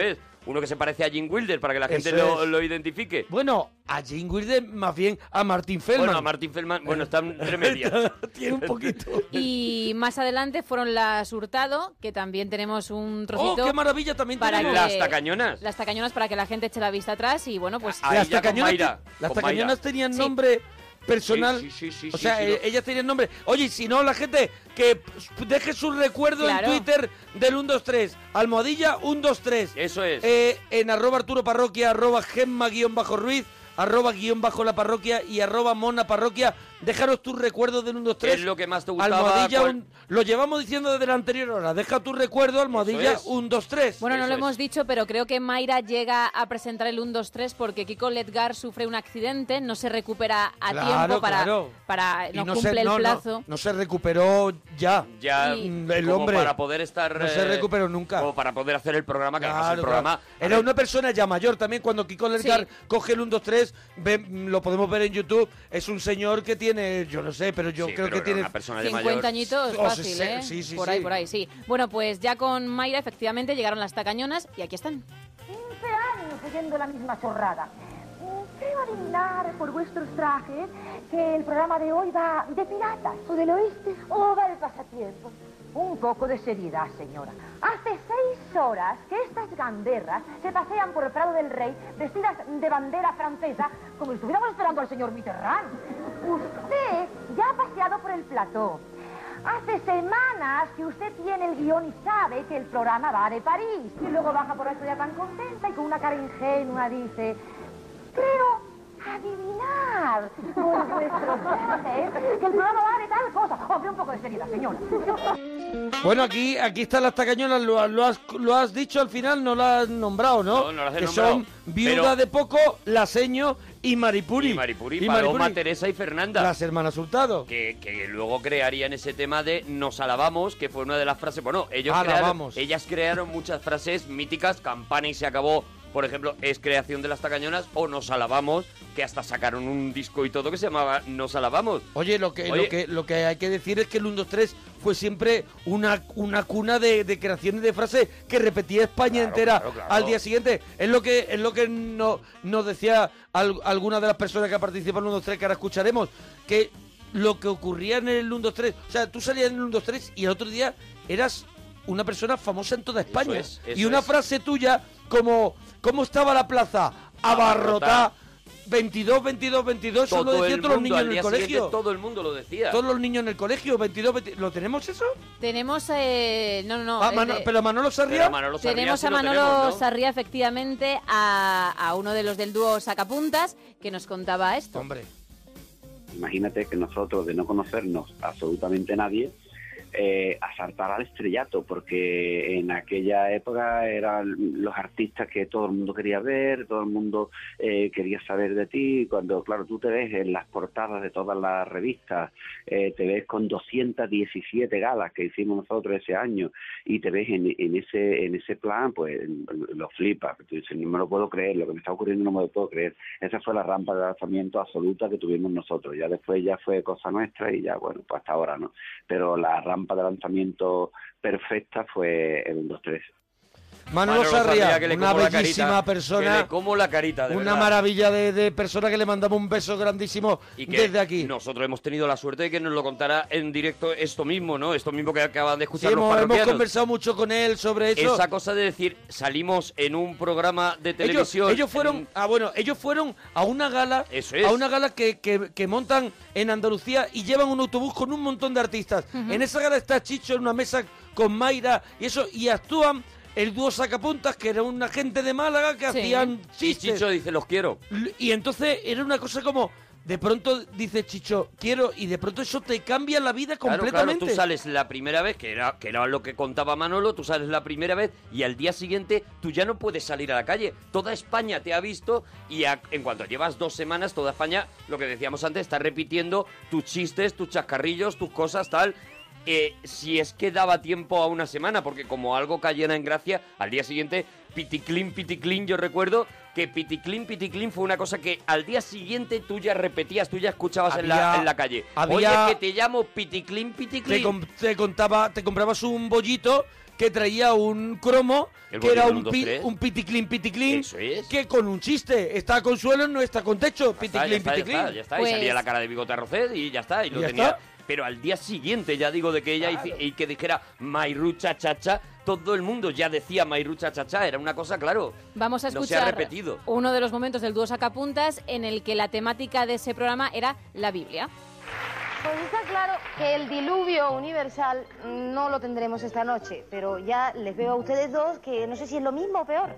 uno que se parece a Jim Wilder, para que la gente Eso lo, es. lo identifique. Bueno, a Jim Wilder, más bien a Martin Feldman. Bueno, a Martin Feldman, bueno, está entre medias. Tiene un poquito. Y más adelante fueron las Hurtado, que también tenemos un trocito. ¡Oh, qué maravilla! También para tenemos. que- Las tacañonas. Las tacañonas para que la gente eche la vista atrás y bueno, pues... Ahí las ya con tacañonas, Mayra, las con tacañonas Mayra. tenían Sí. nombre personal. Sí, sí, sí, sí, o sea, sí, eh, sí. ellas tenían nombre. Oye, y si no, la gente que p- deje su recuerdo Claro. en Twitter del uno dos tres. Almohadilla uno dos tres. Eso es. Eh, en arroba Arturo Parroquia, arroba Gemma guión bajo Ruiz, arroba guión bajo la parroquia y arroba Mona Parroquia. Déjanos tus recuerdos del uno dos ¿Qué tres. es lo que más te gustaba? Almohadilla, ¿Cuál- un- lo llevamos diciendo desde la anterior hora. Deja tu recuerdo, almohadilla Eso es. uno dos tres. Bueno, no Eso lo es. hemos dicho, pero creo que Mayra llega a presentar el uno dos tres porque Kiko Ledgar sufre un accidente, no se recupera a Claro, tiempo para, claro. para Y no, no cumple se, el no, no, plazo. no se recuperó ya. Ya, Y- Mm, el como hombre para poder estar... no se eh, recuperó nunca. Como para poder hacer el programa, que además Claro, el programa... claro. Era una persona ya mayor también. Cuando Kiko Ledgar Sí. coge el uno dos tres, ve- lo podemos ver en YouTube. Es un señor que tiene, yo no sé, pero yo Sí, creo pero que era tiene una persona de cincuenta mayor. añitos, Oh, fácil, sí, sí, ¿eh? sí, sí, por sí. ahí, por ahí, sí. Bueno, pues ya con Mayra, efectivamente, llegaron las tacañonas y aquí están. quince años oyendo la misma chorrada. Mm, Creo adivinar por vuestros trajes que el programa de hoy va de piratas o del oeste o va de pasatiempos. Un poco de seriedad, señora. Hace seis horas que estas gamberras se pasean por el Prado del Rey vestidas de bandera francesa como si estuviéramos esperando al señor Mitterrand. Usted ya ha paseado por el plató. Hace semanas que usted tiene el guión y sabe que el programa va de París. Y luego baja por la estrella tan contenta y con una cara ingenua dice... Creo adivinar por vuestros trajes que el programa va de tal cosa. Hombre, un poco de seriedad, señora. Bueno, aquí aquí están las tacañonas. Lo, lo has, lo has dicho al final, no lo has nombrado, ¿no? No, no las he que nombrado. son Viuda Pero- de Poco, Laseño y Maripuri. Y Maripuri, Y Paloma, Maripuri, Teresa y Fernanda. las hermanas Hurtado. Que, que luego crearían ese tema de nos alabamos, que fue una de las frases... Bueno, ellos Alabamos. crearon, ellas crearon muchas frases míticas. Campana y se acabó, por ejemplo, es creación de las tacañonas. O nos alabamos, que hasta sacaron un disco y todo que se llamaba Nos alabamos. Oye, lo que, Oye. Lo que lo que hay que decir es que el uno dos tres fue siempre una, una cuna de, de creaciones de frases que repetía España Claro, entera claro, claro. al día siguiente. Es lo que es lo que no- nos decía al- alguna de las personas que participan en el uno dos tres, que ahora escucharemos, que lo que ocurría en el uno dos tres, o sea, tú salías en el uno dos tres y el otro día eras una persona famosa en toda España. es, eso y una es. frase tuya como ¿cómo estaba la plaza? Abarrotada. veintidós, veintidós, veintidós, eso lo Todo decían el todos los mundo, niños al en el día siguiente, colegio. todo el mundo lo decía. Todos los niños en el colegio, veintidós, veinte... ¿Lo tenemos eso? Tenemos, eh, no, no, no. Ah, es Mano- de- pero Manolo Sarria. Pero Manolo Sarria tenemos sí a lo Manolo tenemos, ¿no? Sarria, efectivamente, a, a uno de los del dúo Sacapuntas, que nos contaba esto. Hombre. Imagínate que nosotros, de no conocernos absolutamente nadie, eh, asaltar al estrellato, porque en aquella época eran los artistas que todo el mundo quería ver, todo el mundo eh, quería saber de ti. Cuando, claro, tú te ves en las portadas de todas las revistas, eh, te ves con doscientas diecisiete galas que hicimos nosotros ese año, y te ves en, en ese en ese plan, pues lo flipas. Tú dices, no me lo puedo creer, lo que me está ocurriendo no me lo puedo creer. Esa fue la rampa de lanzamiento absoluta que tuvimos nosotros. Ya después ya fue cosa nuestra y ya, bueno, pues hasta ahora, ¿no? Pero la rampa de lanzamiento perfecta fue el uno dos tres. Manolo, Manolo Sarria, Sarria, que le una como la bellísima carita, persona. que le como la carita, de una verdad. maravilla de, de persona, que le mandamos un beso grandísimo Y que desde aquí. nosotros hemos tenido la suerte de que nos lo contara en directo esto mismo, ¿no? Esto mismo que acaban de Sí, escuchar los hemos, hemos parroquianos. conversado mucho con él sobre eso. Esa cosa de decir, salimos en un programa de Ellos, televisión... ellos fueron, ah bueno, ellos fueron a una gala, Eso es. a una gala que, que, que montan en Andalucía y llevan un autobús con un montón de artistas. En esa gala está Chicho en una mesa con Mayra y eso, y actúan el dúo Sacapuntas, que era una gente de Málaga que Sí. hacían Y chistes. Chicho dice, los quiero. Y entonces era una cosa como, de pronto dice Chicho, quiero, y de pronto eso te cambia la vida Claro, completamente. claro, tú sales la primera vez, que era, que era lo que contaba Manolo, tú sales la primera vez y al día siguiente tú ya no puedes salir a la calle. Toda España te ha visto y a- en cuanto llevas dos semanas, toda España, lo que decíamos antes, está repitiendo tus chistes, tus chascarrillos, tus cosas, tal. Eh, si es que daba tiempo a una semana, porque como algo cayera en gracia, al día siguiente, piticlin, piticlin, yo recuerdo que piticlin, piticlin fue una cosa que al día siguiente tú ya repetías, tú ya escuchabas en, la, Había- en la calle. había- Oye, que te llamo piticlin, Te, piticlin. com- te contaba, te comprabas un bollito que traía un cromo El que era bolígrafo un, uno, pi, dos, tres. un piticlin piticlin Eso es. que con un chiste está con suelo, no está con techo, Ya está, ya piticlin está, ya piticlin. está, ya está. Pues- Y salía la cara de Bigote Arrocet y ya está. Y lo ¿Ya tenía. está? Pero al día siguiente, ya digo, de que ella hici- y que dijera Mairucha Chacha, todo el mundo ya decía Mairucha Chacha. Era una cosa, claro. Vamos a No se ha escuchar repetido. uno de los momentos del dúo Sacapuntas en el que la temática de ese programa era la Biblia. Pues está claro que el diluvio universal no lo tendremos esta noche, pero ya les veo a ustedes dos que no sé si es lo mismo o peor.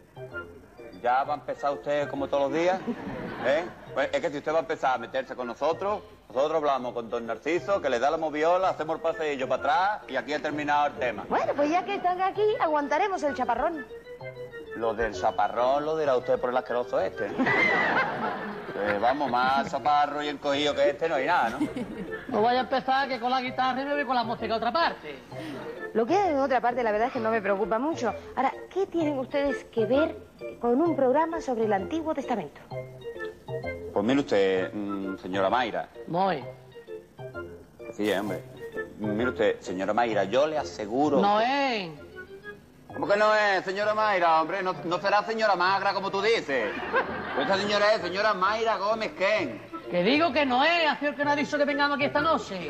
¿Ya va a empezar usted como todos los días? ¿Eh? Pues es que si usted va a empezar a meterse con nosotros, nosotros hablamos con don Narciso, que le da la moviola, hacemos el paseillo para atrás y aquí ha terminado el tema. Bueno, pues ya que están aquí, aguantaremos el chaparrón. Lo del chaparrón lo dirá usted por el asqueroso este. Eh, vamos, más chaparro y encogido que este no hay nada, ¿no? No vaya a empezar que con la guitarra y me voy con la música a otra parte. Lo que hay en otra parte, la verdad es que no me preocupa mucho. Ahora, ¿qué tienen ustedes que ver con un programa sobre el Antiguo Testamento? Pues mire usted, mm, señora Mayra. Muy. Sí, hombre. Mire usted, señora Mayra, yo le aseguro... No es. ¿Cómo que no es, señora Mayra, hombre? No, no será señora Magra, como tú dices. Esta señora es señora Mayra Gómez Ken. Que digo que no es, hace que no ha dicho que vengamos aquí esta noche.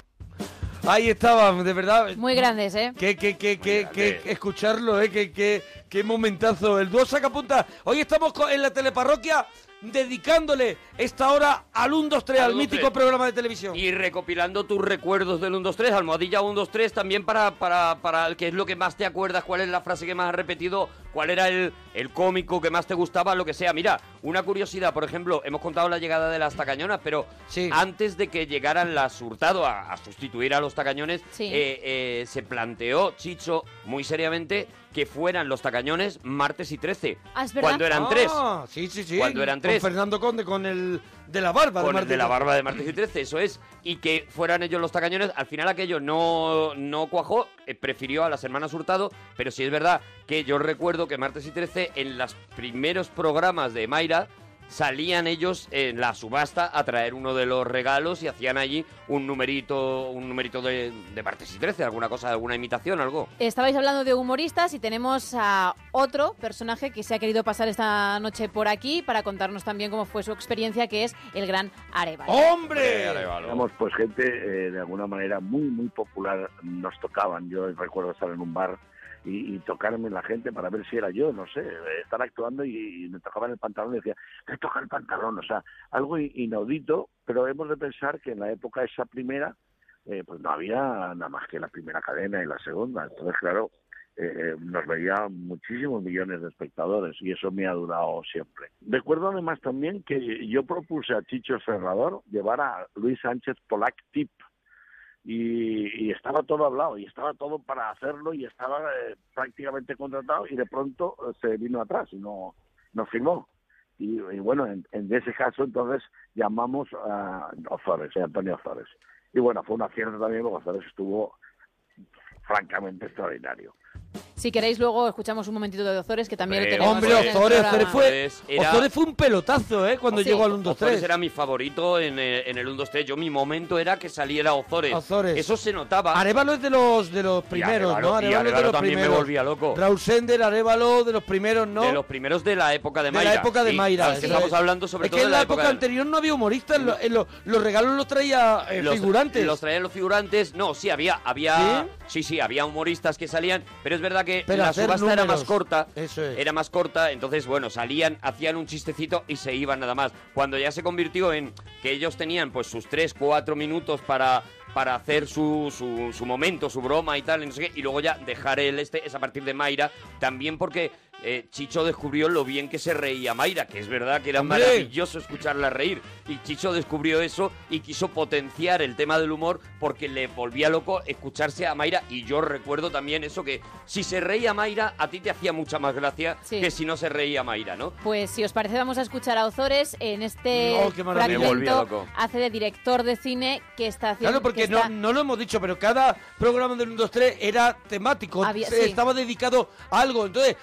Ahí estaba, de verdad. Muy grandes, ¿eh? Que, que, que, que, que escucharlo, ¿eh? Que, que, que momentazo. El dúo Sacapuntas. Hoy estamos co- en la teleparroquia dedicándole esta hora al uno dos tres, al, Al uno, mítico tres. programa de televisión. Y recopilando tus recuerdos del uno dos tres, almohadilla uno dos tres, también para, para, para qué es lo que más te acuerdas, cuál es la frase que más has repetido, cuál era el, el cómico que más te gustaba, lo que sea. Mira, una curiosidad, por ejemplo, hemos contado la llegada de las tacañonas, pero antes de que llegaran las Hurtado a, a sustituir a los tacañones, Sí. eh, eh, se planteó, Chicho, muy seriamente, que fueran los tacañones martes y trece. Ah, ¿es verdad? Cuando eran tres. Ah, sí, sí, sí. Cuando eran Con tres. Fernando Conde, con el de la barba. Con el Martes de la y Trece. barba de martes y trece, eso es. Y que fueran ellos los tacañones. Al final aquello no, no cuajó, eh, prefirió a las hermanas Hurtado, pero sí es verdad que yo recuerdo que martes y trece, en los primeros programas de Mayra, salían ellos en la subasta a traer uno de los regalos y hacían allí un numerito un numerito de, de martes y trece, alguna cosa, alguna imitación, algo. Estabais hablando de humoristas y tenemos a otro personaje que se ha querido pasar esta noche por aquí para contarnos también cómo fue su experiencia, que es el gran Arévalo. ¡Hombre! Éramos pues gente eh, de alguna manera muy muy popular, nos tocaban. Yo recuerdo estar en un bar y, y tocarme la gente para ver si era yo, no sé, estar actuando y, y me tocaban el pantalón y decía, te toca el pantalón, o sea, algo i- inaudito, pero hemos de pensar que en la época esa primera, eh, pues no había nada más que la primera cadena y la segunda, entonces claro, eh, nos veía muchísimos millones de espectadores y eso me ha durado siempre. Recuerdo además también que yo propuse a Chicho Serrador llevar a Luis Sánchez Polac Tip, y, y estaba todo hablado y estaba todo para hacerlo y estaba eh, prácticamente contratado y de pronto eh, se vino atrás y no, no firmó. Y, y bueno, en, en ese caso entonces llamamos a Ozores, a Antonio Ozores. Y bueno, fue un acierto también porque Ozores estuvo francamente extraordinario. Si queréis, luego escuchamos un momentito de Ozores, que también lo Hombre, tenemos. Hombre, en el Ozores, programa. Ozores fue, Ozores era- Ozores fue un pelotazo, ¿eh? Cuando Sí. llegó al uno dos Ozores tres. era mi favorito en, eh, en el uno dos tres. Yo, mi momento era que saliera Ozores. Ozores. Eso se notaba. Arévalo es de los de los primeros, Arévalo- ¿no? y Arévalo es de Arévalo los también me primeros. volvía loco. Raúl Sender, Arévalo, de los primeros, ¿no? De los primeros de la época de De Mayra. la época de Sí, Mayra. claro, es que eso estamos es. hablando sobre es todo que de en la la época época de- anterior no había humoristas, lo- en lo- los regalos los traía eh, Los, figurantes. los traían los figurantes. No, sí, había, había, sí, sí, había humoristas que salían, pero es verdad que Pero la hacer subasta era números. más corta. Eso es. Era más corta, entonces, bueno, salían, hacían un chistecito y se iban nada más. Cuando ya se convirtió en que ellos tenían pues sus tres, cuatro minutos para, para hacer su, su, su momento, su broma y tal, y no sé qué, y luego ya dejar el este, es a partir de Mayra, también porque eh, Chicho descubrió lo bien que se reía Mayra, que es verdad que era ¡Hombre! maravilloso escucharla reír, y Chicho descubrió eso y quiso potenciar el tema del humor porque le volvía loco escucharse a Mayra, y yo recuerdo también eso, que si se reía Mayra, a ti te hacía mucha más gracia Sí. que si no se reía Mayra, ¿no? Pues si os parece, vamos a escuchar a Ozores en este Oh, qué maravilla. Me volvía fragmento. loco. Hace de director de cine que está haciendo. Claro, porque que está- no, no lo hemos dicho, pero cada programa del uno dos tres era temático, Había- se- sí. estaba dedicado a algo. Entonces, todos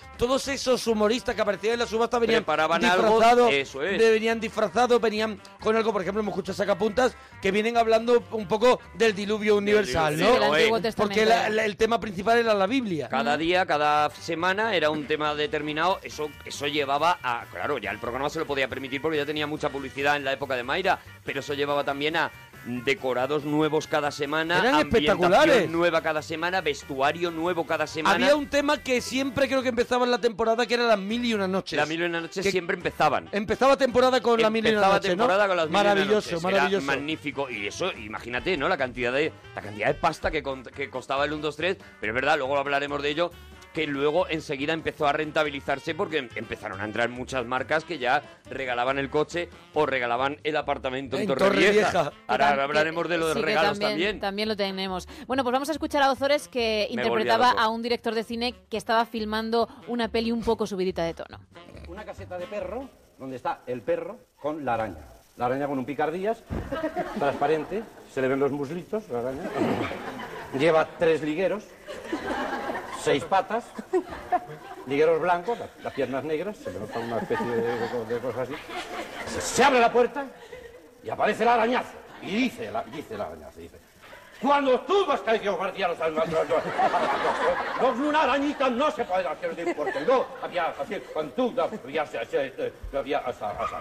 todos esos humoristas que aparecían en la subasta venían Preparaban disfrazados, algo, eso es. venían disfrazados, venían con algo, por ejemplo, hemos escuchado Sacapuntas, que vienen hablando un poco del diluvio universal, diluvio, ¿no? sí, del Antiguo Testamento. Porque la- la- el tema principal era la Biblia. Cada día, cada semana era un tema determinado. Eso, eso llevaba a... Claro, ya el programa se lo podía permitir porque ya tenía mucha publicidad en la época de Mayra, pero eso llevaba también a decorados nuevos cada semana, Eran ambientación espectaculares. nueva cada semana, vestuario nuevo cada semana. Había un tema que siempre creo que empezaba en la temporada, que era las mil y una noches. Las mil y una noches Que siempre empezaban. Empezaba temporada con la mil y una Empezaba noches, ¿no? temporada con las mil y una Maravilloso, noches. maravilloso. Era magnífico. Y eso, imagínate, ¿no? La cantidad de la cantidad de pasta que, con- que costaba el uno, dos, tres. Pero es verdad, luego hablaremos de ello, que luego enseguida empezó a rentabilizarse porque em- empezaron a entrar muchas marcas que ya regalaban el coche o regalaban el apartamento en, En Torrevieja. Torrevieja. Ahora Que tam- hablaremos de los sí, que regalos también, también. también lo tenemos. Bueno, pues vamos a escuchar a Ozores, que Me interpretaba volvía loco. a un director de cine que estaba filmando una peli un poco subidita de tono. Una caseta de perro donde está el perro con la araña. La araña con un picardías, transparente, se le ven los muslitos, la araña. Lleva tres ligueros, seis patas, ligueros blancos, las, las piernas negras, se le nota una especie de, de, de cosa así. Se, se abre la puerta y aparece el arañazo. Y dice, la, dice el arañazo, dice... Cuando tú vas a que partía los almas, los una arañita no se puede hacer de porque no había así cuando tú había había asa asa.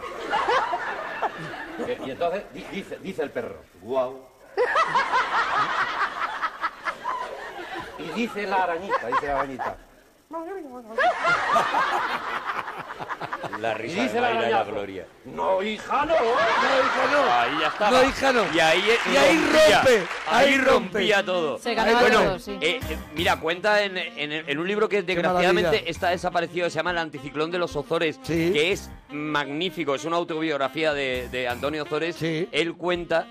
Y entonces di- dice dice el perro, guau. Y dice la arañita, dice la arañita. La Y risa dice de la Mayra y la arañazo, Gloria. No, hija, no, no, hija, no. Ahí ya estaba. No, hija, no. Y ahí, Y ahí rompía, rompe, Ahí ahí rompe. rompía todo. Se ganaba bueno, todo, sí. eh, eh, mira, cuenta en, en- en un libro que desgraciadamente maravilla. está desaparecido, se llama El Anticiclón de los Ozores, que es magnífico, es una autobiografía de, de Antonio Ozores. Él cuenta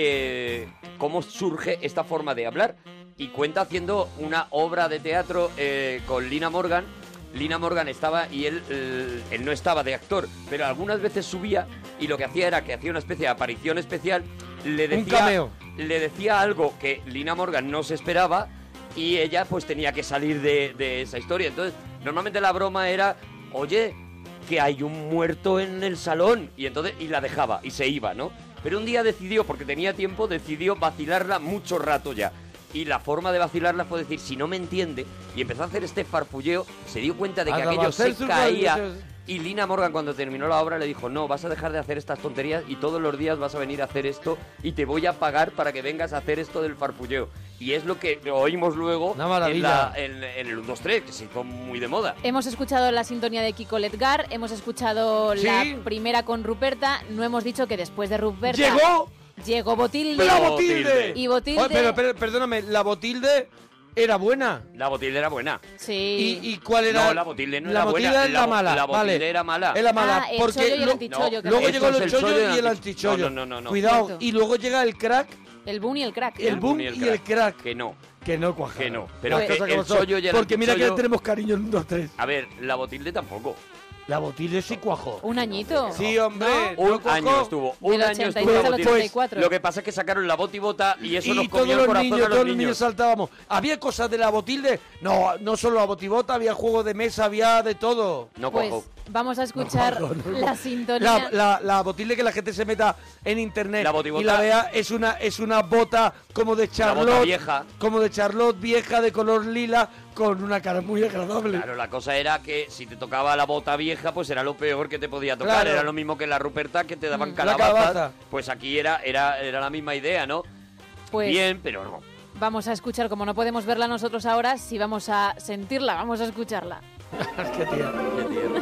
que cómo surge esta forma de hablar y cuenta haciendo una obra de teatro eh, con Lina Morgan. Lina Morgan estaba y él, él, él no estaba de actor, pero algunas veces subía y lo que hacía era que hacía una especie de aparición especial, le Un decía, cameo. le decía algo que Lina Morgan no se esperaba y ella pues tenía que salir de, de esa historia. Entonces, normalmente la broma era, oye, que hay un muerto en el salón, y entonces y la dejaba y se iba, ¿no? Pero un día decidió, porque tenía tiempo, decidió vacilarla mucho rato ya. Y la forma de vacilarla fue decir, si no me entiende, y empezó a hacer este farfulleo, se dio cuenta de que Hasta aquello se hacer su caía. farfulleo. Y Lina Morgan, cuando terminó la obra, le dijo, no, vas a dejar de hacer estas tonterías y todos los días vas a venir a hacer esto y te voy a pagar para que vengas a hacer esto del farfulleo. Y es lo que oímos luego Una en, maravilla. la- en- en el uno, dos, tres, que se hizo muy de moda. Hemos escuchado la sintonía de Kiko Letgar, hemos escuchado Sí. la primera con Ruperta, no hemos dicho que después de Ruperta... ¡Llegó! Llegó Botilde. ¡La Botilde! Y Botilde... Oh, pero, pero, perdóname, la Botilde era buena. La Botilde era buena. Sí. ¿Y, y cuál era? No, la Botilde no la era Botilde buena. es la, La bo- mala. la Botilde vale. era mala. Es la mala. Ah, el porque chollo y el lo- antichollo, que luego no. llegó Esto el es el chollo chollo y y el el anti- antichollo. no, no, no, no. Cuidado. Cierto. Y luego llega el crack, El boom y el crack. el ¿no? boom y el crack. Que no. Que no cuaja. Que no. Pero Las que cosas como el son. chollo y el Porque mira que antichollo- tenemos cariño en un, dos, tres. A ver, la Botilde tampoco. La Botilde sí cuajó. Un añito. Sí, hombre. Un ¿no cuajó? año estuvo. Un Del año ochenta y estuvo tres la al Botilde. ochenta y cuatro. Lo que pasa es que sacaron la botibota y eso y nos todos comió el los corazón niños, a los todos los niños. niños saltábamos. Había cosas de la Botilde. No, no solo la botibota, había juego de mesa, había de todo. No Pues cuajó. vamos a escuchar No, no, no. la sintonía. La, la, la Botilde, que la gente se meta en internet La botibota- y la vea, es una, es una bota como de La Charlotte. bota vieja. Como de Charlotte vieja, de color lila, con una cara muy agradable. Claro, la cosa era que si te tocaba la bota vieja, pues era lo peor que te podía tocar. Claro. Era lo mismo que la Ruperta, que te daban Mm, la calabazas. calabaza. Pues aquí era, era, era la misma idea, ¿no? Pues Bien, pero no. vamos a escuchar, como no podemos verla nosotros ahora, si vamos a sentirla, vamos a escucharla. Qué tía. Qué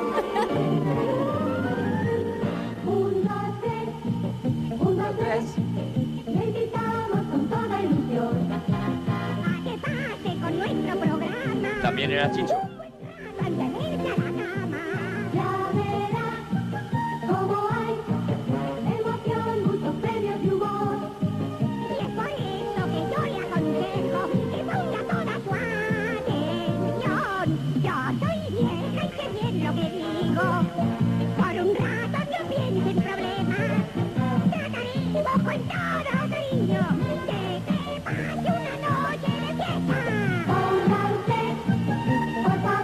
tierno. Un, dos, tres. Le invitamos con toda ilusión a que pase con nuestro programa. También era Chicho. Mantenerse a la cama. Ya verá cómo hay emoción, muchos premios y humor. Y es por eso que yo le aconsejo que ponga toda su atención. Yo soy vieja y sé bien lo que digo. Por un rato no piense en problemas. Trataremos con todo cariño de que pase una noche de fiesta. Póngase, por favor.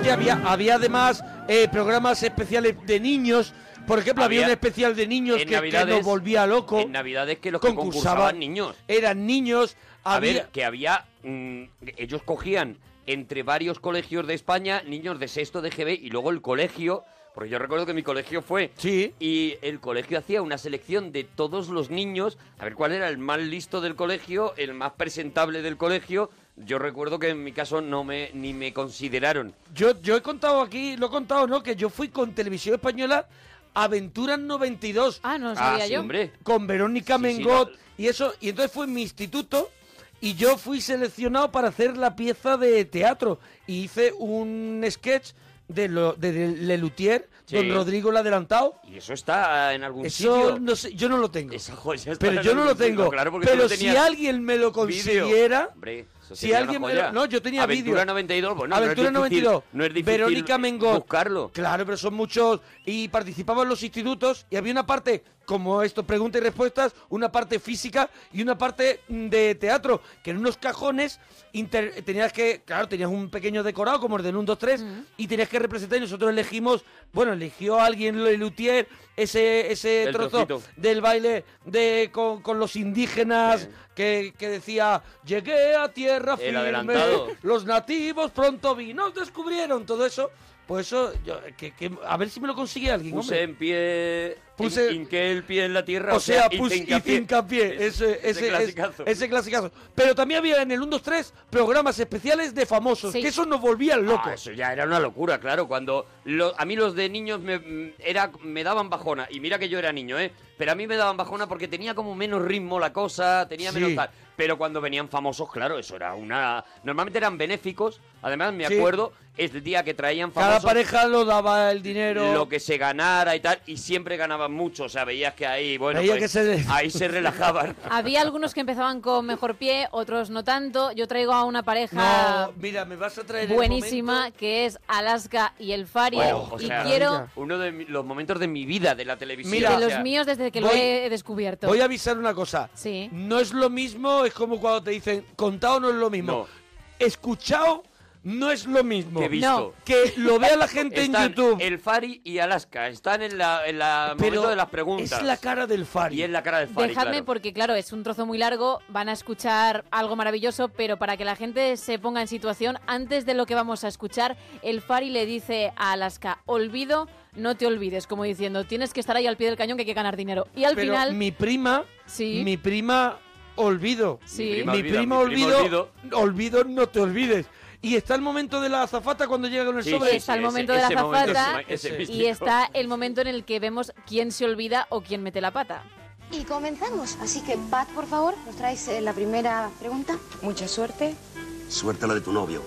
Fíjate, había, había además eh, programas especiales de niños. Por ejemplo, había, había un especial de niños que, que nos volvía loco. En Navidades que los que concursaban niños. Eran niños. A había... ver, que había... Mmm, ellos cogían entre varios colegios de España niños de sexto de G B y luego el colegio... Porque yo recuerdo que mi colegio fue... Sí. Y el colegio hacía una selección de todos los niños, a ver cuál era el más listo del colegio, el más presentable del colegio. Yo recuerdo que en mi caso no me ni me consideraron. Yo, yo he contado aquí, lo he contado, ¿no? Que yo fui con Televisión Española Aventuras noventa y dos. Ah, no sabía ah, sí, yo. Hombre. Con Verónica sí, Mengot sí, no. y eso. Y entonces fue en mi instituto y yo fui seleccionado para hacer la pieza de teatro. Y hice un sketch de, lo, de, de Lelutier, sí. Don Rodrigo el Adelantado. Y eso está en algún eso sitio. No sé, yo no lo tengo. Esa joya está pero en yo no lo algún tengo. sitio, claro, porque pero tú si tenías alguien me lo consiguiera... Hombre, eso si sería alguien una me lo, joya. no, yo tenía vídeo. Aventura noventa y dos, bueno, Aventura no es difícil, noventa y dos. no es difícil Verónica Mengot. buscarlo. Claro, pero son muchos. Y participaban en los institutos y había una parte, como esto, preguntas y respuestas, una parte física y una parte de teatro, que en unos cajones inter, tenías que, claro, tenías un pequeño decorado como el del uno, dos, tres, uh-huh. y tenías que representar y nosotros elegimos, bueno, eligió a alguien Lelutier ese, ese El trozo trocito. del baile de con, con los indígenas. Sí. Que, que decía, llegué a tierra firme, adelantado. Los nativos pronto vi, nos descubrieron, todo eso. Pues eso, yo, que, que, a ver si me lo consigue alguien, Puse hombre. en pie, Puse, hinqué el pie en la tierra. O sea, sea puse hincapié. hincapié, ese, ese, ese clasicazo. Ese, ese clasicazo. Pero también había en el uno, dos, tres programas especiales de famosos, sí. que eso nos volvían locos. Ah, eso ya era una locura, claro. Cuando lo, a mí los de niños me, era, me daban bajona. Y mira que yo era niño, ¿eh? Pero a mí me daban bajona porque tenía como menos ritmo la cosa, tenía sí. menos tal. Pero cuando venían famosos, claro, eso era una... Normalmente eran benéficos. Además, me sí. acuerdo, es el día que traían famosos... Cada pareja lo daba el dinero... Lo que se ganara y tal, y siempre ganaban mucho. O sea, veías que ahí, bueno, Veía pues, que se... ahí se relajaban. Había algunos que empezaban con mejor pie, otros no tanto. Yo traigo a una pareja... No, mira, me vas a traer buenísima, el que es Alaska y el Fari. Oh, o y sea, quiero... Uno de mi, los momentos de mi vida, de la televisión. Mira, de o los sea, míos desde que voy, lo he descubierto. Voy a avisar una cosa. Sí. No es lo mismo, es como cuando te dicen, contado no es lo mismo. No. Escuchado no es lo mismo. Que visto. No. Que lo vea la gente en Están YouTube. el Fari y Alaska están en la, en la Pero momento de las preguntas. es la cara del Fari. Y es la cara del Fari, Dejadme claro. porque, claro, es un trozo muy largo, van a escuchar algo maravilloso, pero para que la gente se ponga en situación, antes de lo que vamos a escuchar, el Fari le dice a Alaska, olvido, no te olvides, como diciendo, tienes que estar ahí al pie del cañón que hay que ganar dinero. Y al Pero final... mi prima, Sí. mi prima, olvido. Sí. Mi Mi olvida, prima, mi prima olvido, olvido, no te olvides. Y está el momento de la azafata cuando llega con el Sí, sobre. sí, Está el ese- momento de la ese momento, azafata ese- ese y místico. está el momento en el que vemos quién se olvida o quién mete la pata. Y comenzamos. Así que, Pat, por favor, nos traes eh, la primera pregunta. Mucha suerte. Suerte la de tu novio.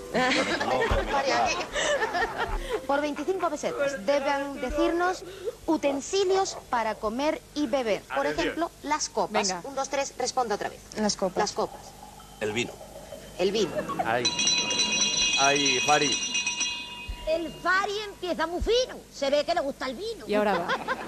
Por veinticinco pesetas deben decirnos utensilios para comer y beber. Por Atención. ejemplo, las copas. Venga. Un, dos, tres, responda otra vez. Las copas. Las copas. El vino. El vino. Ay, ay, Fari. El Fari empieza muy fino. Se ve que le gusta el vino. Y ahora va.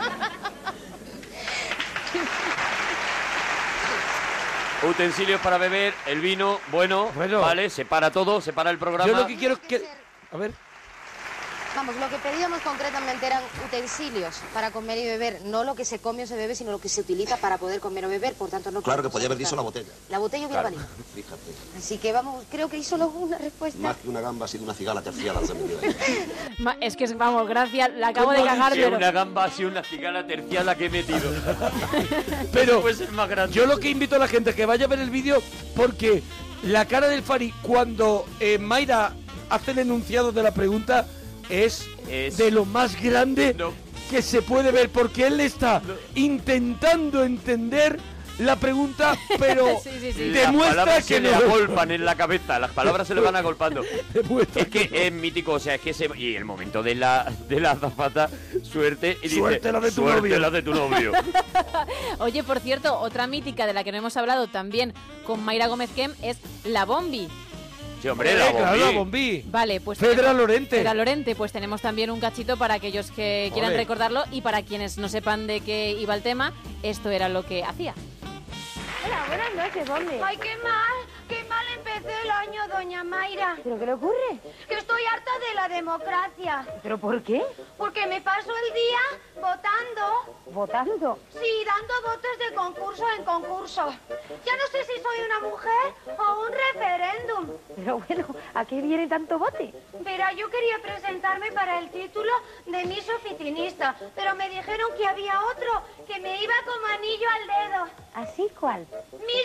Utensilios para beber, el vino, bueno, Bueno. vale, se para todo, se para el programa. Yo lo que quiero es que... A ver. Vamos, lo que pedíamos concretamente eran utensilios para comer y beber. No lo que se come o se bebe, sino lo que se utiliza para poder comer o beber. Por tanto, no... Claro que podemos podía haber dicho la aceptar. botella. La botella hubiera Claro, valido. fíjate. Así que vamos, creo que hay solo una respuesta. Más que una gamba ha sido una cigala terciada. se me dio ahí. Ma- Es que, vamos, gracias, la acabo de ¿Cómo cagar, dice pero... una gamba así, una cigala terciada que he metido? Pero Puede ser más grande. yo lo que invito a la gente es que vaya a ver el vídeo porque la cara del Fari cuando eh, Mayra hace el enunciado de la pregunta es, Es- de lo más grande No. que se puede ver porque él está intentando entender la pregunta pero Sí, sí, sí. Las demuestra palabras que se le no. agolpan en la cabeza, las palabras se le van agolpando. Demuestra Es que no. es mítico, o sea, es que se... Y el momento de la, de la azafata, suerte, y dice, Suerte la de tu suerte novio". la de tu novio. Oye, por cierto, otra mítica de la que no hemos hablado también con Mayra Gómez Kem es la Bombi. Sí, hombre, Eh, la claro, bombí. la bombí. Vale, pues Fedra tenemos- Lorente. Fedra Lorente, pues tenemos también un cachito para aquellos que quieran Ole. recordarlo y para quienes no sepan de qué iba el tema, esto era lo que hacía. Hola, buenas noches, Bombi. Ay, qué mal, qué mal empezó empecé el año, doña Mayra. ¿Pero qué le ocurre? Que estoy harta de la democracia. ¿Pero por qué? Porque me paso el día votando. ¿Votando? Sí, dando votos de concurso en concurso. Ya no sé si soy una mujer o un referéndum. Pero bueno, ¿a qué viene tanto bote? Verá, yo quería presentarme para el título de Miss Oficinista, pero me dijeron que había otro que me iba como anillo al dedo. ¿Así cuál? Miss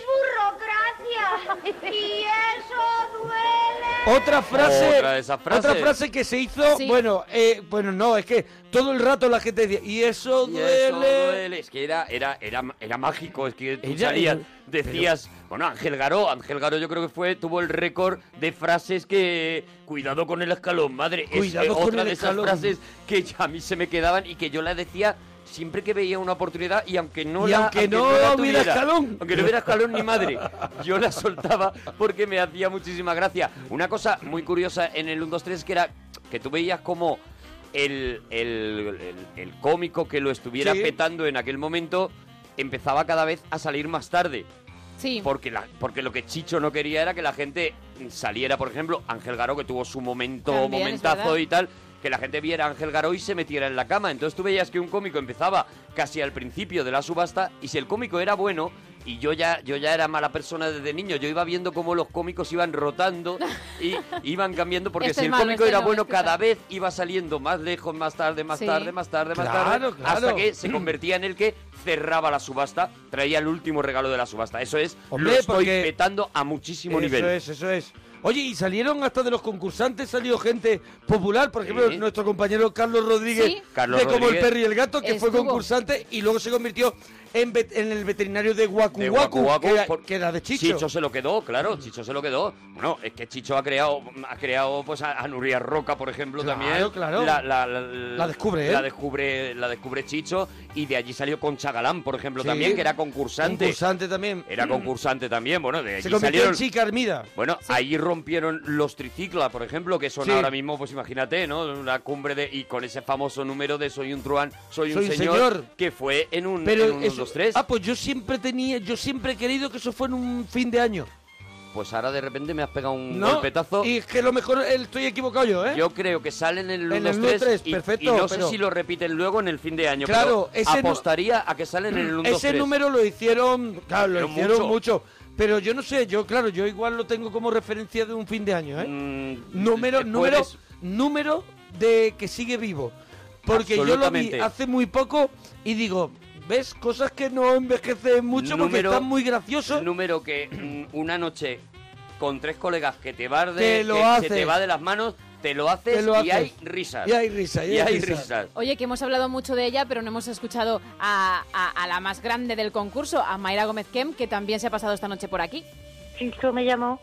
Burrocracia. Y eso duele. Otra frase, Otra de esas frases. otra frase que se hizo, Sí. bueno, eh, bueno, no, es que todo el rato la gente decía, y eso Y duele. eso duele. Es que era, era, era, era mágico, es que tú Ella- salías, ella- decías, bueno, Ángel Garó, Ángel Garó yo creo que fue, tuvo el récord de frases que, cuidado con el escalón, madre, Cuidado es eh, con otra el de esas escalón. frases que ya a mí se me quedaban y que yo las decía siempre que veía una oportunidad y aunque no Y la aunque no la hubiera tuviera, escalón. aunque no hubiera escalón ni madre, yo la soltaba porque me hacía muchísima gracia. Una cosa muy curiosa en el uno, dos, tres que era que tú veías como el, el, el- el cómico que lo estuviera Sí. petando en aquel momento empezaba cada vez a salir más tarde. Sí. Porque, la, porque lo que Chicho no quería era que la gente saliera, por ejemplo, Ángel Garó, que tuvo su momento, También, es momentazo verdad. y tal, que la gente viera a Ángel Garó y se metiera en la cama. Entonces tú veías que un cómico empezaba casi al principio de la subasta y si el cómico era bueno, y yo ya, yo ya era mala persona desde niño, yo iba viendo cómo los cómicos iban rotando y iban cambiando, porque Este si es el malo, cómico este era no, bueno, este cada tal. vez iba saliendo más lejos, más tarde, más Sí. tarde, más tarde, más Claro, tarde, claro. hasta que se convertía en el que cerraba la subasta, traía el último regalo de la subasta. Eso es, Hombre, lo estoy porque- petando a muchísimo Eso nivel. es, eso es. Oye, y salieron hasta de los concursantes, salió gente popular, por ejemplo, Sí. nuestro compañero Carlos Rodríguez, Sí. Carlos de Como el Rodríguez. Perro y el Gato, que fue Estuvo. concursante y luego se convirtió en, vet- en el veterinario de Waku De Waku, Waku Waku, que, era, por- que era de Chicho. Chicho se lo quedó, claro, Chicho se lo quedó. Bueno, es que Chicho ha creado, ha creado pues a, a Nuria Roca, por ejemplo, Claro, también. claro. La, la, la- La descubre, ¿eh? La descubre, la descubre Chicho y de allí salió Concha Galán, por ejemplo, Sí. también, que era concursante. Concursante también. Era concursante también, bueno, de allí Se convirtió salieron... en Chica Armida. Bueno, ahí rompieron los tricicla, por ejemplo, que son Sí. ahora mismo, pues imagínate, ¿no? La cumbre de... Y con ese famoso número de Soy un truán, soy, Soy un un señor, señor. que fue en un, Pero en un eso- dos, tres. Ah, pues yo siempre tenía, yo siempre he querido que eso fuera en un fin de año. Pues ahora de repente me has pegado un ¿No? golpetazo. Y es que a lo mejor eh, estoy equivocado yo, ¿eh? Yo creo que salen en el En uno, el dos, tres, uno, tres, y, perfecto, y no pero- sé si lo repiten luego en el fin de año. Claro, pero ese nu- apostaría a que salen en el uno, dos, Ese tres. número lo hicieron, claro, lo Pero hicieron mucho. mucho. Pero yo no sé, yo claro, yo igual lo tengo como referencia de un fin de año, ¿eh? número, eh, número, puedes- número de que sigue vivo. Porque yo lo vi Absolutamente. hace muy poco y digo, ¿ves? Cosas que no envejecen mucho porque Número- están muy graciosos. Número que mm, una noche con tres colegas que te va de, Te lo que haces. se te va de las manos, te lo haces Te lo y haces. hay risas. Y hay risa, y hay risa. risas. Oye, que hemos hablado mucho de ella, pero no hemos escuchado a, a- a la más grande del concurso, a Mayra Gómez Kem, que también se ha pasado esta noche por aquí. Chicho me llamó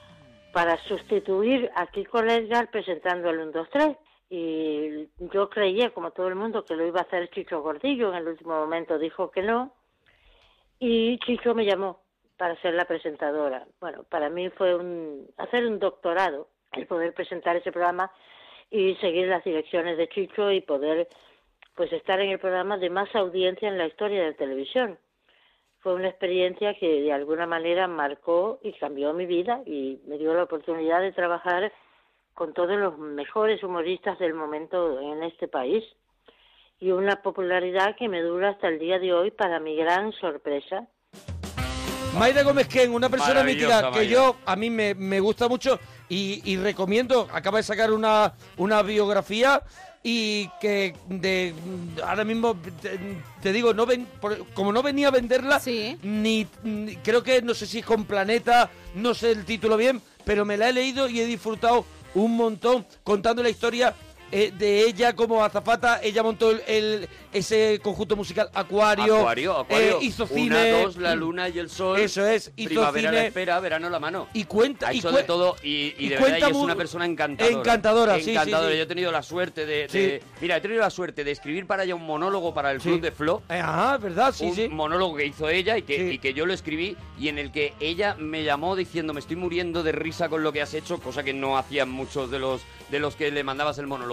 para sustituir a Kiko Ledgar presentando el uno, dos, tres. Y yo creía, como todo el mundo, que lo iba a hacer Chicho Gordillo. En el último momento dijo que no. Y Chicho me llamó para ser la presentadora. Bueno, para mí fue un hacer un doctorado el poder presentar ese programa y seguir las direcciones de Chicho y poder pues estar en el programa de más audiencia en la historia de la televisión. Fue una experiencia que de alguna manera marcó y cambió mi vida y me dio la oportunidad de trabajar con todos los mejores humoristas del momento en este país y una popularidad que me dura hasta el día de hoy para mi gran sorpresa. Mayra Gómez Ken, una persona Maravillosa, mítica que Mayra. yo, a mí me, me gusta mucho y, y recomiendo, acaba de sacar una, una biografía y que de ahora mismo te, te digo, no ven, por- como no venía a venderla, ni, ni- creo que no sé si es con Planeta, no sé el título bien, pero me la he leído y he disfrutado un montón contando la historia eh, de ella como azafata. Ella montó el, el- ese conjunto musical Acuario, Acuario, Acuario. eh, hizo Una, cine, dos, la luna y el sol. Eso es, hizo Primavera a la cine. espera, verano a la mano. Y cuenta Ha y hecho cue- de todo y, y y de cuenta verdad ella es muy- una persona encantadora. Encantadora, sí, sí, Encantadora. sí. Yo he tenido la suerte de, Sí. de- Mira, he tenido la suerte de escribir para ella un monólogo para el Sí. Club de Flo. Eh, Ajá, ¿verdad? Sí, un sí. monólogo que hizo ella y que, y que yo lo escribí y en el que ella me llamó diciendo me estoy muriendo de risa con lo que has hecho, cosa que no hacían muchos de los de los que le mandabas el monólogo.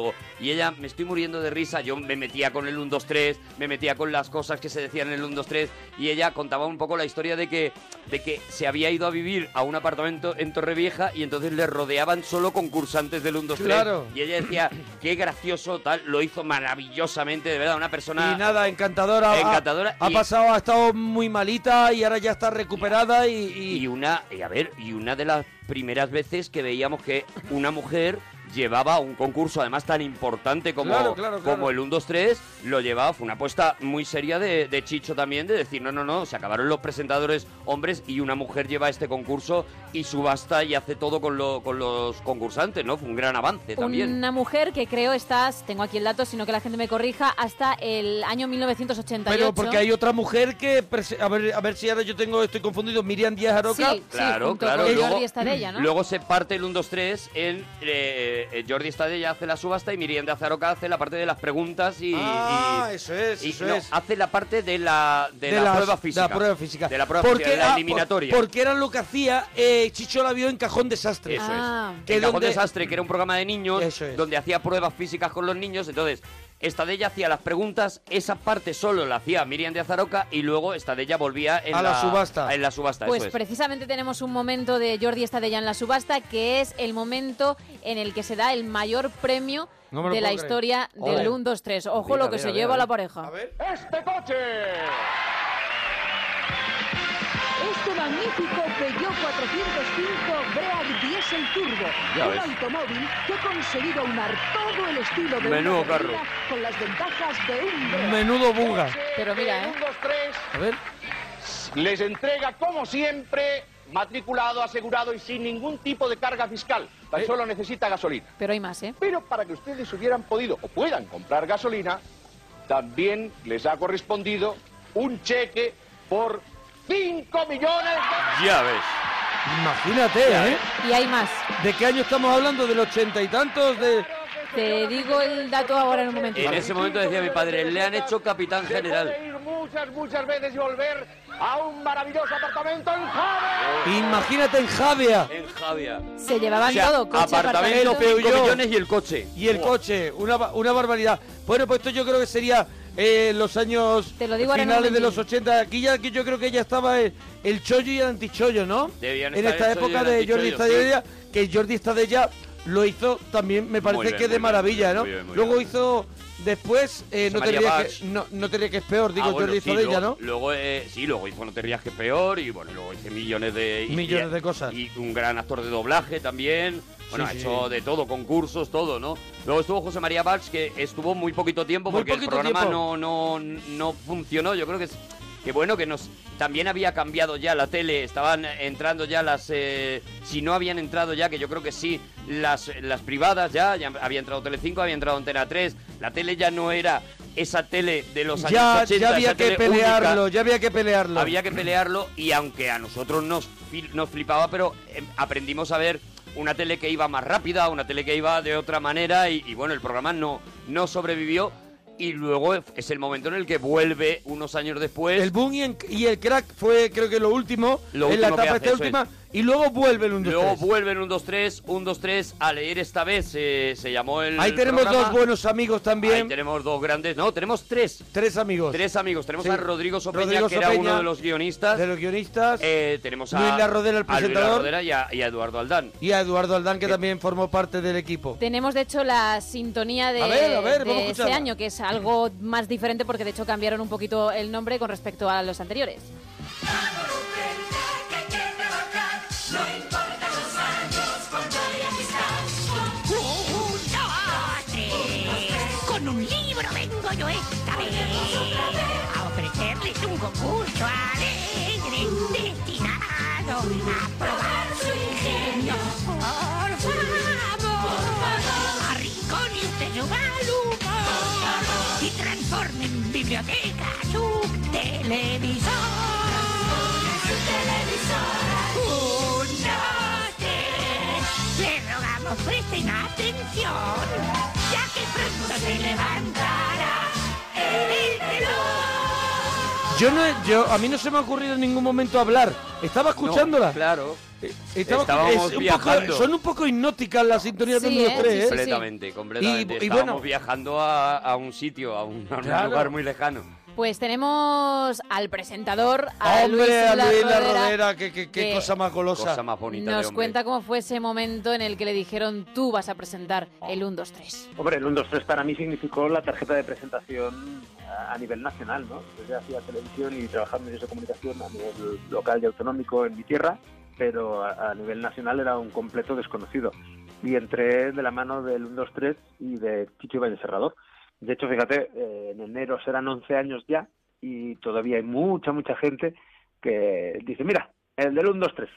algo. Y ella, me estoy muriendo de risa, yo me metía con el uno, dos, tres, me metía con las cosas que se decían en el uno, dos, tres, y ella contaba un poco la historia de que, de que se había ido a vivir a un apartamento en Torrevieja y entonces le rodeaban solo concursantes del uno, dos, tres. Claro. Y ella decía, qué gracioso, tal, lo hizo maravillosamente, de verdad, una persona... Y nada, encantadora. Ha- Encantadora. Ha, y- pasado, ha estado muy malita y ahora ya está recuperada y... y- Y una, y a ver, y una de las primeras veces que veíamos que una mujer llevaba un concurso además tan importante como, Claro, claro, claro. como el uno, dos, tres, lo llevaba, fue una apuesta muy seria de, de Chicho también, de decir, no, no, no, se acabaron los presentadores hombres y una mujer lleva este concurso y subasta y hace todo con, lo, con los concursantes, ¿no? Fue un gran avance también. Una mujer que creo estás, tengo aquí el dato, sino que la gente me corrija, hasta el año mil novecientos ochenta y ocho. Pero porque hay otra mujer que... prese- A ver, a ver si ahora yo tengo estoy confundido. Miriam Díaz Aroca. Sí, Claro, junto claro. con Luego, Jordi Estadella, ¿no? luego se parte el uno, dos, tres en... Eh, eh, Jordi Estadella hace la subasta y Miriam de Azaroca hace la parte de las preguntas y... Ah, y- eso es, y eso no, es. hace la parte de la, de la las- prueba física. De la prueba física. De la prueba Porque, física, de la ah, por- eliminatoria. porque era lo que hacía eh, Chicho la vio en Cajón Desastre. Eso Ah. es. Que El Cajón donde- Desastre, que era un programa de niños, Eso es. donde hacía pruebas físicas con los niños. Entonces, Estadella hacía las preguntas, esa parte solo la hacía Miriam de Azaroca y luego Estadella volvía en A la subasta. En la subasta, Pues eso es. precisamente tenemos un momento de Jordi Estadella en la subasta, que es el momento en el que se da el mayor premio No me lo de la puedo creer. historia Ole. del uno, dos, tres. Ojo Mira, lo que mira, se mira, lleva mira. la pareja. ¡Este coche! Este magnífico Peugeot cuatrocientos cinco Break Diesel Turbo. Ya un ves. automóvil que ha conseguido aunar todo el estilo de Menudo una berlina carro. con las ventajas de un Break. Menudo buga. Pero mira, ¿eh? uno, dos, tres. A ver. Les entrega, como siempre, matriculado, asegurado y sin ningún tipo de carga fiscal. Tan solo necesita gasolina. Pero hay más, ¿eh? Pero para que ustedes hubieran podido o puedan comprar gasolina, también les ha correspondido un cheque por cinco millones de... Ya ves. Imagínate, ¿eh? Y hay más. ¿De qué año estamos hablando? ¿Del ochenta y tantos? De... Te digo el dato ahora en un momento. En ese momento decía mi padre, le han hecho capitán Se general. puede ir muchas, muchas veces y volver a un maravilloso apartamento en Javes. Imagínate en Javia. En Javia. Se llevaban O sea, todo, coche, apartamento, apartamento. cinco millones y el coche. Y el Buah. coche, una, ba- una barbaridad. Bueno, pues esto yo creo que sería eh, los años Te lo digo ahora en un finales de los momentín. ochenta. Aquí ya que yo creo que ya estaba el, el chollo y el antichollo, ¿no? Debían En estar esta el chollo y época el de Jordi antichollo, Estadella, que Jordi Estadella lo hizo también, me parece bien, que muy de bien, maravilla, ¿no? muy bien, muy Luego bien. hizo después, eh, no, te María diría Bach. que, no, no te diría que es peor, digo Ah, bueno, Jordi sí, Estadella, luego, ¿no? Luego, eh, sí, luego hizo No te rías que es peor y bueno, luego hice millones de... y- Millones y- de cosas. Y un gran actor de doblaje también. Bueno, Sí, ha sí. hecho de todo, concursos, todo, ¿no? Luego estuvo José María Bach, que estuvo muy poquito tiempo Muy porque poquito el programa tiempo. no, no, no funcionó. Yo creo que es... Que bueno, que nos también había cambiado ya la tele, estaban entrando ya las... eh, si no habían entrado ya, que yo creo que sí, las, las privadas ya, ya había entrado Telecinco, había entrado Antena tres, la tele ya no era esa tele de los años Ya, ochenta, ya había esa que tele pelearlo, única. ya había que pelearlo. Había que pelearlo y aunque a nosotros nos, fil- nos flipaba, pero eh, aprendimos a ver una tele que iba más rápida, una tele que iba de otra manera y, y bueno, el programa no, no sobrevivió. Y luego es el momento en el que vuelve unos años después. El boom y, en- y el crack fue creo que lo último, Lo en la último que etapa hace, esta eso última, y luego vuelve el uno dos Luego tres. vuelve el uno dos tres, uno dos tres, a leer esta vez eh, se llamó el Ahí tenemos programa. dos buenos amigos también. Ahí tenemos dos grandes, no, tenemos tres. Tres amigos. Tres amigos. Tenemos Sí. a Rodrigo Sopeña, Rodrigo que era Sopeña, uno de los guionistas. De los guionistas. Eh, tenemos a Luis Larrodera, el a Luis presentador. Larrodera y a, y a Eduardo Aldán. Y a Eduardo Aldán, que también formó parte del equipo. Tenemos, de hecho, la sintonía de, A ver, a ver, de vamos a ese escucharla. año, que es algo más diferente porque, de hecho, cambiaron un poquito el nombre con respecto a los anteriores. No importa los años, cuando hay amistad. Un, dos, tres. Con un libro vengo yo esta vez a ofrecerles un concurso alegre destinado a probar su ingenio. Por favor, arrincone usted su mal humor y transforme en biblioteca su televisor. Su televisor. Le rogamos presten atención, ya que pronto se levantará el reloj. Yo no, he- yo a mí no se me ha ocurrido en ningún momento hablar. Estaba escuchándola. No, claro. Estaba- Estábamos es un poco- viajando. son un poco hipnóticas las sintonías Sí, de uno dos ¿eh? tres, Sí, ¿eh? sí, Completamente, completamente. Y- y Estábamos bueno- viajando a, a un sitio, a un, a un Claro. lugar muy lejano. Pues tenemos al presentador, a Hombre, Luis a Luis La Rodera, Rodera, qué, qué- qué que cosa más golosa. Cosa más bonita de nos hombre. cuenta cómo fue ese momento en el que le dijeron tú vas a presentar el uno dos tres. Hombre, el uno dos tres para mí significó la tarjeta de presentación a a nivel nacional, ¿no? Yo ya hacía televisión y trabajaba en medios de comunicación a nivel local y autonómico en mi tierra, pero a, a nivel nacional era un completo desconocido. Y entré de la mano del uno dos tres y de Chicho Ibáñez Serrador. De hecho, fíjate, eh, en enero serán once años ya y todavía hay mucha, mucha gente que dice, mira, el del uno dos tres.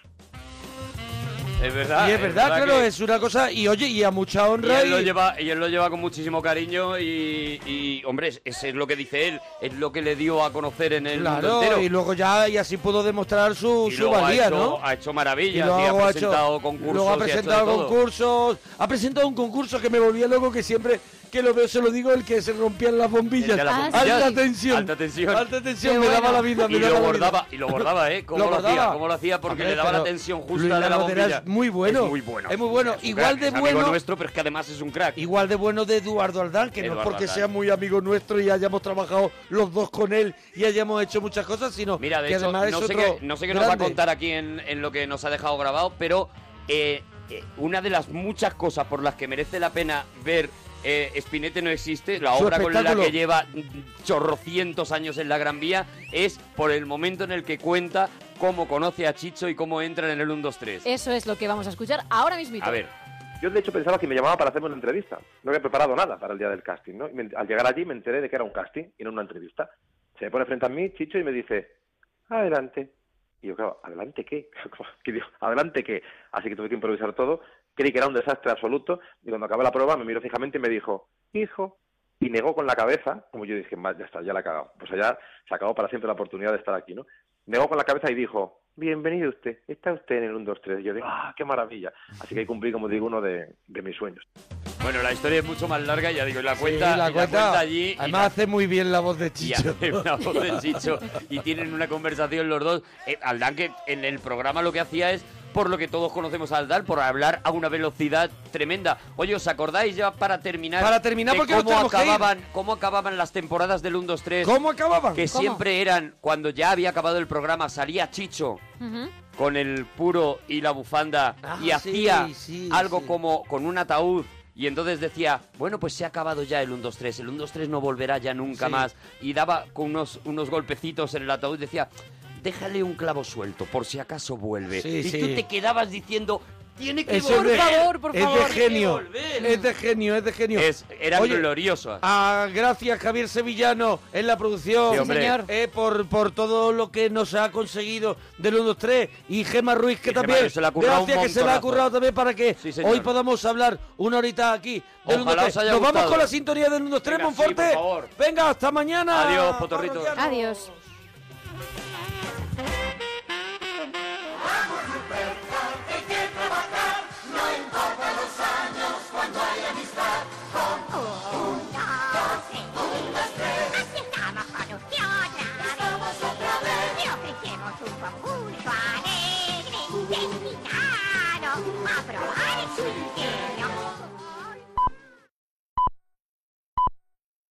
Es verdad. Y es verdad, claro, que- es una cosa, y oye, y a mucha Y honra. él, lo y- lleva, y él lo lleva con muchísimo cariño y, y, hombre, es- ese es lo que dice él, es lo que le dio a conocer en el mundo Claro, entero. y luego ya, y así pudo demostrar su, Y su luego valía, ha hecho, ¿no? ha hecho Y maravillas, y, luego ha ha presentado hecho- concursos. luego ha y ha hecho de presentado todo. concursos, ha presentado un concurso que me volvía loco, que siempre que lo veo se lo digo, el que se rompían las bombillas. El de las Ah, bombillas. Alta tensión. Alta tensión. Alta tensión, Qué me daba bueno. la vida, me Y daba lo la bordaba, vida. y lo bordaba, ¿eh? ¿Cómo lo, hacía? bordaba. ¿Cómo lo hacía? Porque Hombre, le daba la pero tensión Luis justa de la Rodera bombilla. es muy bueno. Es muy bueno. Es muy bueno. Es un Igual crack, de es bueno. amigo nuestro, pero es que además es un crack. Igual de bueno de Eduardo Aldán, que no es Eduardo porque Aldán. sea muy amigo nuestro y hayamos trabajado los dos con él y hayamos hecho muchas cosas, sino Mira, de que hecho, además es no sé, otro qué, no sé qué nos va a grande. contar aquí en, en lo que nos ha dejado grabado, pero eh, eh, una de las muchas cosas por las que merece la pena ver eh, Spinete no existe, la Su obra con la espectáculo. que lleva chorrocientos años en la Gran Vía, es por el momento en el que cuenta cómo conoce a Chicho y cómo entra en el uno dos tres. Eso es lo que vamos a escuchar ahora mismo. A ver. Yo, de hecho, pensaba que me llamaba para hacerme una entrevista. No había preparado nada para el día del casting, ¿no? Y me- al llegar allí me enteré de que era un casting y no una entrevista. Se me pone frente a mí, Chicho, y me dice, adelante. Y yo, claro, ¿adelante qué? ¿Qué digo? ¿Adelante qué? Así que tuve que improvisar todo. Creí que era un desastre absoluto. Y cuando acabé la prueba me miró fijamente y me dijo, hijo. Y negó con la cabeza, como yo dije, "Más, ya está, ya la he cagado. Pues allá se acabó para siempre la oportunidad de estar aquí, ¿no? Negó con la cabeza y dijo, bienvenido usted, está usted en el uno dos tres. Y yo digo, ¡ah, qué maravilla! Así que ahí cumplí, como digo, uno de, de mis sueños. Bueno, la historia es mucho más larga, ya digo, y la Sí, cuenta, la y cuenta, cuenta allí. y además la- hace muy bien la voz de y Chicho. hace una voz de Chicho y tienen una conversación los dos. Eh, Aldán, que en el programa lo que hacía es, por lo que todos conocemos a Aldán, por hablar a una velocidad tremenda. Oye, ¿os acordáis ya para terminar? Para terminar, de porque nos cómo tenemos que ir. acababan, cómo acababan las temporadas del uno dos tres? ¿Cómo acababan? Que ¿Cómo? siempre eran, cuando ya había acabado el programa, salía Chicho con el puro y la bufanda Ah, y sí, hacía sí, algo sí. como con un ataúd. Y entonces decía, bueno, pues se ha acabado ya el uno dos tres, el uno dos tres no volverá ya nunca Sí. más. Y daba con unos, unos golpecitos en el ataúd y decía, déjale un clavo suelto, por si acaso vuelve. Sí, y sí. tú te quedabas diciendo, tiene que Eso es volver. de- por es favor, de tiene que genio, volver". es de genio, es de genio. Es- eran gloriosas. ah, gracias Javier Sevillano en la producción, Sí, hombre. Sí, señor. eh, por, por todo lo que nos ha conseguido del uno dos tres, y Gema Ruiz, que Y Gema también, Ruiz se la ha currado gracias un que se la ha montonazo. currado también para que señor. hoy podamos hablar una horita aquí del uno Ojalá dos os tres. haya Nos vamos gustado. con la sintonía del uno dos tres, Venga, sí, Monforte. por favor. Venga, hasta mañana. Adiós, potorritos. Adiós.